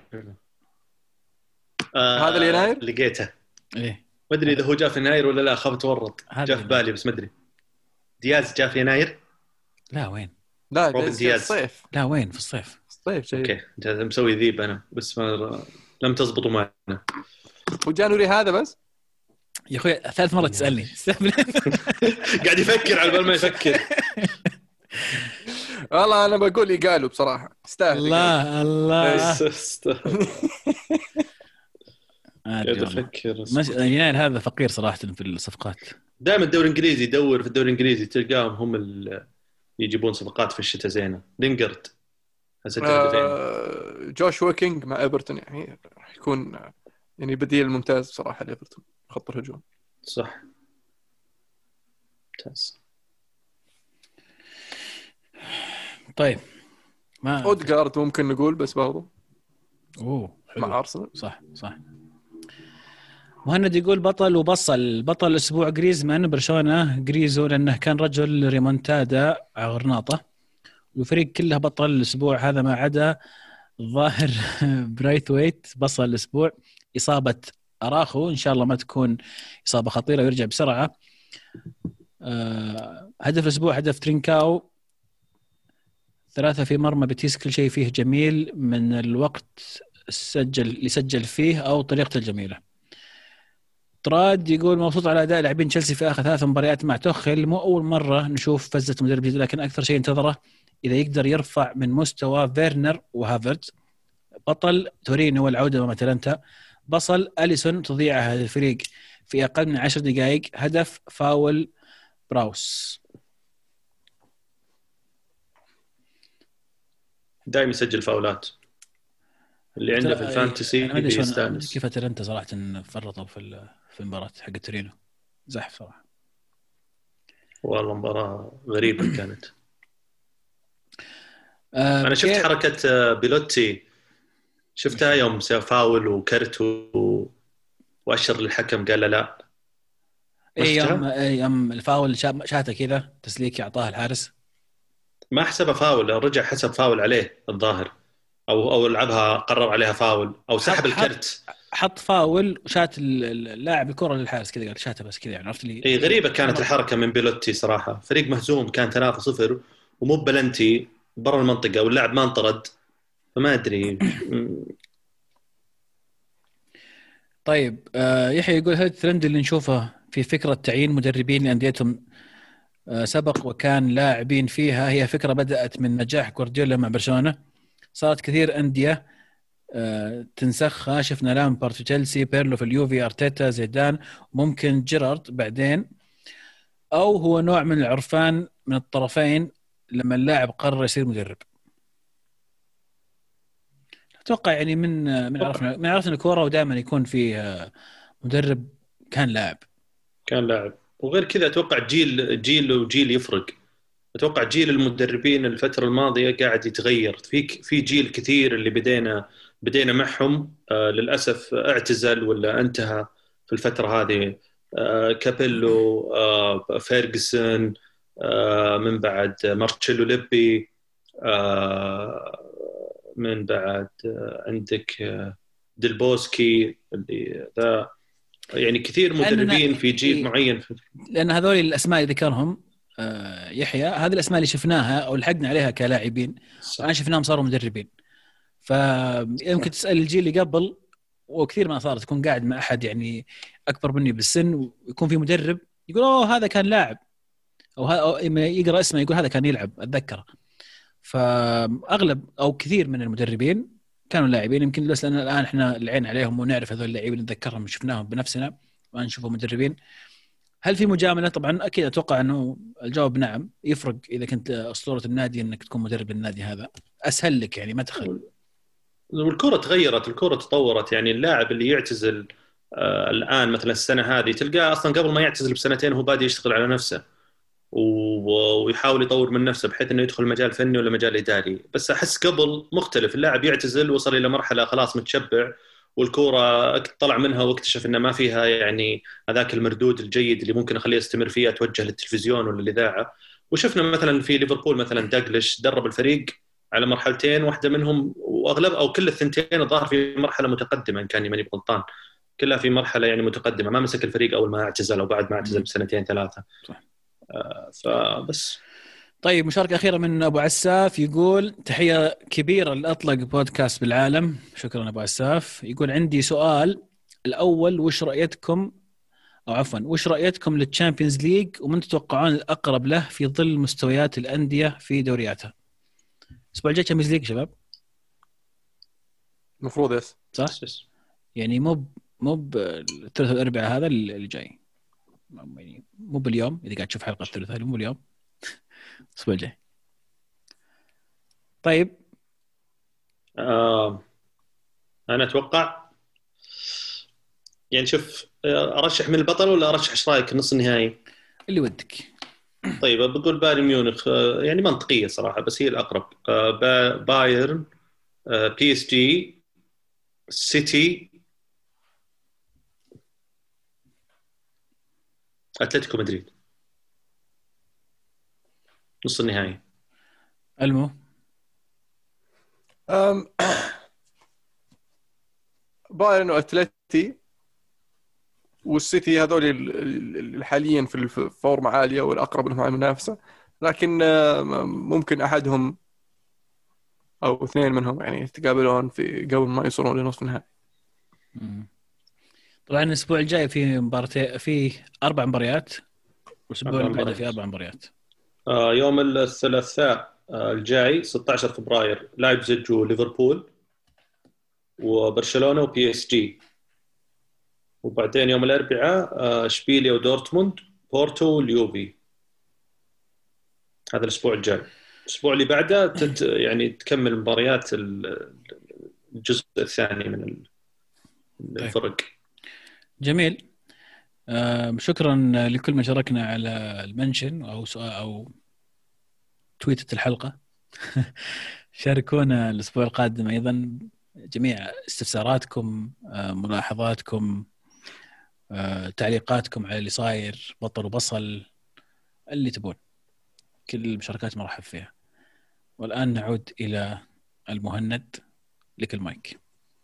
هذا اللي يناير؟ لقيته. إيه ما أدري إذا هو جاء في يناير ولا لا، خاف أتورط. جاء في بالي بس ما أدري. دياز جاء في يناير؟ لا وين؟ لا روبن دياز. الصيف. لا وين؟ في الصيف. الصيف شيء. أوكي مسوي ذيب أنا بس ما لم تزبطوا معنا. وجانوري هذا بس يا أخوي ثالث مرة تسألني. قاعد يفكر على بال ما يفكر. والله انا بقول يقالوا بصراحه استاهل. الله قاعد افكر. يناير هذا فقير صراحة في الصفقات. دائما الدوري الانجليزي يدور في الدوري الانجليزي تلقاهم هم اللي يجيبون صفقات في الشتاء زينه. لينغارد جوش ووكينج مع ايفرتون يعني راح يكون يعني بديل ممتاز بصراحه لايفرتون خط الهجوم. صح ممتاز. طيب ما اودغارد ممكن نقول بس برضو مع ارسنال. صح. مهند يقول بطل وبصل. بطل الأسبوع غريزمان، برشلونة غريزو لأنه كان رجل ريمونتادا على غرناطة، والفريق كله بطل الأسبوع هذا ما عدا الظاهر برايثويت. بصل الأسبوع إصابة أراخو، إن شاء الله ما تكون إصابة خطيرة ويرجع بسرعة. هدف الأسبوع هدف ترينكاو، 3 في مرمى بتيس، كل شيء فيه جميل من الوقت اللي سجل فيه أو طريقته الجميلة. تراد يقول مبسوط على أداء لاعبين تشيلسي في آخر 3 مباريات مع توخيل. مو أول مرة نشوف فزة مدرب جديد، لكن أكثر شيء انتظره إذا يقدر يرفع من مستوى فيرنر وهافرتز. بطل تورينو والعودة مع أتلانتا. بصل أليسون، تضيع هذا الفريق في أقل من 10 دقائق. هدف فاول براوس. دائما يسجل فاولات اللي عنده في الفانتسي يستانس. كيف أتلانتا صراحة فرطوا في المباراة حق تورينو، زحف صراحة. والله مباراة غريبة كانت. أنا شفت حركة بيلوتي، شفتها يوم سوى فاول وكرت وأشر للحكم قال لا. يوم الفاول شاته كذا تسليك يعطاه الحارس، ما حسبه فاول، رجع حسب فاول عليه الظاهر، أو لعبها قرر عليها فاول أو سحب الكرت. حط فاول وشات اللاعب الكرة للحارس كذا، قال شاته بس كذا يعني، عرفت لي. غريبة كانت الحركة من بيلوتي صراحة. فريق مهزوم كان 3-0 ومو بلنتي برا المنطقة واللاعب ما انطرد، فما أدري. طيب يحيى يقول هل الترند اللي نشوفه في فكرة تعيين مدربين لأنديتهم سبق وكان لاعبين فيها هي فكرة بدأت من نجاح جوارديولا مع برشلونة، صارت كثير أندية تنسخها. شفنا لامبارد في تشيلسي، بيرلو في اليوفي، أرتيتا، زيدان، ممكن جيرارد بعدين، أو هو نوع من العرفان من الطرفين لما اللاعب قرر يصير مدرب؟ أتوقع يعني من عرفنا الكورة ودائما يكون فيه مدرب كان لاعب. وغير كذا أتوقع جيل وجيل يفرق. أتوقع جيل المدربين الفترة الماضية قاعد يتغير. في جيل كثير اللي بدينا معهم للأسف اعتزل ولا انتهى في الفترة هذه. كابيلو، فيرغسون، من بعد مارتشيلو ليبي، من بعد عندك ديلبوسكي اللي ذا، يعني كثير مدربين في جيل معين. لأن هذول الأسماء اللي ذكرهم يحيى، هذه الأسماء اللي شفناها أو لحقنا عليها كلاعبين وأنا شفناهم صاروا مدربين. فيمكن تسأل الجيل اللي قبل، وكثير ما صارت تكون قاعد مع أحد يعني أكبر مني بالسن ويكون في مدرب يقول هذا كان لاعب، أو يقرأ اسمه يقول هذا كان يلعب أتذكره. فأغلب أو كثير من المدربين كانوا لاعبين، يمكن بس لأن الآن إحنا العين عليهم ونعرف هذول اللاعبين نتذكرهم وشفناهم بنفسنا ونشوفهم مدربين. هل في مجاملة؟ طبعا أكيد أتوقع أنه الجواب نعم. يفرق إذا كنت أسطورة النادي أنك تكون مدرب النادي، هذا أسهل لك يعني مدخل. والكرة تغيرت، الكرة تطورت. يعني اللاعب اللي يعتزل الان مثلا السنه هذه تلقاه اصلا قبل ما يعتزل بسنتين هو بادي يشتغل على نفسه ويحاول يطور من نفسه بحيث انه يدخل مجال فني ولا مجال اداري. بس احس قبل مختلف، اللاعب يعتزل وصل الى مرحله خلاص متشبع والكوره طلع منها واكتشف انه ما فيها يعني هذاك المردود الجيد اللي ممكن يخليه يستمر فيها، توجه للتلفزيون ولا الاذاعه. وشفنا مثلا في ليفربول مثلا داغلش درب الفريق على مرحلتين، واحده منهم واغلب او كل الثنتين الظاهر في مرحله متقدمه، ان كان ماني غلطان كلها في مرحله يعني متقدمه، ما مسك الفريق اول ما اعتزل او بعد ما اعتزل بسنتين ثلاثه. صح. فبس. طيب مشاركة أخيرة من أبو عساف، يقول تحية كبيرة لأطلق بودكاست بالعالم. شكرا أبو عساف. يقول عندي سؤال الأول، وش رأيتكم للتشامبيونز ليج ومن تتوقعون الأقرب له في ظل مستويات الأندية في دورياتها؟ الأسبوع الجاي تشامبيونز ليج شباب المفروض يس صح؟ يعني مو بالثلاثاء والأربعاء هذا اللي جاي، يعني مو باليوم إذا قاعد تشوف حلقة الثلاثاء، مو باليوم، الأسبوع الجاي. طيب أنا أتوقع يعني شوف، أرشح من البطل ولا أرشح إيش رأيك نص النهائي؟ اللي ودك. طيب بقول بايرن ميونخ، يعني منطقية صراحة بس هي الأقرب. بايرن، بي اس جي، سيتي، أتلتيكو مدريد نص النهائي. المو بايرن واتلتي والسيتي هذول اللي حاليا في الفورمة عالية والأقرب لهم على المنافسة، لكن ممكن أحدهم أو اثنين منهم يعني يتقابلون في قبل ما يوصلون لنصف النهائي. طبعا الأسبوع الجاي في 4 مباريات، والأسبوع اللي بعده في 4 مباريات. يوم الثلاثاء الجاي 16 فبراير لايبزيج وليفربول وبرشلونة وبي اس جي، وبعدين يوم الأربعاء اشبيليا ودورتموند، بورتو واليوفي. هذا الأسبوع الجاي. الأسبوع اللي بعده يعني تكمل مباريات الجزء الثاني من الفرق. جميل. شكرا لكل من شاركنا على المنشن أو سؤال أو تويتة الحلقة. شاركونا الأسبوع القادم أيضا جميع استفساراتكم، ملاحظاتكم، تعليقاتكم على اللي صاير، بطل وبصل، اللي تبون، كل المشاركات مرحب فيها. والآن نعود إلى المهند، لك المايك.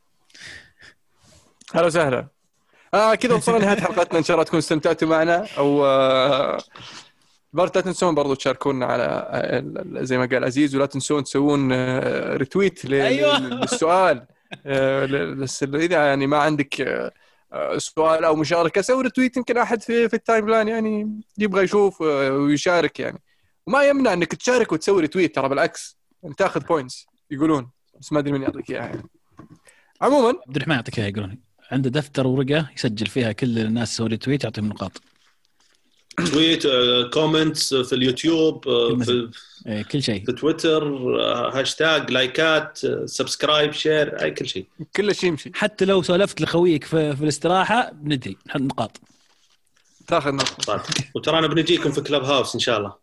هلا وسهلا. كذا وصلنا لنهاية حلقتنا، إن شاء الله تكونوا استمتعتوا معنا. أو لا تنسون برضو تشاركونا على زي ما قال عزيز، ولا تنسون تسوون ريتويت للسؤال. بس إذا يعني ما عندك سؤال أو مشاركة، سوي ريتويت، يمكن أحد في التايم لاين يعني يبغى يشوف ويشارك يعني. وما يمنع إنك تشارك وتسوي ريتويت، ترى بالعكس أنت تأخذ بوينتس يقولون، بس ما أدري من يعطيك إياها يعني. عموما عبد الرحمن يعطيك إياها، يقولون عنده دفتر ورقة يسجل فيها كل الناس سووا ريتويت يعطيهم نقاط. تويت، كومنتس في اليوتيوب، في كل شيء، في تويتر، هاشتاج، لايكات، سبسكرايب، شير، اي كل شيء، كل شيء يمشي. حتى لو سولفت لخويك في الاستراحه بندري نحط نقاط، تاخذ نقاط. وترانا بنجيكم في كلاب هاوس ان شاء الله.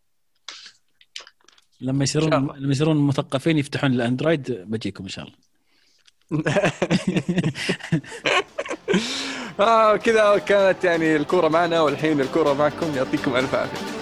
لما يصيرون مثقفين يفتحون الاندرويد بجيكم ان شاء الله. كذا كانت يعني الكرة معنا، والحين الكرة معكم. يعطيكم ألف عافية.